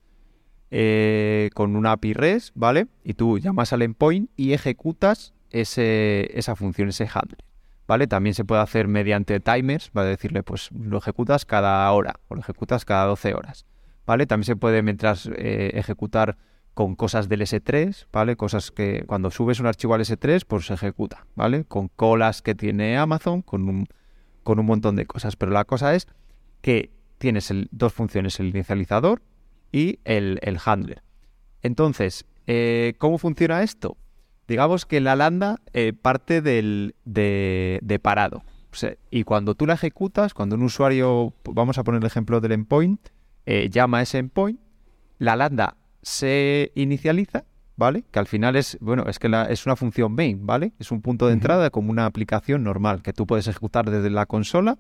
eh, con una A P I REST, ¿vale? Y tú llamas al endpoint y ejecutas ese, esa función, ese handler, ¿vale? También se puede hacer mediante timers, ¿vale? Decirle, pues lo ejecutas cada hora o lo ejecutas cada doce horas, ¿vale? También se puede mientras eh, ejecutar con cosas del ese tres, ¿vale? Cosas que cuando subes un archivo al ese tres, pues se ejecuta, ¿vale? Con colas que tiene Amazon, con un, con un montón de cosas. Pero la cosa es que tienes el, dos funciones, el inicializador y el, el handler. Entonces, eh, ¿cómo funciona esto? Digamos que la lambda eh, parte del, de, de parado. O sea, y cuando tú la ejecutas, cuando un usuario, vamos a poner el ejemplo del endpoint, eh, llama a ese endpoint, la lambda se inicializa, ¿vale? Que al final es, bueno, es que la, es una función main, ¿vale? Es un punto de entrada como una aplicación normal que tú puedes ejecutar desde la consola.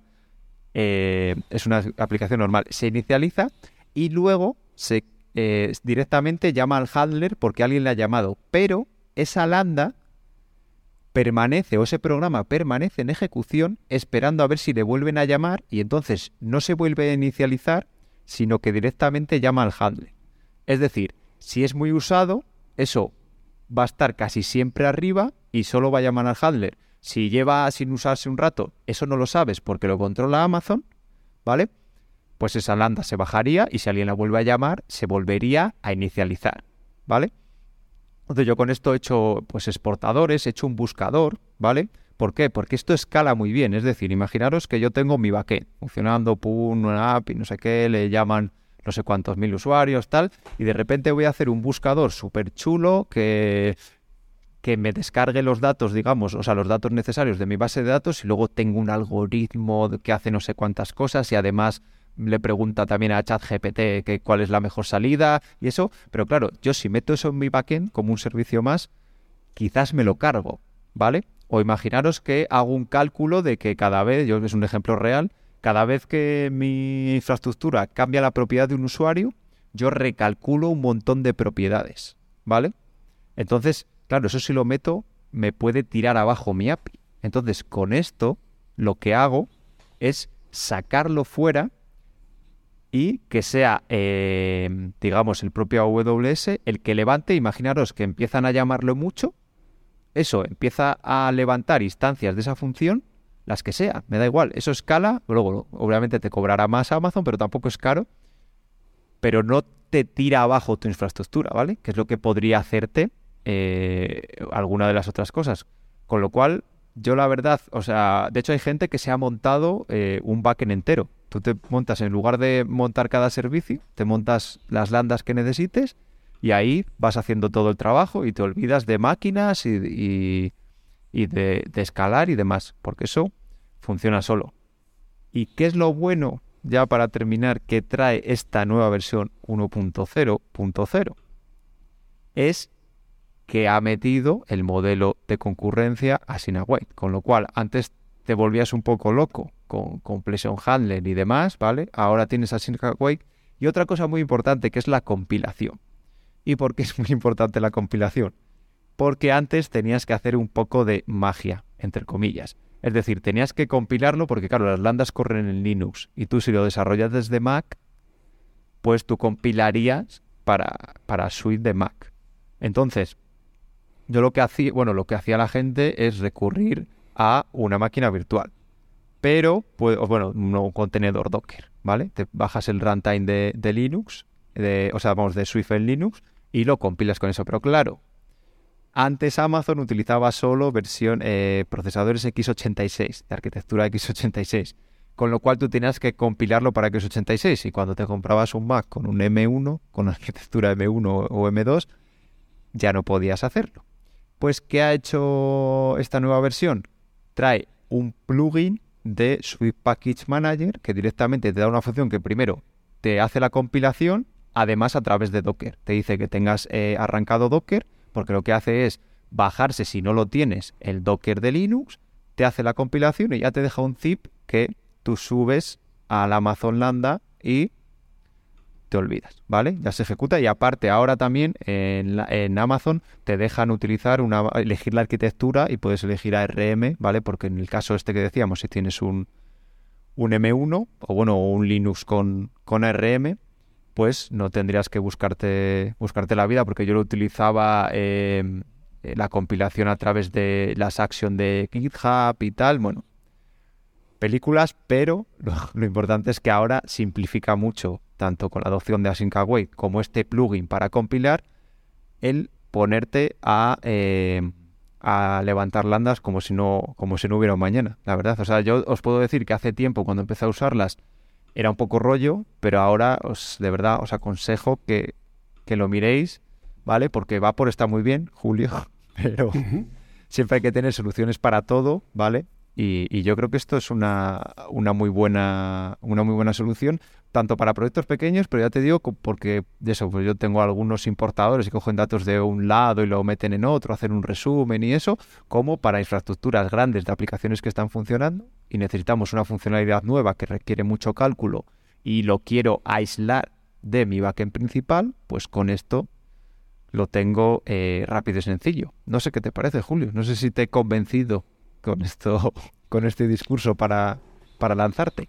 Eh, es una aplicación normal. Se inicializa y luego se eh, directamente llama al handler porque alguien le ha llamado. Pero esa lambda permanece, o ese programa permanece en ejecución esperando a ver si le vuelven a llamar, y entonces no se vuelve a inicializar, sino que directamente llama al handler. Es decir, si es muy usado, eso va a estar casi siempre arriba y solo va a llamar al handler. Si lleva sin usarse un rato, eso no lo sabes porque lo controla Amazon, ¿vale? Pues esa lambda se bajaría y si alguien la vuelve a llamar, se volvería a inicializar, ¿vale? Entonces yo con esto he hecho pues exportadores, he hecho un buscador, ¿vale? ¿Por qué? Porque esto escala muy bien. Es decir, imaginaros que yo tengo mi backend funcionando, pum, una A P I, no sé qué, le llaman no sé cuántos mil usuarios, tal, y de repente voy a hacer un buscador súper chulo que, que me descargue los datos, digamos, o sea, los datos necesarios de mi base de datos, y luego tengo un algoritmo que hace no sé cuántas cosas y además le pregunta también a ChatGPT que cuál es la mejor salida y eso. Pero claro, yo si meto eso en mi backend como un servicio más, quizás me lo cargo, ¿vale? O imaginaros que hago un cálculo de que cada vez, yo es un ejemplo real, cada vez que mi infraestructura cambia la propiedad de un usuario, yo recalculo un montón de propiedades, ¿vale? Entonces, claro, eso si lo meto me puede tirar abajo mi A P I. Entonces, con esto lo que hago es sacarlo fuera y que sea, eh, digamos, el propio A W S el que levante. Imaginaros que empiezan a llamarlo mucho. Eso, empieza a levantar instancias de esa función, las que sea, me da igual. Eso escala, luego obviamente te cobrará más Amazon, pero tampoco es caro. Pero no te tira abajo tu infraestructura, ¿vale? Que es lo que podría hacerte eh, alguna de las otras cosas. Con lo cual, yo la verdad, o sea, de hecho hay gente que se ha montado eh, un backend entero. Tú te montas, en lugar de montar cada servicio, te montas las lambdas que necesites y ahí vas haciendo todo el trabajo y te olvidas de máquinas y, y, y de, de escalar y demás, porque eso funciona solo. ¿Y qué es lo bueno, ya para terminar, que trae esta nueva versión uno punto cero punto cero? Es que ha metido el modelo de concurrencia async await, con lo cual antes te volvías un poco loco con completion handler y demás, ¿vale? Ahora tienes async await. Y otra cosa muy importante, que es la compilación. ¿Y por qué es muy importante la compilación? Porque antes tenías que hacer un poco de magia, entre comillas. Es decir, tenías que compilarlo porque, claro, las lambdas corren en Linux y tú, si lo desarrollas desde Mac, pues tú compilarías para, para suite de Mac. Entonces, yo lo que hacía, bueno, lo que hacía la gente es recurrir a una máquina virtual, pero, pues, bueno, un contenedor Docker, ¿vale? Te bajas el runtime de, de Linux, de, o sea, vamos, de Swift en Linux y lo compilas con eso. Pero claro, antes Amazon utilizaba solo versión eh, procesadores equis ochenta y seis, de arquitectura equis ochenta y seis, con lo cual tú tenías que compilarlo para equis ochenta y seis, y cuando te comprabas un Mac con un eme uno, con arquitectura eme uno o eme dos, ya no podías hacerlo. Pues, ¿qué ha hecho esta nueva versión? Trae un plugin de Swift Package Manager que directamente te da una función que primero te hace la compilación, además a través de Docker. Te dice que tengas eh, arrancado Docker, porque lo que hace es bajarse, si no lo tienes, el Docker de Linux, te hace la compilación y ya te deja un zip que tú subes al Amazon Lambda y te olvidas, ¿vale? Ya se ejecuta. Y aparte ahora también en, la, en Amazon te dejan utilizar una, elegir la arquitectura y puedes elegir A R M, ¿vale? Porque en el caso este que decíamos, si tienes un, un eme uno o bueno, un Linux con, con A R M, pues no tendrías que buscarte buscarte la vida, porque yo lo utilizaba eh, la compilación a través de las actions de GitHub y tal, bueno, películas, pero lo, lo importante es que ahora simplifica mucho, tanto con la adopción de async await como este plugin para compilar, el ponerte a, eh, a levantar lambdas como si no como si no hubiera un mañana, la verdad. O sea, yo os puedo decir que hace tiempo, cuando empecé a usarlas, era un poco rollo, pero ahora os de verdad os aconsejo que, que lo miréis, ¿vale? Porque Vapor está muy bien, Julio, pero uh-huh. siempre hay que tener soluciones para todo, ¿vale? Y, y yo creo que esto es una, una muy buena una muy buena solución, tanto para proyectos pequeños, pero ya te digo, porque de eso, pues yo tengo algunos importadores y cogen datos de un lado y lo meten en otro, hacen un resumen y eso, como para infraestructuras grandes de aplicaciones que están funcionando y necesitamos una funcionalidad nueva que requiere mucho cálculo y lo quiero aislar de mi backend principal, pues con esto lo tengo eh, rápido y sencillo. No sé qué te parece, Julio, no sé si te he convencido con esto, con este discurso para, para lanzarte.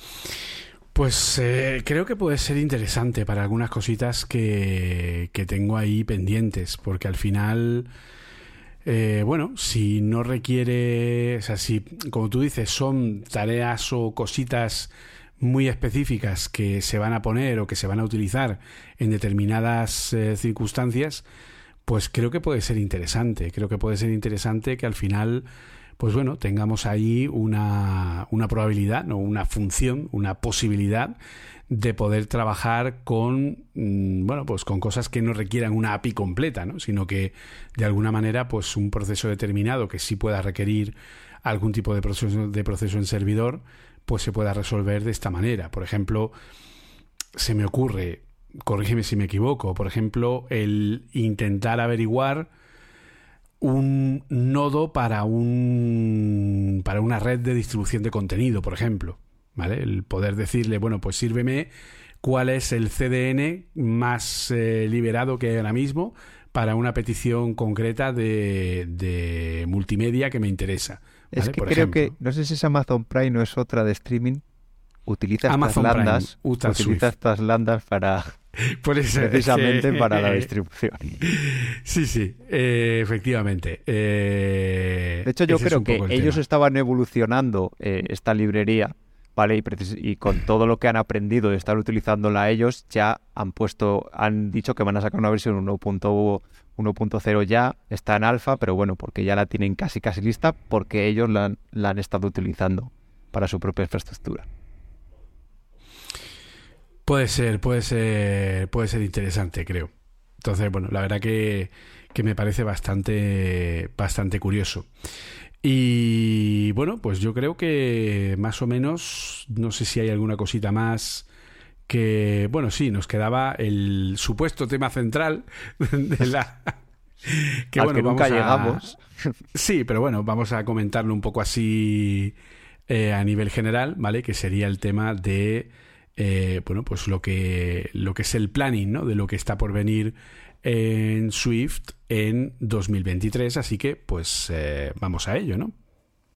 Pues eh, creo que puede ser interesante para algunas cositas que, que tengo ahí pendientes, porque al final, eh, bueno, si no requiere, o sea, si, como tú dices, son tareas o cositas muy específicas que se van a poner o que se van a utilizar en determinadas eh, circunstancias, pues creo que puede ser interesante. Creo que puede ser interesante que al final, pues bueno, tengamos ahí una, una probabilidad, no, una función, una posibilidad de poder trabajar con, mmm, bueno, pues con cosas que no requieran una A P I completa, ¿no? Sino que de alguna manera, pues un proceso determinado que sí pueda requerir algún tipo de proceso, de proceso en servidor, pues se pueda resolver de esta manera. Por ejemplo, se me ocurre, corrígeme si me equivoco, por ejemplo, el intentar averiguar un nodo para un para una red de distribución de contenido, por ejemplo, ¿vale? El poder decirle, bueno, pues sírveme cuál es el C D N más eh, liberado que hay ahora mismo para una petición concreta de, de multimedia que me interesa. ¿Vale? Es que Por creo ejemplo. que, no sé si es Amazon Prime o es otra de streaming, utiliza Amazon estas Prime, landas, usa utiliza Swift. estas landas para Por eso, precisamente es que- para la distribución. Sí, sí, eh, efectivamente. Eh, De hecho, yo ese es creo un que poco el ellos tema. estaban evolucionando eh, esta librería, ¿vale? Y, precis- y con todo lo que han aprendido de estar utilizándola ellos, ya han puesto, han dicho que van a sacar una versión uno punto cero ya, está en alfa, pero bueno, porque ya la tienen casi casi lista, porque ellos la han, la han estado utilizando para su propia infraestructura. Puede ser, puede ser, puede ser interesante, creo. Entonces, bueno, la verdad que, que me parece bastante, bastante curioso. Y bueno, pues yo creo que más o menos, no sé si hay alguna cosita más que, bueno, sí, nos quedaba el supuesto tema central de la... que Al bueno, que nunca vamos a- llegamos. Sí, pero bueno, vamos a comentarlo un poco así eh, a nivel general, ¿vale? Que sería el tema de, eh, bueno, pues lo que, lo que es el planning, ¿no? De lo que está por venir en Swift en dos mil veintitrés, así que pues eh, vamos a ello, ¿no?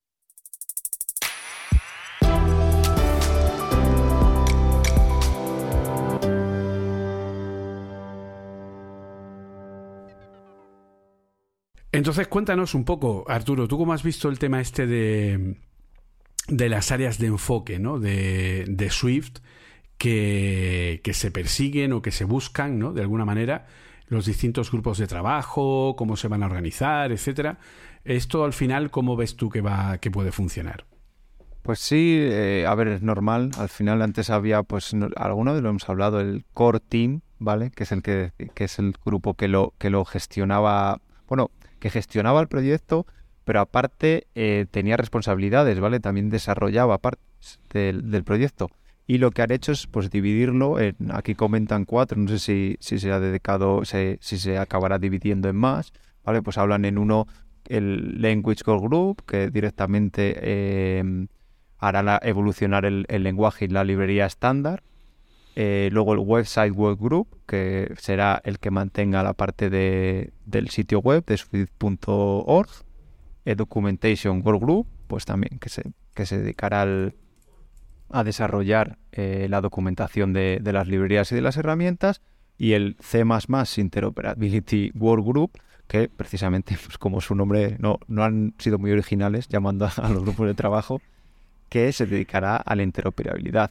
Entonces cuéntanos un poco, Arturo, ¿tú cómo has visto el tema este de, de las áreas de enfoque, ¿no? de, de Swift que, que se persiguen o que se buscan, ¿no? De alguna manera, los distintos grupos de trabajo, cómo se van a organizar, etcétera. Esto al final, ¿cómo ves tú que va, que puede funcionar? Pues sí, eh, a ver, es normal. Al final antes había, pues, no, alguno de lo hemos hablado, el core team, ¿vale? Que es el que, que es el grupo que lo, que lo gestionaba, bueno, que gestionaba el proyecto, pero aparte eh, tenía responsabilidades, ¿vale? También desarrollaba partes del, del proyecto. Y lo que han hecho es, pues, dividirlo en, aquí comentan cuatro, no sé si, si se ha dedicado, se, si se acabará dividiendo en más, ¿vale? Pues hablan en uno el Language Core Group, que directamente eh, hará la, evolucionar el, el lenguaje y la librería estándar. Eh, luego el Website Work Group, que será el que mantenga la parte de, del sitio web de Swift punto org. El Documentation Work Group, pues también que se, que se dedicará al, a desarrollar eh, la documentación de, de las librerías y de las herramientas. Y el C más más Interoperability Work Group, que precisamente, pues como su nombre, no, no han sido muy originales llamando a, a los grupos de trabajo, que se dedicará a la interoperabilidad.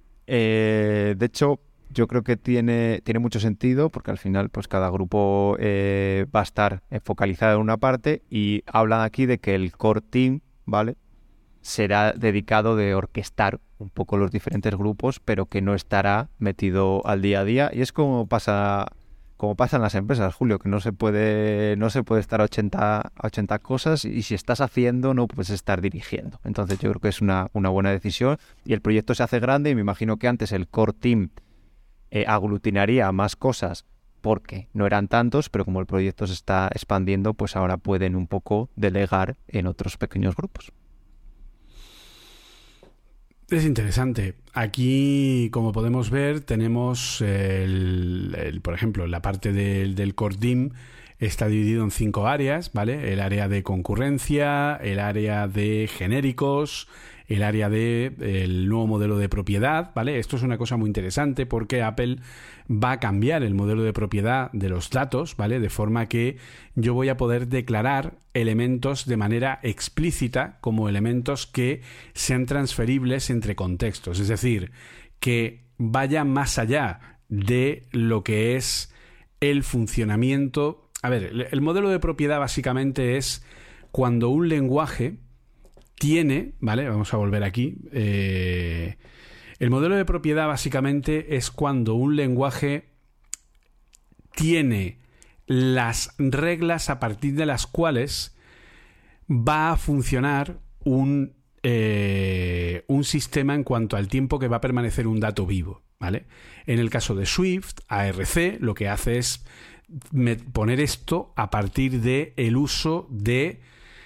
Eh, de hecho, yo creo que tiene, tiene mucho sentido porque al final pues cada grupo eh, va a estar focalizado en una parte y hablan aquí de que el core team, ¿vale? Será dedicado de orquestar un poco los diferentes grupos, pero que no estará metido al día a día. Y es como pasa, como pasa en las empresas, Julio, que no se puede, no se puede estar a ochenta, a ochenta cosas y si estás haciendo no puedes estar dirigiendo. Entonces yo creo que es una, una buena decisión y el proyecto se hace grande y me imagino que antes el core team eh, aglutinaría más cosas porque no eran tantos, pero como el proyecto se está expandiendo, pues ahora pueden un poco delegar en otros pequeños grupos. Es interesante. Aquí, como podemos ver, tenemos, el, el, por ejemplo, la parte del, del Core Team está dividido en cinco áreas, ¿vale? El área de concurrencia, el área de genéricos, el área de el nuevo modelo de propiedad, ¿vale? Esto es una cosa muy interesante porque Apple va a cambiar el modelo de propiedad de los datos, ¿vale? De forma que yo voy a poder declarar elementos de manera explícita como elementos que sean transferibles entre contextos, es decir, que vaya más allá de lo que es el funcionamiento. A ver, el modelo de propiedad básicamente es cuando un lenguaje tiene, ¿vale? Vamos a volver aquí. Eh, el modelo de propiedad básicamente es cuando un lenguaje tiene las reglas a partir de las cuales va a funcionar un, eh, un sistema en cuanto al tiempo que va a permanecer un dato vivo, ¿vale? En el caso de Swift, A R C lo que hace es poner esto a partir de el uso de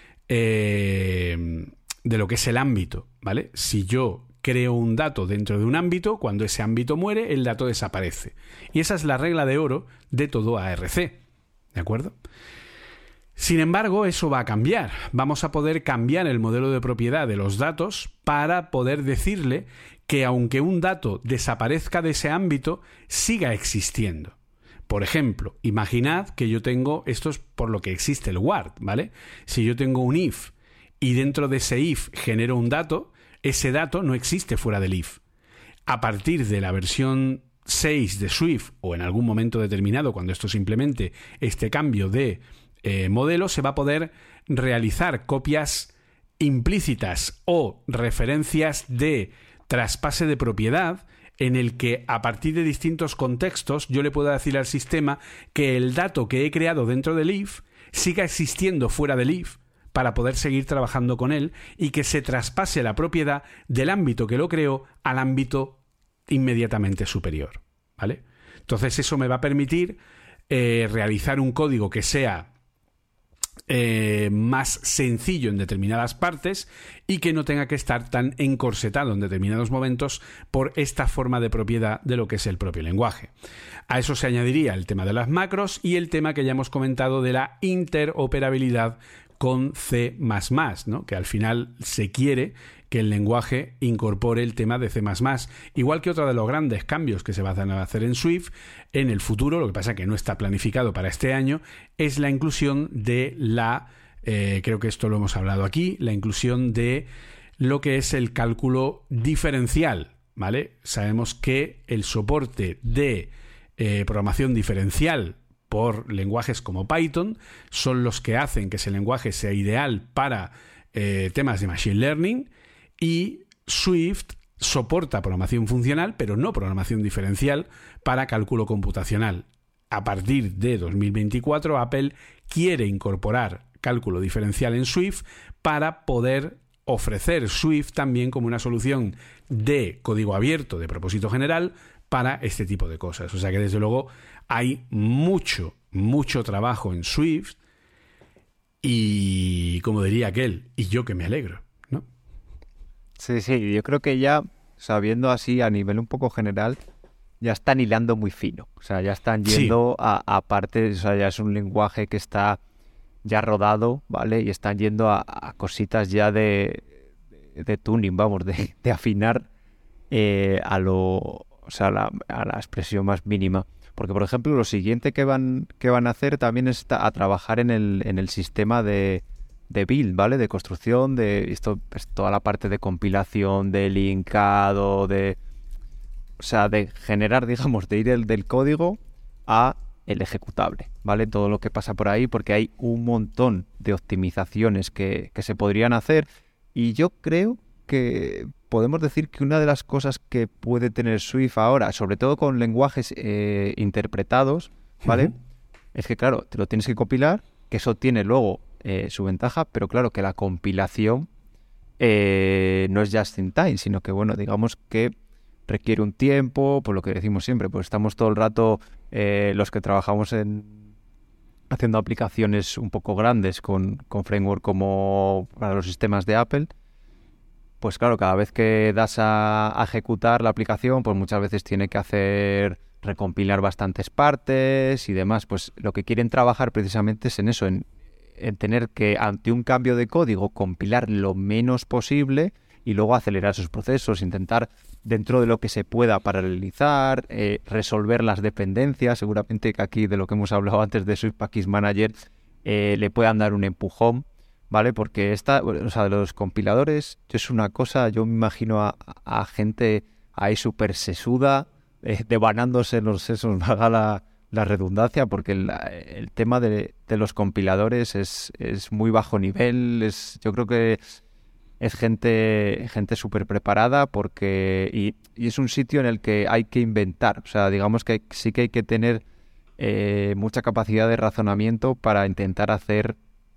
eh, de lo que es el ámbito, ¿vale? Si yo creo un dato dentro de un ámbito, cuando ese ámbito muere, el dato desaparece. Y esa es la regla de oro de todo A R C. ¿De acuerdo? Sin embargo, eso va a cambiar. Vamos a poder cambiar el modelo de propiedad de los datos para poder decirle que aunque un dato desaparezca de ese ámbito, siga existiendo. Por ejemplo, imaginad que yo tengo, esto es por lo que existe el Word, ¿vale? Si yo tengo un if y dentro de ese if genero un dato, ese dato no existe fuera del if. A partir de la versión seis de Swift o en algún momento determinado, cuando esto se implemente, este cambio de eh, modelo, se va a poder realizar copias implícitas o referencias de traspase de propiedad en el que a partir de distintos contextos yo le puedo decir al sistema que el dato que he creado dentro del if siga existiendo fuera del if para poder seguir trabajando con él y que se traspase la propiedad del ámbito que lo creó al ámbito inmediatamente superior, ¿vale? Entonces eso me va a permitir eh, realizar un código que sea Eh, más sencillo en determinadas partes y que no tenga que estar tan encorsetado en determinados momentos por esta forma de propiedad de lo que es el propio lenguaje. A eso se añadiría el tema de las macros y el tema que ya hemos comentado de la interoperabilidad con C más más, ¿no? Que al final se quiere que el lenguaje incorpore el tema de C más más, igual que otro de los grandes cambios que se van a hacer en Swift en el futuro, lo que pasa que no está planificado para este año, es la inclusión de la, eh, creo que esto lo hemos hablado aquí, la inclusión de lo que es el cálculo diferencial, ¿vale? Sabemos que el soporte de eh, programación diferencial por lenguajes como Python son los que hacen que ese lenguaje sea ideal para eh, temas de Machine Learning, y Swift soporta programación funcional, pero no programación diferencial para cálculo computacional. A partir de dos mil veinticuatro, Apple quiere incorporar cálculo diferencial en Swift para poder ofrecer Swift también como una solución de código abierto de propósito general para este tipo de cosas. O sea que desde luego hay mucho, mucho trabajo en Swift y, como diría aquel, y yo que me alegro, ¿no? Sí, sí, yo creo que ya, sabiendo así a nivel un poco general, ya están hilando muy fino. O sea, ya están yendo sí. a, a partes, o sea, ya es un lenguaje que está ya rodado, ¿vale? Y están yendo a, a cositas ya de, de, de tuning, vamos, de, de afinar eh, a lo, o sea, la, a la expresión más mínima. Porque, por ejemplo, lo siguiente que van que van a hacer también es a trabajar en el, en el sistema de, de build, ¿vale? De construcción, de esto, pues, toda la parte de compilación, de linkado, de... O sea, de generar, digamos, de ir el, del código a el ejecutable, ¿vale? Todo lo que pasa por ahí, porque hay un montón de optimizaciones que, que se podrían hacer. Y yo creo que podemos decir que una de las cosas que puede tener Swift ahora, sobre todo con lenguajes eh, interpretados, ¿vale? Uh-huh. Es que, claro, te lo tienes que compilar, que eso tiene luego eh, su ventaja, pero claro, que la compilación eh, no es just in time, sino que, bueno, digamos que requiere un tiempo, por lo que decimos siempre, pues estamos todo el rato, eh, los que trabajamos en haciendo aplicaciones un poco grandes con, con framework como para los sistemas de Apple, pues claro, cada vez que das a, a ejecutar la aplicación, pues muchas veces tiene que hacer, recompilar bastantes partes y demás. Pues lo que quieren trabajar precisamente es en eso, en, en tener que, ante un cambio de código, compilar lo menos posible y luego acelerar esos procesos, intentar, dentro de lo que se pueda paralelizar, eh, resolver las dependencias. Seguramente que aquí, de lo que hemos hablado antes de Swift Package Manager, eh, le puedan dar un empujón, ¿vale? Porque esta, o sea, de los compiladores, yo es una cosa, yo me imagino a, a gente ahí súper sesuda, eh, devanándose los sesos, valga la, la redundancia, porque el, el tema de, de los compiladores es, es muy bajo nivel, es, yo creo que es gente gente súper preparada, porque y, y es un sitio en el que hay que inventar, o sea, digamos que sí que hay que tener eh, mucha capacidad de razonamiento para intentar hacer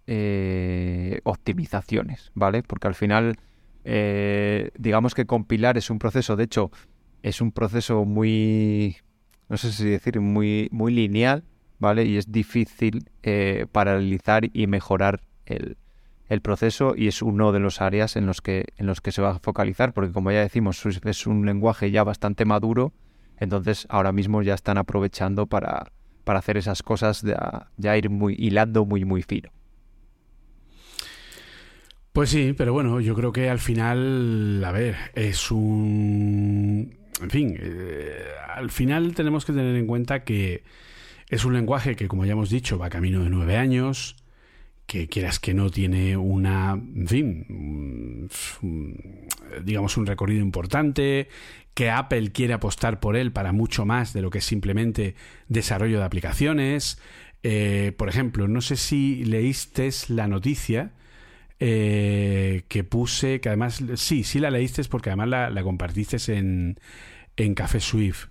Eh, optimizaciones, ¿vale? Porque al final, eh, digamos que compilar es un proceso, de hecho, es un proceso muy, no sé si decir, muy, muy lineal, ¿vale? Y es difícil eh, paralelizar y mejorar el, el proceso, y es uno de los áreas en los que, en los que se va a focalizar, porque como ya decimos, es un lenguaje ya bastante maduro, entonces ahora mismo ya están aprovechando para, para hacer esas cosas, de, ya ir muy hilando muy, muy fino. Pues sí, pero bueno, yo creo que al final, a ver, es un... En fin, eh, al final tenemos que tener en cuenta que es un lenguaje que, como ya hemos dicho, va camino de nueve años, que quieras que no tiene una, en fin, digamos un recorrido importante, que Apple quiere apostar por él para mucho más de lo que es simplemente desarrollo de aplicaciones. Eh, por ejemplo, no sé si leíste la noticia eh, que puse, que además, sí, sí la leíste porque además la, la compartiste en, en Café Swift,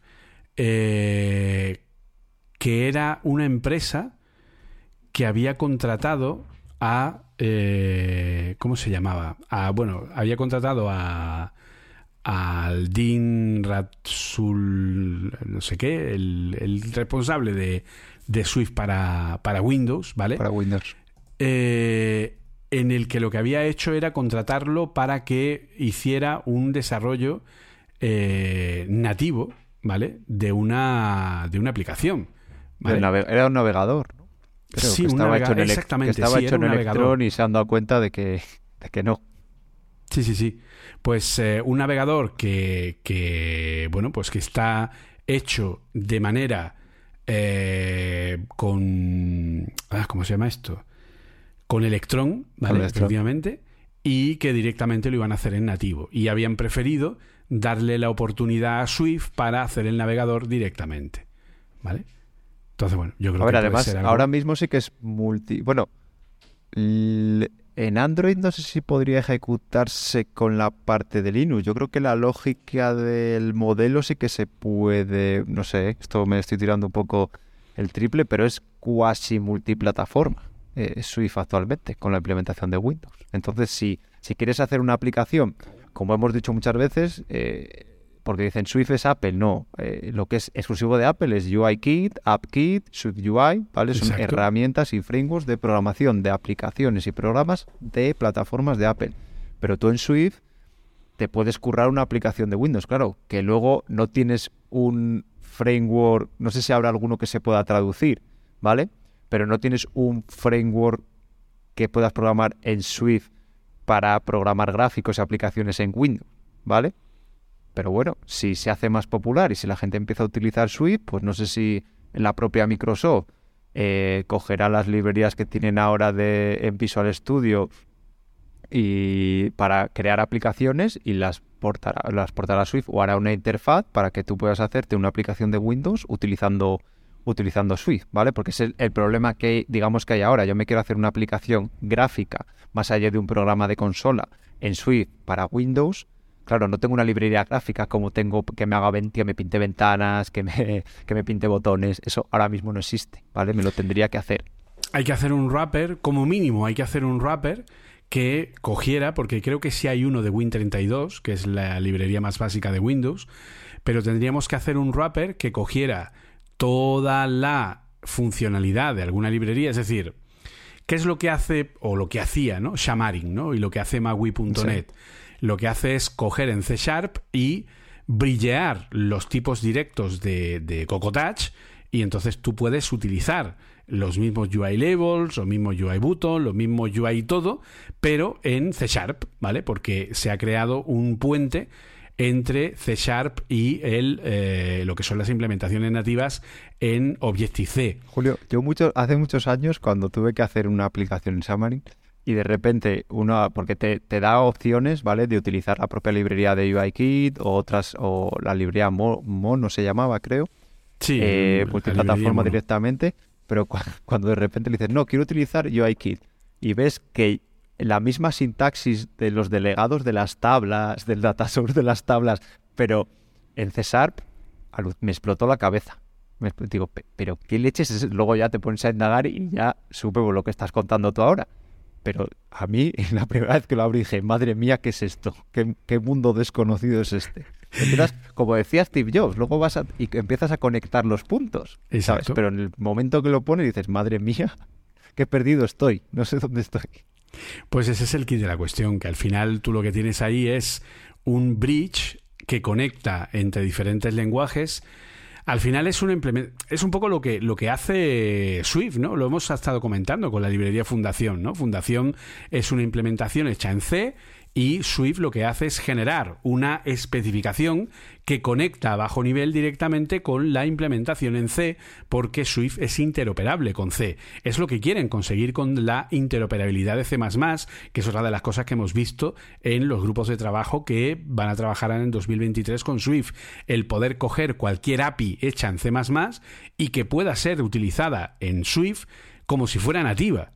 eh, que era una empresa que había contratado a... Eh, ¿Cómo se llamaba? A, bueno, había contratado a al Dean Rasul, no sé qué, el, el responsable de, de Swift para, para Windows, ¿vale? Para Windows. Eh, en el que lo que había hecho era contratarlo para que hiciera un desarrollo eh, nativo, ¿vale? De una, de una aplicación. ¿Vale? Nave- era un navegador, ¿no? Creo Sí, que un estaba navega- hecho en, elec- exactamente, que estaba sí, hecho era en un Electron navegador. y se han dado cuenta de que, de que no. Sí, sí, sí. Pues eh, un navegador que, que, bueno, pues que está hecho de manera eh, con... Ah, ¿cómo se llama esto? Con Electron, ¿vale? Con Electron. Efectivamente. Y que directamente lo iban a hacer en nativo. Y habían preferido darle la oportunidad a Swift para hacer el navegador directamente, ¿vale? Entonces, bueno, yo creo A ver, que puede además, ser algo... ahora mismo sí que es multi... Bueno, l- en Android no sé si podría ejecutarse con la parte de Linux. Yo creo que la lógica del modelo sí que se puede... No sé, esto me estoy tirando un poco el triple, pero es cuasi multiplataforma eh, Swift actualmente con la implementación de Windows. Entonces, si, si quieres hacer una aplicación, como hemos dicho muchas veces... Eh, porque dicen Swift es Apple, no. Eh, lo que es exclusivo de Apple es UIKit, AppKit, SwiftUI, ¿vale? Son Exacto. herramientas y frameworks de programación de aplicaciones y programas de plataformas de Apple. Pero tú en Swift te puedes currar una aplicación de Windows, claro, que luego no tienes un framework, no sé si habrá alguno que se pueda traducir, ¿vale? Pero no tienes un framework que puedas programar en Swift para programar gráficos y aplicaciones en Windows, ¿vale? Pero bueno, si se hace más popular y si la gente empieza a utilizar Swift, pues no sé si en la propia Microsoft eh, cogerá las librerías que tienen ahora de, en Visual Studio y para crear aplicaciones y las portará, las portará a Swift o hará una interfaz para que tú puedas hacerte una aplicación de Windows utilizando, utilizando Swift, ¿vale? Porque es el, el problema que digamos que hay ahora. Yo me quiero hacer una aplicación gráfica más allá de un programa de consola en Swift para Windows. Claro, no tengo una librería gráfica como tengo que me haga ven- que me pinte ventanas, que me, que me pinte botones. Eso ahora mismo no existe, ¿vale? Me lo tendría que hacer. Hay que hacer un wrapper, como mínimo hay que hacer un wrapper que cogiera, porque creo que sí hay uno de Win treinta y dos, que es la librería más básica de Windows, pero tendríamos que hacer un wrapper que cogiera toda la funcionalidad de alguna librería, es decir, ¿qué es lo que hace, o lo que hacía, ¿no? Xamarin, ¿no? Y lo que hace Magui punto net. Sí. Lo que hace es coger en C Sharp y brillear los tipos directos de, de Cocotouch, y entonces tú puedes utilizar los mismos U I labels, los mismos U I button, los mismos U I y todo, pero en C Sharp, ¿vale? Porque se ha creado un puente entre C Sharp y el, eh, lo que son las implementaciones nativas en Objective-C. Julio, yo mucho, hace muchos años cuando tuve que hacer una aplicación en Xamarin y de repente uno, porque te, te da opciones, ¿vale? De utilizar la propia librería de UIKit o otras, o la librería Mo- Mono se llamaba, creo. Sí. Eh, la multiplataforma librería Mono. directamente, pero cu- cuando de repente le dices, no, quiero utilizar UIKit y ves que la misma sintaxis de los delegados de las tablas, del data source de las tablas, pero en C Sharp alu- me explotó la cabeza. Me expl- digo, "Pe- pero ¿qué leches es?". Luego ya te pones a indagar y ya supe por lo que estás contando tú ahora. Pero a mí, la primera vez que lo abrí, dije, madre mía, ¿qué es esto? ¿Qué, qué mundo desconocido es este? Empiezas, como decía Steve Jobs, luego vas a, y empiezas a conectar los puntos, ¿sabes? Exacto. Pero en el momento que lo pones dices, madre mía, qué perdido estoy, no sé dónde estoy. Pues ese es el kit de la cuestión, que al final tú lo que tienes ahí es un bridge que conecta entre diferentes lenguajes. al final es un implement- es un poco lo que, lo que hace Swift, ¿no? Lo hemos estado comentando con la librería Fundación, ¿no? Fundación es una implementación hecha en C, y Swift lo que hace es generar una especificación que conecta a bajo nivel directamente con la implementación en C, porque Swift es interoperable con C. Es lo que quieren conseguir con la interoperabilidad de C más más, que es otra de las cosas que hemos visto en los grupos de trabajo que van a trabajar en dos mil veintitrés con Swift. El poder coger cualquier A P I hecha en C más más y que pueda ser utilizada en Swift como si fuera nativa.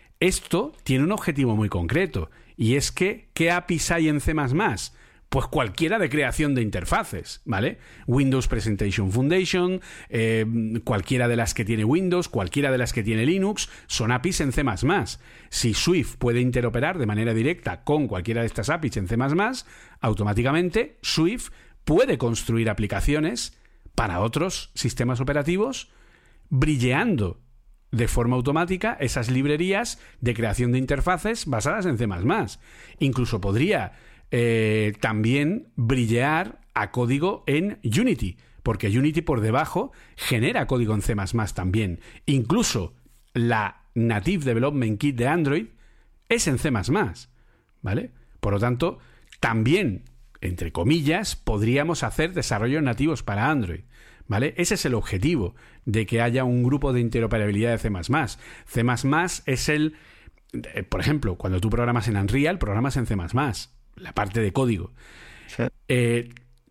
Esto tiene un objetivo muy concreto, y es que, ¿qué A P Is hay en C más más? Pues cualquiera de creación de interfaces, ¿vale? Windows Presentation Foundation, eh, cualquiera de las que tiene Windows, cualquiera de las que tiene Linux, son A P Is en C más más. Si Swift puede interoperar de manera directa con cualquiera de estas A P Is en C más más, automáticamente Swift puede construir aplicaciones para otros sistemas operativos, brilleando de forma automática esas librerías de creación de interfaces basadas en C más más. Incluso podría eh, también brillear a código en Unity, porque Unity por debajo genera código en C más más también. Incluso la Native Development Kit de Android es en C más más, ¿vale? Por lo tanto, también, entre comillas, podríamos hacer desarrollos nativos para Android, ¿vale? Ese es el objetivo de que haya un grupo de interoperabilidad de C más más. C más más es el... Eh, por ejemplo, cuando tú programas en Unreal, programas en C más más, la parte de código. Sí. Eh,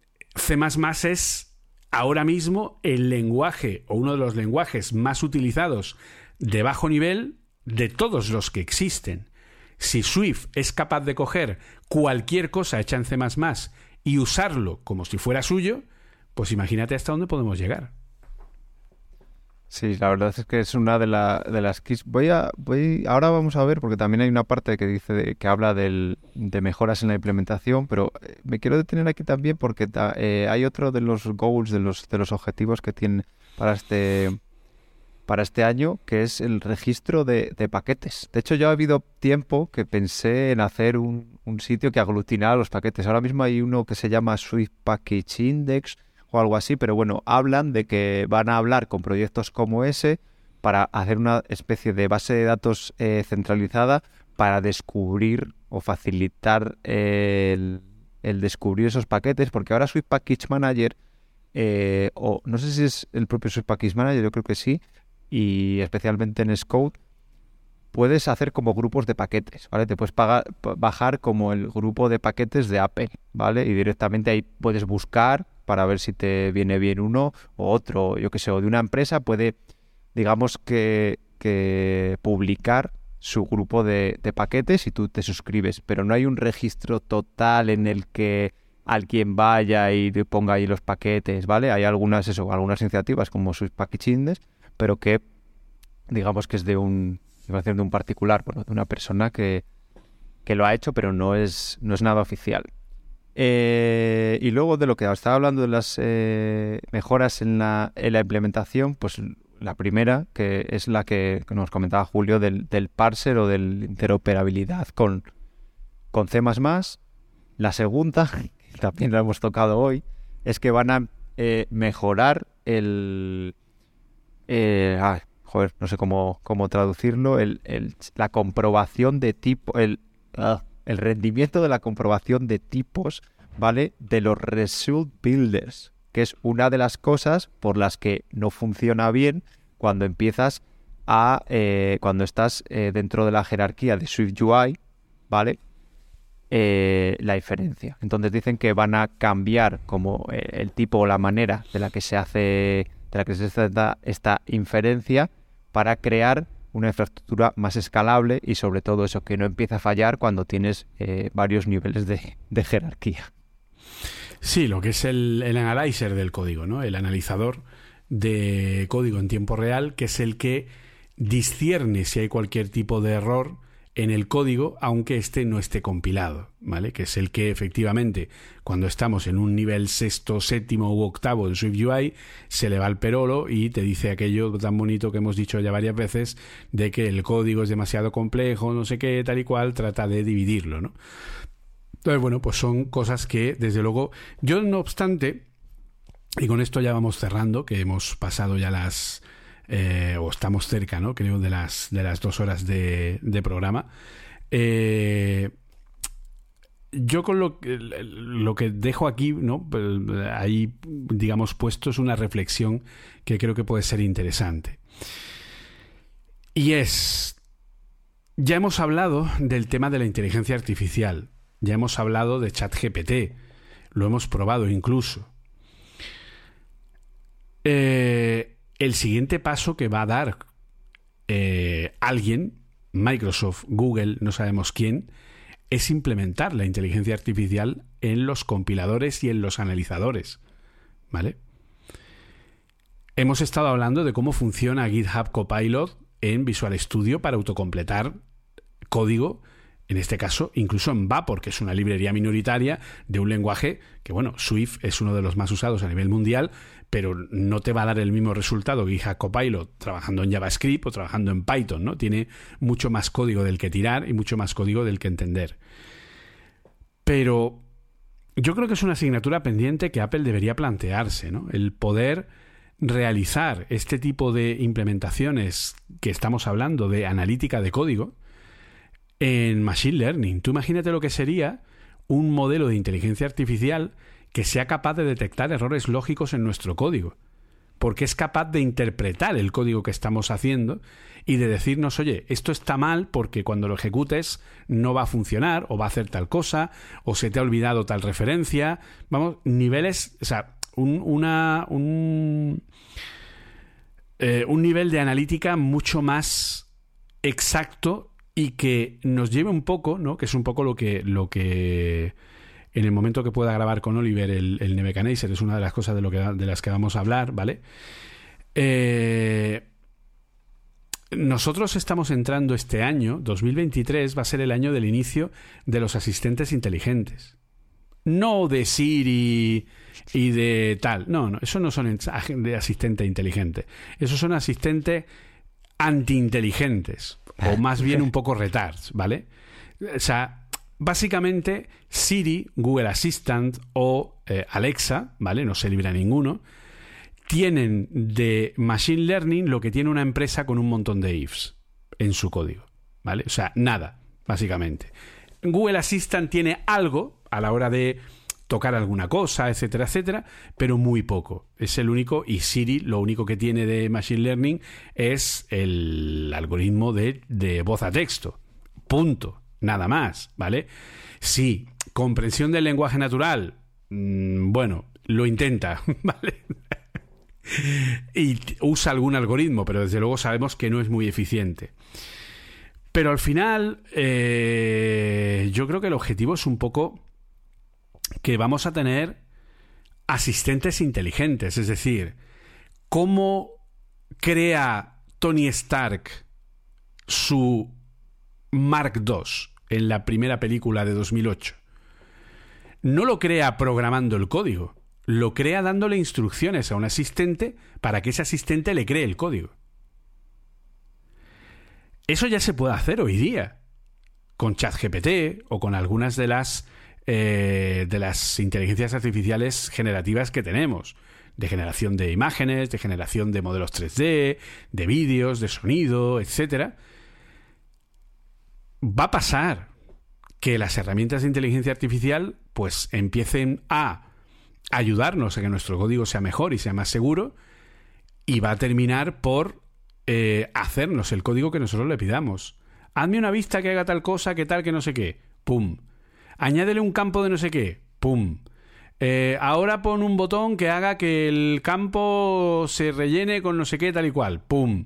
C más más es ahora mismo el lenguaje o uno de los lenguajes más utilizados de bajo nivel de todos los que existen. Si Swift es capaz de coger cualquier cosa hecha en C más más y usarlo como si fuera suyo, pues imagínate hasta dónde podemos llegar. Sí, la verdad es que es una de, la, de las keys. Voy a, voy, ahora vamos a ver, porque también hay una parte que dice de, que habla del, de mejoras en la implementación, pero me quiero detener aquí también porque ta, eh, hay otro de los goals, de los, de los objetivos que tienen para este, para este año, que es el registro de, de paquetes. De hecho, ya ha habido tiempo que pensé en hacer un, un sitio que aglutinara los paquetes. Ahora mismo hay uno que se llama Swift Package Index o algo así, pero bueno, hablan de que van a hablar con proyectos como ese para hacer una especie de base de datos eh, centralizada para descubrir o facilitar eh, el, el descubrir esos paquetes, porque ahora Swift Package Manager, eh, o no sé si es el propio Swift Package Manager, yo creo que sí, y especialmente en Xcode, puedes hacer como grupos de paquetes, ¿vale? Te puedes pagar, bajar como el grupo de paquetes de Apple, ¿vale? Y directamente ahí puedes buscar para ver si te viene bien uno o otro, yo qué sé, o de una empresa puede, digamos que, que publicar su grupo de, de paquetes y tú te suscribes, pero no hay un registro total en el que alguien vaya y ponga ahí los paquetes, ¿vale? Hay algunas, eso, algunas iniciativas como Swift Package Index, pero que digamos que es de un, de un particular, bueno, de una persona que, que lo ha hecho, pero no es, no es nada oficial. Eh, y luego de lo que estaba hablando de las eh, mejoras en la, en la implementación, pues la primera, que es la que, que nos comentaba Julio, del, del parser o de la interoperabilidad con, con C más más. La segunda, que también la hemos tocado hoy, es que van a eh, mejorar el... Eh, ah, joder, no sé cómo, cómo traducirlo, el, el, la comprobación de tipo... el ah, el rendimiento de la comprobación de tipos, ¿vale? De los result builders, que es una de las cosas por las que no funciona bien cuando empiezas a... Eh, cuando estás eh, dentro de la jerarquía de SwiftUI, ¿vale? Eh, la inferencia. Entonces dicen que van a cambiar como eh, el tipo o la manera de la que se hace, de la que se hace esta, esta inferencia para crear una infraestructura más escalable y sobre todo eso, que no empieza a fallar cuando tienes eh, varios niveles de, de jerarquía. Sí, lo que es el, el analyzer del código, ¿no? El analizador de código en tiempo real, que es el que discierne si hay cualquier tipo de error en el código, aunque este no esté compilado, ¿vale? Que es el que efectivamente, cuando estamos en un nivel sexto, séptimo u octavo en SwiftUI, se le va el perolo y te dice aquello tan bonito que hemos dicho ya varias veces, de que el código es demasiado complejo, no sé qué, tal y cual, trata de dividirlo, ¿no? Entonces, bueno, pues son cosas que, desde luego, yo no obstante, Y con esto ya vamos cerrando, que hemos pasado ya las... Eh, o estamos cerca, ¿no? Creo, de las, de las dos horas de, de programa. Eh, yo con lo, lo que dejo aquí, ¿no? Ahí, digamos, puesto es una reflexión que creo que puede ser interesante. Y es... Ya hemos hablado del tema de la inteligencia artificial. Ya hemos hablado de ChatGPT. Lo hemos probado incluso. Eh... El siguiente paso que va a dar eh, alguien, Microsoft, Google, no sabemos quién, es implementar la inteligencia artificial en los compiladores y en los analizadores, ¿vale? Hemos estado hablando de cómo funciona GitHub Copilot en Visual Studio para autocompletar código, en este caso incluso en Vapor, que es una librería minoritaria de un lenguaje que, bueno, Swift es uno de los más usados a nivel mundial, pero no te va a dar el mismo resultado GitHub Copilot trabajando en JavaScript o trabajando en Python, ¿no? Tiene mucho más código del que tirar y mucho más código del que entender. Pero yo creo que es una asignatura pendiente que Apple debería plantearse, ¿no? El poder realizar este tipo de implementaciones que estamos hablando de analítica de código en Machine Learning. Tú imagínate lo que sería un modelo de inteligencia artificial que sea capaz de detectar errores lógicos en nuestro código, porque es capaz de interpretar el código que estamos haciendo y de decirnos, oye, esto está mal porque cuando lo ejecutes no va a funcionar, o va a hacer tal cosa, o se te ha olvidado tal referencia. Vamos, niveles, o sea, un, una, un, eh, un nivel de analítica mucho más exacto y que nos lleve un poco, ¿no? Que es un poco lo que... lo que en el momento que pueda grabar con Oliver el, el Nebuchadnezzar, es una de las cosas de, lo que, de las que vamos a hablar, ¿vale? Eh, nosotros estamos entrando este año, dos mil veintitrés, va a ser el año del inicio de los asistentes inteligentes. No de Siri y de tal. No, no, eso no son de asistente inteligente. Esos son asistentes anti-inteligentes, o más bien un poco retards, ¿vale? O sea... Básicamente, Siri, Google Assistant o eh, Alexa, ¿vale? No se libra ninguno, tienen de Machine Learning lo que tiene una empresa con un montón de ifs en su código, ¿vale? O sea, nada, básicamente. Google Assistant tiene algo a la hora de tocar alguna cosa, etcétera, etcétera, pero muy poco. Es el único, y Siri lo único que tiene de Machine Learning es el algoritmo de, de voz a texto. Punto. Nada más, ¿vale? Sí, comprensión del lenguaje natural, mmm, bueno, lo intenta, ¿vale? Y usa algún algoritmo, pero desde luego sabemos que no es muy eficiente. Pero al final, eh, yo creo que el objetivo es un poco que vamos a tener asistentes inteligentes, es decir, cómo crea Tony Stark su Mark dos en la primera película de dos mil ocho. No lo crea programando el código, lo crea dándole instrucciones a un asistente para que ese asistente le cree el código. Eso ya se puede hacer hoy día con ChatGPT o con algunas de las eh, de las inteligencias artificiales generativas que tenemos, de generación de imágenes, de generación de modelos tres D, de vídeos, de sonido, etcétera. Va a pasar que las herramientas de inteligencia artificial pues empiecen a ayudarnos a que nuestro código sea mejor y sea más seguro, y va a terminar por eh, hacernos el código que nosotros le pidamos. Hazme una vista que haga tal cosa, que tal, que no sé qué. ¡Pum! Añádele un campo de no sé qué. ¡Pum! Eh, ahora pon un botón que haga que el campo se rellene con no sé qué, tal y cual. ¡Pum!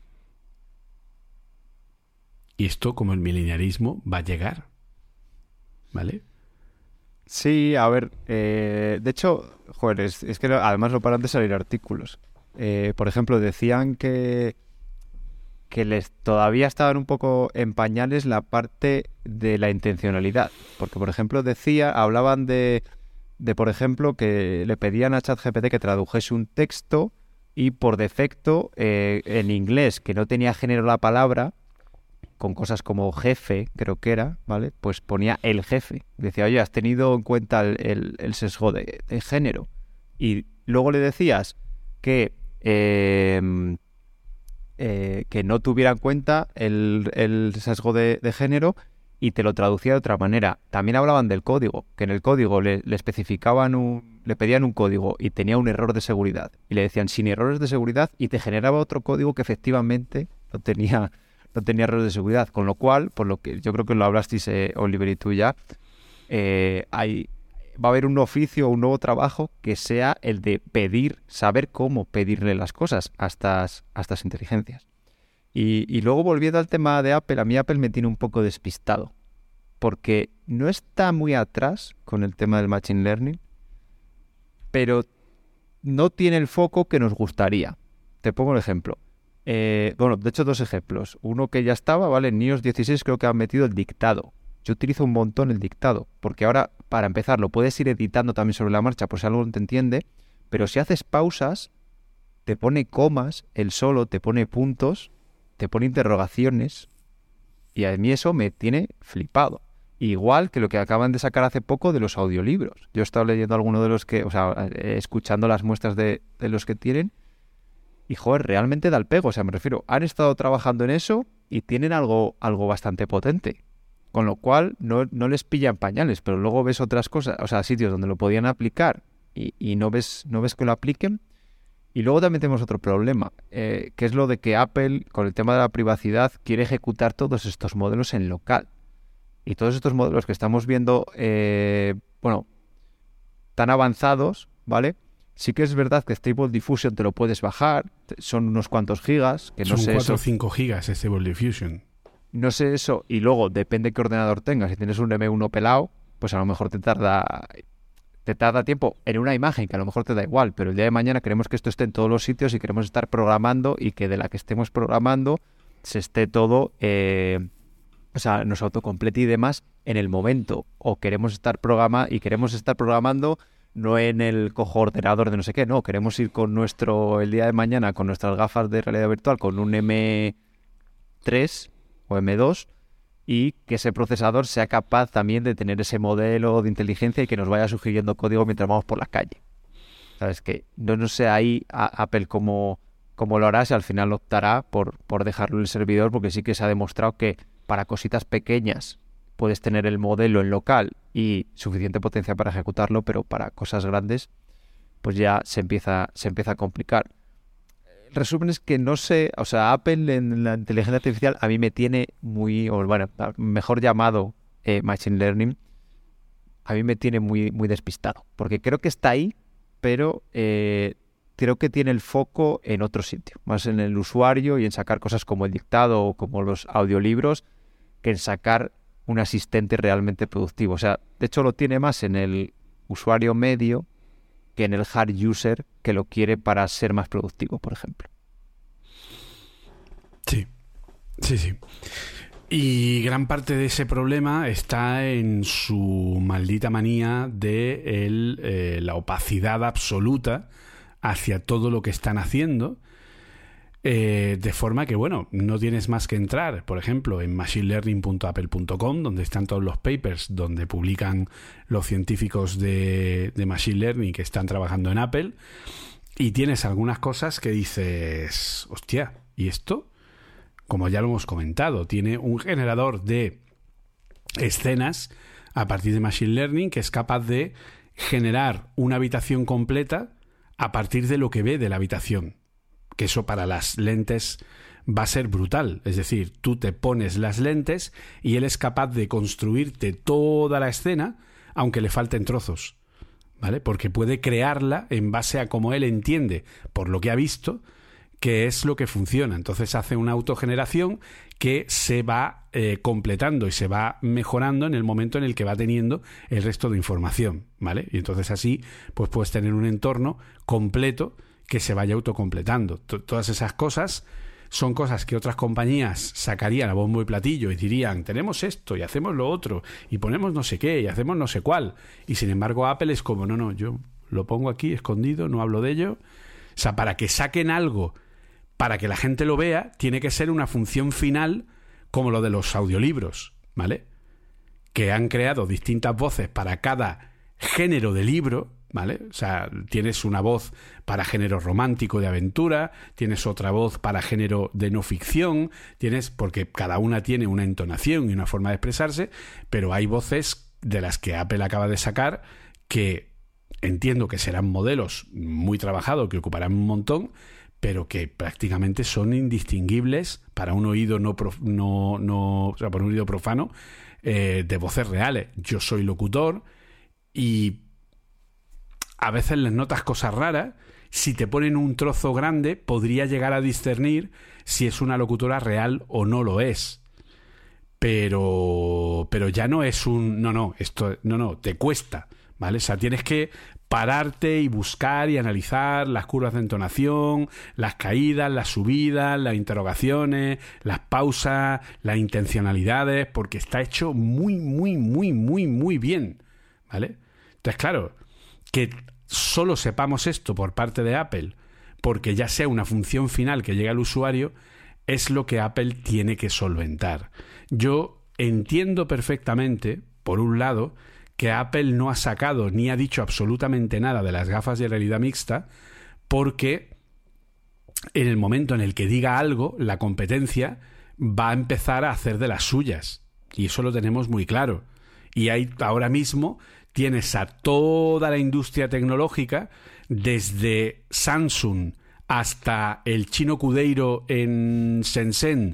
Y esto, como el mileniarismo, va a llegar, ¿vale? Sí, a ver, eh, de hecho, joder, es, es que además no paran de salir artículos. Eh, por ejemplo, decían que, que les todavía estaban un poco en pañales la parte de la intencionalidad. Porque, por ejemplo, decía, hablaban de, de por ejemplo, que le pedían a ChatGPT que tradujese un texto y por defecto, eh, en inglés, que no tenía género la palabra, con cosas como jefe, creo que era, ¿vale? Pues ponía el jefe. Decía, oye, ¿has tenido en cuenta el, el, el sesgo de, de género? Y luego le decías que, eh, eh, que no tuviera en cuenta el, el sesgo de, de género y te lo traducía de otra manera. También hablaban del código, que en el código le, le especificaban un, le pedían un código y tenía un error de seguridad. Y le decían sin errores de seguridad y te generaba otro código que efectivamente no tenía, no tenía errores de seguridad. Con lo cual, por lo que yo creo que lo hablasteis, eh, Oliver y tú ya, eh, hay, va a haber un oficio, un nuevo trabajo que sea el de pedir, saber cómo pedirle las cosas a estas, a estas inteligencias. Y, y luego volviendo al tema de Apple, a mí Apple me tiene un poco despistado, porque no está muy atrás con el tema del Machine Learning, pero no tiene el foco que nos gustaría. Te pongo un ejemplo. Eh, bueno, de hecho dos ejemplos. Uno que ya estaba, ¿vale? En iOS dieciséis creo que han metido el dictado. Yo utilizo un montón el dictado, porque ahora, para empezar, lo puedes ir editando también sobre la marcha, por si algo no te entiende, pero si haces pausas, te pone comas, él solo te pone puntos, te pone interrogaciones, y a mí eso me tiene flipado. Igual que lo que acaban de sacar hace poco de los audiolibros. Yo he estado leyendo alguno de los que, o sea, escuchando las muestras de, de los que tienen, y joder, realmente da el pego. O sea, me refiero, han estado trabajando en eso y tienen algo, algo bastante potente. Con lo cual, no, no les pillan pañales, pero luego ves otras cosas, o sea, sitios donde lo podían aplicar y, y no ves, no ves que lo apliquen. Y luego también tenemos otro problema, eh, que es lo de que Apple, con el tema de la privacidad, quiere ejecutar todos estos modelos en local. Y todos estos modelos que estamos viendo, eh, bueno, tan avanzados, ¿vale? Sí que es verdad que Stable Diffusion te lo puedes bajar, son unos cuantos gigas. Que no son sé cuatro o eso. cinco gigas Stable Diffusion. No sé eso, y luego depende qué ordenador tengas. Si tienes un M uno pelado, pues a lo mejor te tarda... te tarda tiempo en una imagen que a lo mejor te da igual, pero el día de mañana queremos que esto esté en todos los sitios y queremos estar programando y que de la que estemos programando se esté todo, eh, o sea, nos autocomplete y demás en el momento. O queremos estar programa y queremos estar programando no en el cojo ordenador de no sé qué, no, queremos ir con nuestro, el día de mañana, con nuestras gafas de realidad virtual, con un eme tres o eme dos, y que ese procesador sea capaz también de tener ese modelo de inteligencia y que nos vaya sugiriendo código mientras vamos por la calle. ¿Sabes? Que no, no sé ahí a Apple cómo, cómo lo hará, si al final optará por, por dejarlo en el servidor, porque sí que se ha demostrado que para cositas pequeñas puedes tener el modelo en local y suficiente potencia para ejecutarlo, pero para cosas grandes pues ya se empieza, se empieza a complicar. El resumen es que no sé, o sea, Apple en la inteligencia artificial a mí me tiene muy, o bueno, mejor llamado eh, Machine Learning, a mí me tiene muy, muy despistado, porque creo que está ahí, pero eh, creo que tiene el foco en otro sitio, más en el usuario y en sacar cosas como el dictado o como los audiolibros, que en sacar un asistente realmente productivo. O sea, de hecho lo tiene más en el usuario medio que en el hard user que lo quiere para ser más productivo, por ejemplo. Sí, sí, sí. Y gran parte de ese problema está en su maldita manía de el, eh, la opacidad absoluta hacia todo lo que están haciendo, eh, de forma que, bueno, no tienes más que entrar, por ejemplo, en machine learning punto apple punto com, donde están todos los papers donde publican los científicos de, de Machine Learning que están trabajando en Apple, y tienes algunas cosas que dices, hostia, ¿y esto? Como ya lo hemos comentado, tiene un generador de escenas a partir de Machine Learning que es capaz de generar una habitación completa a partir de lo que ve de la habitación. Que eso para las lentes va a ser brutal. Es decir, tú te pones las lentes y él es capaz de construirte toda la escena, aunque le falten trozos, ¿vale? Porque puede crearla en base a cómo él entiende, por lo que ha visto, que es lo que funciona. Entonces hace una autogeneración que se va eh, completando y se va mejorando en el momento en el que va teniendo el resto de información, ¿vale? Y entonces así pues puedes tener un entorno completo que se vaya autocompletando. T- todas esas cosas son cosas que otras compañías sacarían a bombo y platillo y dirían, tenemos esto y hacemos lo otro y ponemos no sé qué y hacemos no sé cuál. Y sin embargo Apple es como, no, no, yo lo pongo aquí escondido, no hablo de ello. O sea, para que saquen algo, para que la gente lo vea, tiene que ser una función final como lo de los audiolibros, ¿vale? Que han creado distintas voces para cada género de libro, ¿vale? O sea, tienes una voz para género romántico de aventura, tienes otra voz para género de no ficción, tienes, porque cada una tiene una entonación y una forma de expresarse, pero hay voces de las que Apple acaba de sacar que entiendo que serán modelos muy trabajados, que ocuparán un montón, pero que prácticamente son indistinguibles para un oído no, prof, no, no o sea, para un oído profano, eh, de voces reales. Yo soy locutor y a veces les notas cosas raras. Si te ponen un trozo grande, podría llegar a discernir si es una locutora real o no lo es. Pero, pero ya no es un... No, no, esto... No, no, te cuesta, ¿vale? O sea, tienes que pararte y buscar y analizar las curvas de entonación, las caídas, las subidas, las interrogaciones, las pausas, las intencionalidades, porque está hecho muy, muy, muy, muy, muy bien, ¿vale? Entonces, claro, que solo sepamos esto por parte de Apple, porque ya sea una función final que llegue al usuario, es lo que Apple tiene que solventar. Yo entiendo perfectamente, por un lado, que Apple no ha sacado ni ha dicho absolutamente nada de las gafas de realidad mixta, porque en el momento en el que diga algo, la competencia va a empezar a hacer de las suyas. Y eso lo tenemos muy claro. Y hay, ahora mismo tienes a toda la industria tecnológica, desde Samsung hasta el chino Cudeiro en Shenzhen,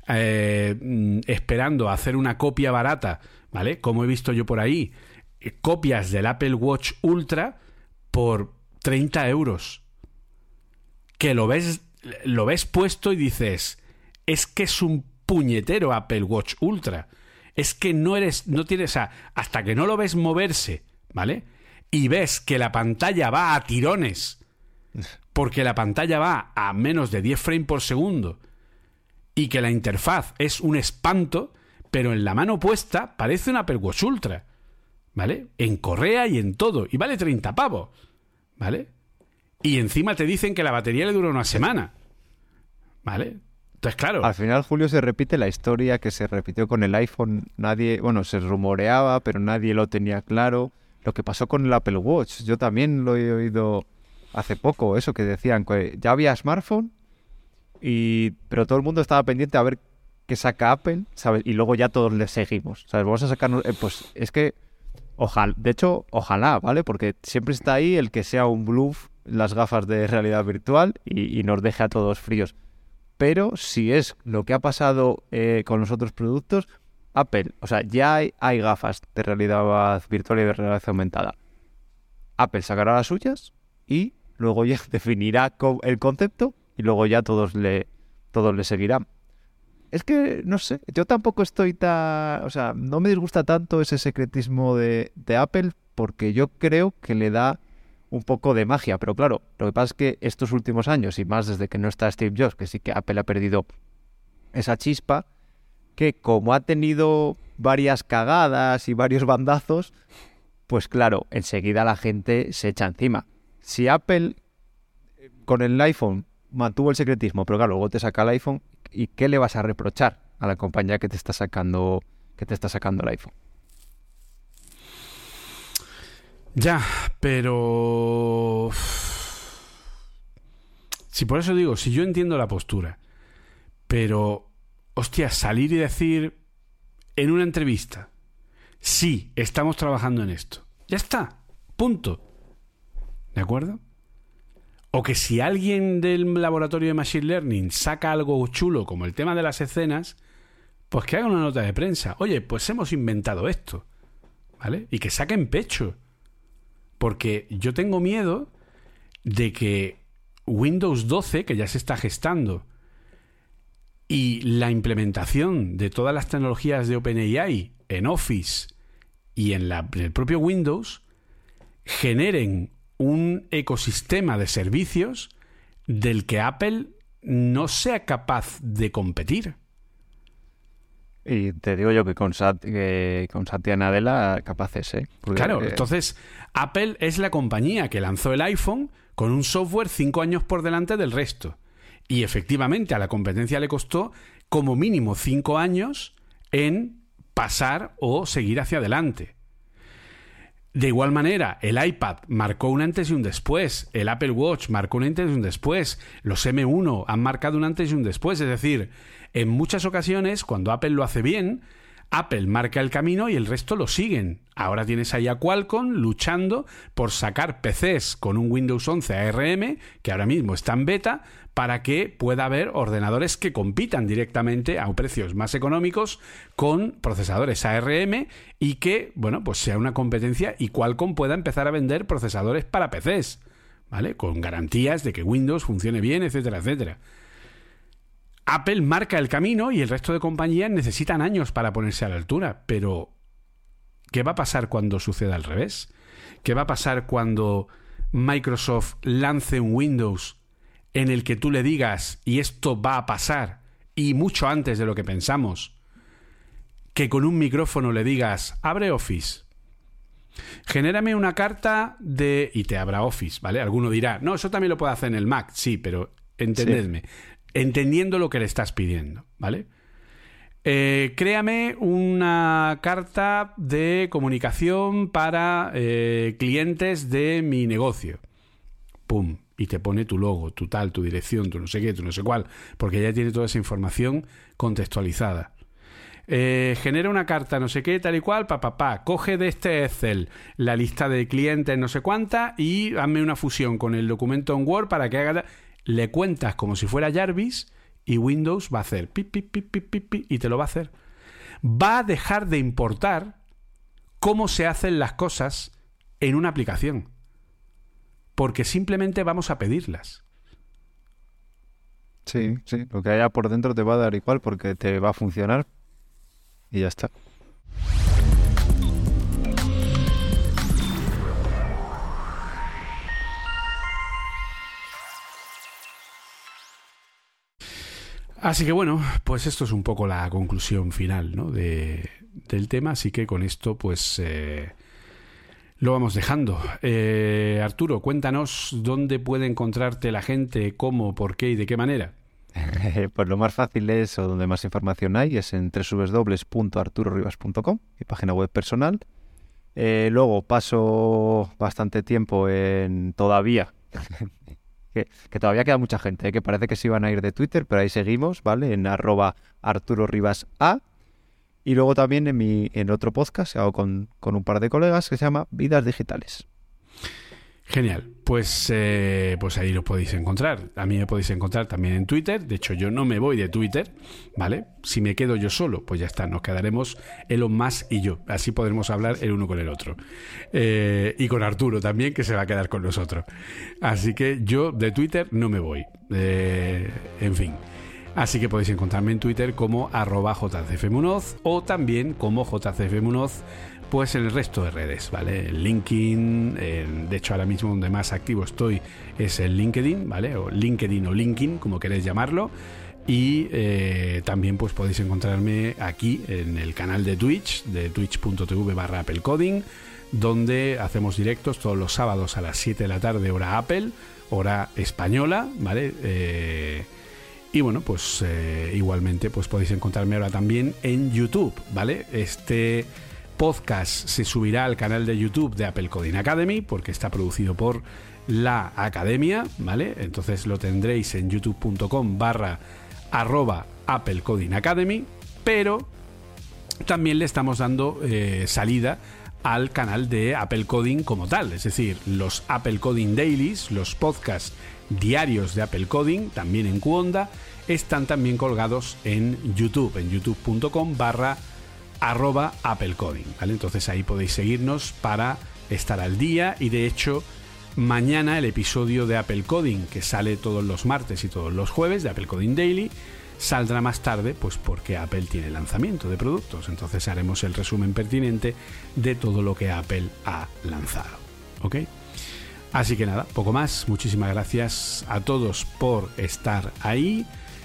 eh, esperando a hacer una copia barata, ¿vale? Como he visto yo por ahí, eh, copias del Apple Watch Ultra por treinta euros. Que lo ves, lo ves puesto y dices, es que es un puñetero Apple Watch Ultra. Es que no eres, no tienes a, hasta que no lo ves moverse, ¿vale? Y ves que la pantalla va a tirones, porque la pantalla va a menos de diez frames por segundo, y que la interfaz es un espanto, pero en la mano puesta parece un Apple Watch Ultra, ¿vale? En correa y en todo, y vale treinta pavos, ¿vale? Y encima te dicen que la batería le dura una semana, ¿vale? Entonces, claro. Al final, Julio, se repite la historia que se repitió con el iPhone. Nadie, bueno, se rumoreaba, pero nadie lo tenía claro. Lo que pasó con el Apple Watch, yo también lo he oído hace poco, eso que decían, que ya había smartphone, y pero todo el mundo estaba pendiente a ver qué saca Apple, ¿sabes? Y luego ya todos le seguimos, ¿sabes? Vamos a sacarnos, eh, pues es que, ojalá, de hecho, ojalá, ¿vale? Porque siempre está ahí el que sea un bluff las gafas de realidad virtual y, y nos deje a todos fríos. Pero si es lo que ha pasado eh, con los otros productos, Apple, o sea, ya hay, hay gafas de realidad virtual y de realidad aumentada. Apple sacará las suyas y luego ya definirá co- el concepto y luego ya todos le, todos le seguirán. Es que, no sé, yo tampoco estoy tan... O sea, no me disgusta tanto ese secretismo de, de Apple, porque yo creo que le da un poco de magia, pero claro, lo que pasa es que estos últimos años, y más desde que no está Steve Jobs, que sí que Apple ha perdido esa chispa, que como ha tenido varias cagadas y varios bandazos, pues claro, enseguida la gente se echa encima. Si Apple con el iPhone mantuvo el secretismo, pero claro, luego te saca el iPhone, ¿y qué le vas a reprochar a la compañía que te está sacando, que te está sacando el iPhone? Ya, pero... Si por eso digo, si yo entiendo la postura, pero, hostia, salir y decir en una entrevista, sí, estamos trabajando en esto, ya está, punto, ¿de acuerdo? O que si alguien del laboratorio de Machine Learning saca algo chulo como el tema de las escenas, pues que haga una nota de prensa, oye, pues hemos inventado esto, ¿vale? Y que saquen pecho. Porque yo tengo miedo de que Windows doce, que ya se está gestando, y la implementación de todas las tecnologías de OpenAI en Office y en, la, en el propio Windows, generen un ecosistema de servicios del que Apple no sea capaz de competir. Y te digo yo que con, Sat, que con Satya Nadella capaces, ¿eh? Porque, claro, eh... entonces Apple es la compañía que lanzó el iPhone con un software cinco años por delante del resto. Y efectivamente a la competencia le costó como mínimo cinco años en pasar o seguir hacia adelante. De igual manera, el iPad marcó un antes y un después, el Apple Watch marcó un antes y un después, los eme uno han marcado un antes y un después. Es decir, en muchas ocasiones, cuando Apple lo hace bien, Apple marca el camino y el resto lo siguen. Ahora tienes ahí a Qualcomm luchando por sacar P Cs con un Windows once A R M, que ahora mismo está en beta, para que pueda haber ordenadores que compitan directamente a precios más económicos con procesadores A R M y que, bueno, pues sea una competencia y Qualcomm pueda empezar a vender procesadores para P Cs, ¿vale? Con garantías de que Windows funcione bien, etcétera, etcétera. Apple marca el camino y el resto de compañías necesitan años para ponerse a la altura, pero ¿qué va a pasar cuando suceda al revés? ¿Qué va a pasar cuando Microsoft lance un Windows en el que tú le digas, y esto va a pasar, y mucho antes de lo que pensamos, que con un micrófono le digas, abre Office, genérame una carta de... y te abra Office, ¿vale? Alguno dirá, no, eso también lo puede hacer en el Mac, sí, pero entendedme, sí. Entendiendo lo que le estás pidiendo, ¿vale? Eh, créame una carta de comunicación para eh, clientes de mi negocio. Pum. Y te pone tu logo, tu tal, tu dirección, tu no sé qué, tu no sé cuál, porque ya tiene toda esa información contextualizada. Eh, genera una carta no sé qué, tal y cual, pa, pa, pa. Coge de este Excel la lista de clientes no sé cuánta y hazme una fusión con el documento en Word para que haga... Le cuentas como si fuera Jarvis y Windows va a hacer pi, pi, pi, pi, pi, pi, y te lo va a hacer. Va a dejar de importar cómo se hacen las cosas en una aplicación, porque simplemente vamos a pedirlas. Sí, sí, lo que haya por dentro te va a dar igual porque te va a funcionar y ya está. Así que bueno, pues esto es un poco la conclusión final, ¿no? de, del tema, así que con esto pues eh, lo vamos dejando. Eh, Arturo, cuéntanos dónde puede encontrarte la gente, cómo, por qué y de qué manera. Pues lo más fácil es, o donde más información hay, es en doble u doble u doble u punto arturo rivas punto com, mi página web personal. Eh, luego paso bastante tiempo en todavía... Que, que todavía queda mucha gente, ¿eh? Que parece que se iban a ir de Twitter, pero ahí seguimos, ¿vale? En arroba Arturo Rivas A. Y luego también en mi en otro podcast que hago con, con un par de colegas que se llama Vidas Digitales. Genial, pues, eh, pues ahí lo podéis encontrar. A mí me podéis encontrar también en Twitter. De hecho, yo no me voy de Twitter, ¿vale? Si me quedo yo solo, pues ya está, nos quedaremos Elon Musk y yo. Así podremos hablar el uno con el otro. Eh, y con Arturo también, que se va a quedar con nosotros. Así que yo de Twitter no me voy. Eh, en fin. Así que podéis encontrarme en Twitter como arroba jcfmunoz o también como jcfmunoz pues en el resto de redes, ¿vale? En LinkedIn, en, de hecho ahora mismo donde más activo estoy es el LinkedIn, ¿vale? O LinkedIn o LinkedIn, como queréis llamarlo. Y eh, también pues podéis encontrarme aquí en el canal de Twitch, de twitch punto tv barra Apple Coding, donde hacemos directos todos los sábados a las siete de la tarde, hora Apple, hora española, ¿vale? Eh, y bueno, pues eh, igualmente pues podéis encontrarme ahora también en YouTube, ¿vale? Este podcast se subirá al canal de YouTube de Apple Coding Academy porque está producido por la Academia, ¿vale? Entonces lo tendréis en youtube punto com barra arroba Apple Coding Academy, pero también le estamos dando eh, salida al canal de Apple Coding como tal, es decir, los Apple Coding Dailies, los podcasts diarios de Apple Coding, también en QOnda, están también colgados en YouTube, en youtube punto com barra arroba Apple Coding, ¿vale? Entonces ahí podéis seguirnos para estar al día y de hecho mañana el episodio de Apple Coding que sale todos los martes y todos los jueves de Apple Coding Daily saldrá más tarde pues porque Apple tiene lanzamiento de productos, entonces haremos el resumen pertinente de todo lo que Apple ha lanzado, ¿ok? Así que nada, poco más, muchísimas gracias a todos por estar ahí,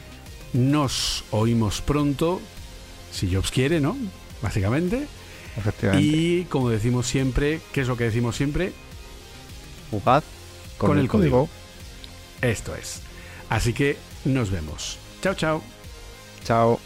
nos oímos pronto si Jobs quiere, ¿no? Básicamente. Efectivamente. Y como decimos siempre, ¿qué es lo que decimos siempre? Jugad con, con el, el código. código. Esto es. Así que nos vemos. Chao, chao. Chao.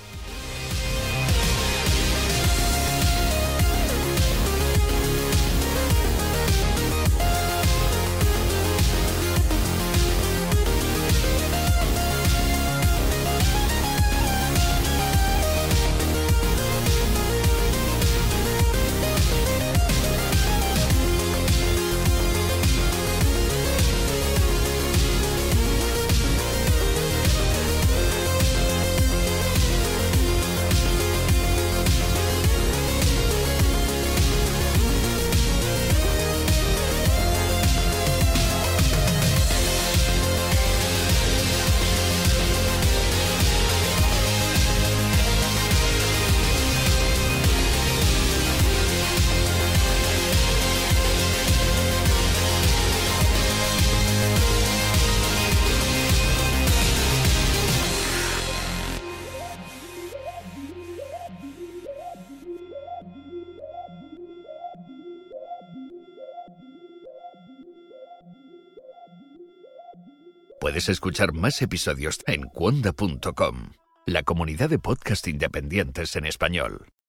Puedes escuchar más episodios en cuonda punto com, la comunidad de podcast independientes en español.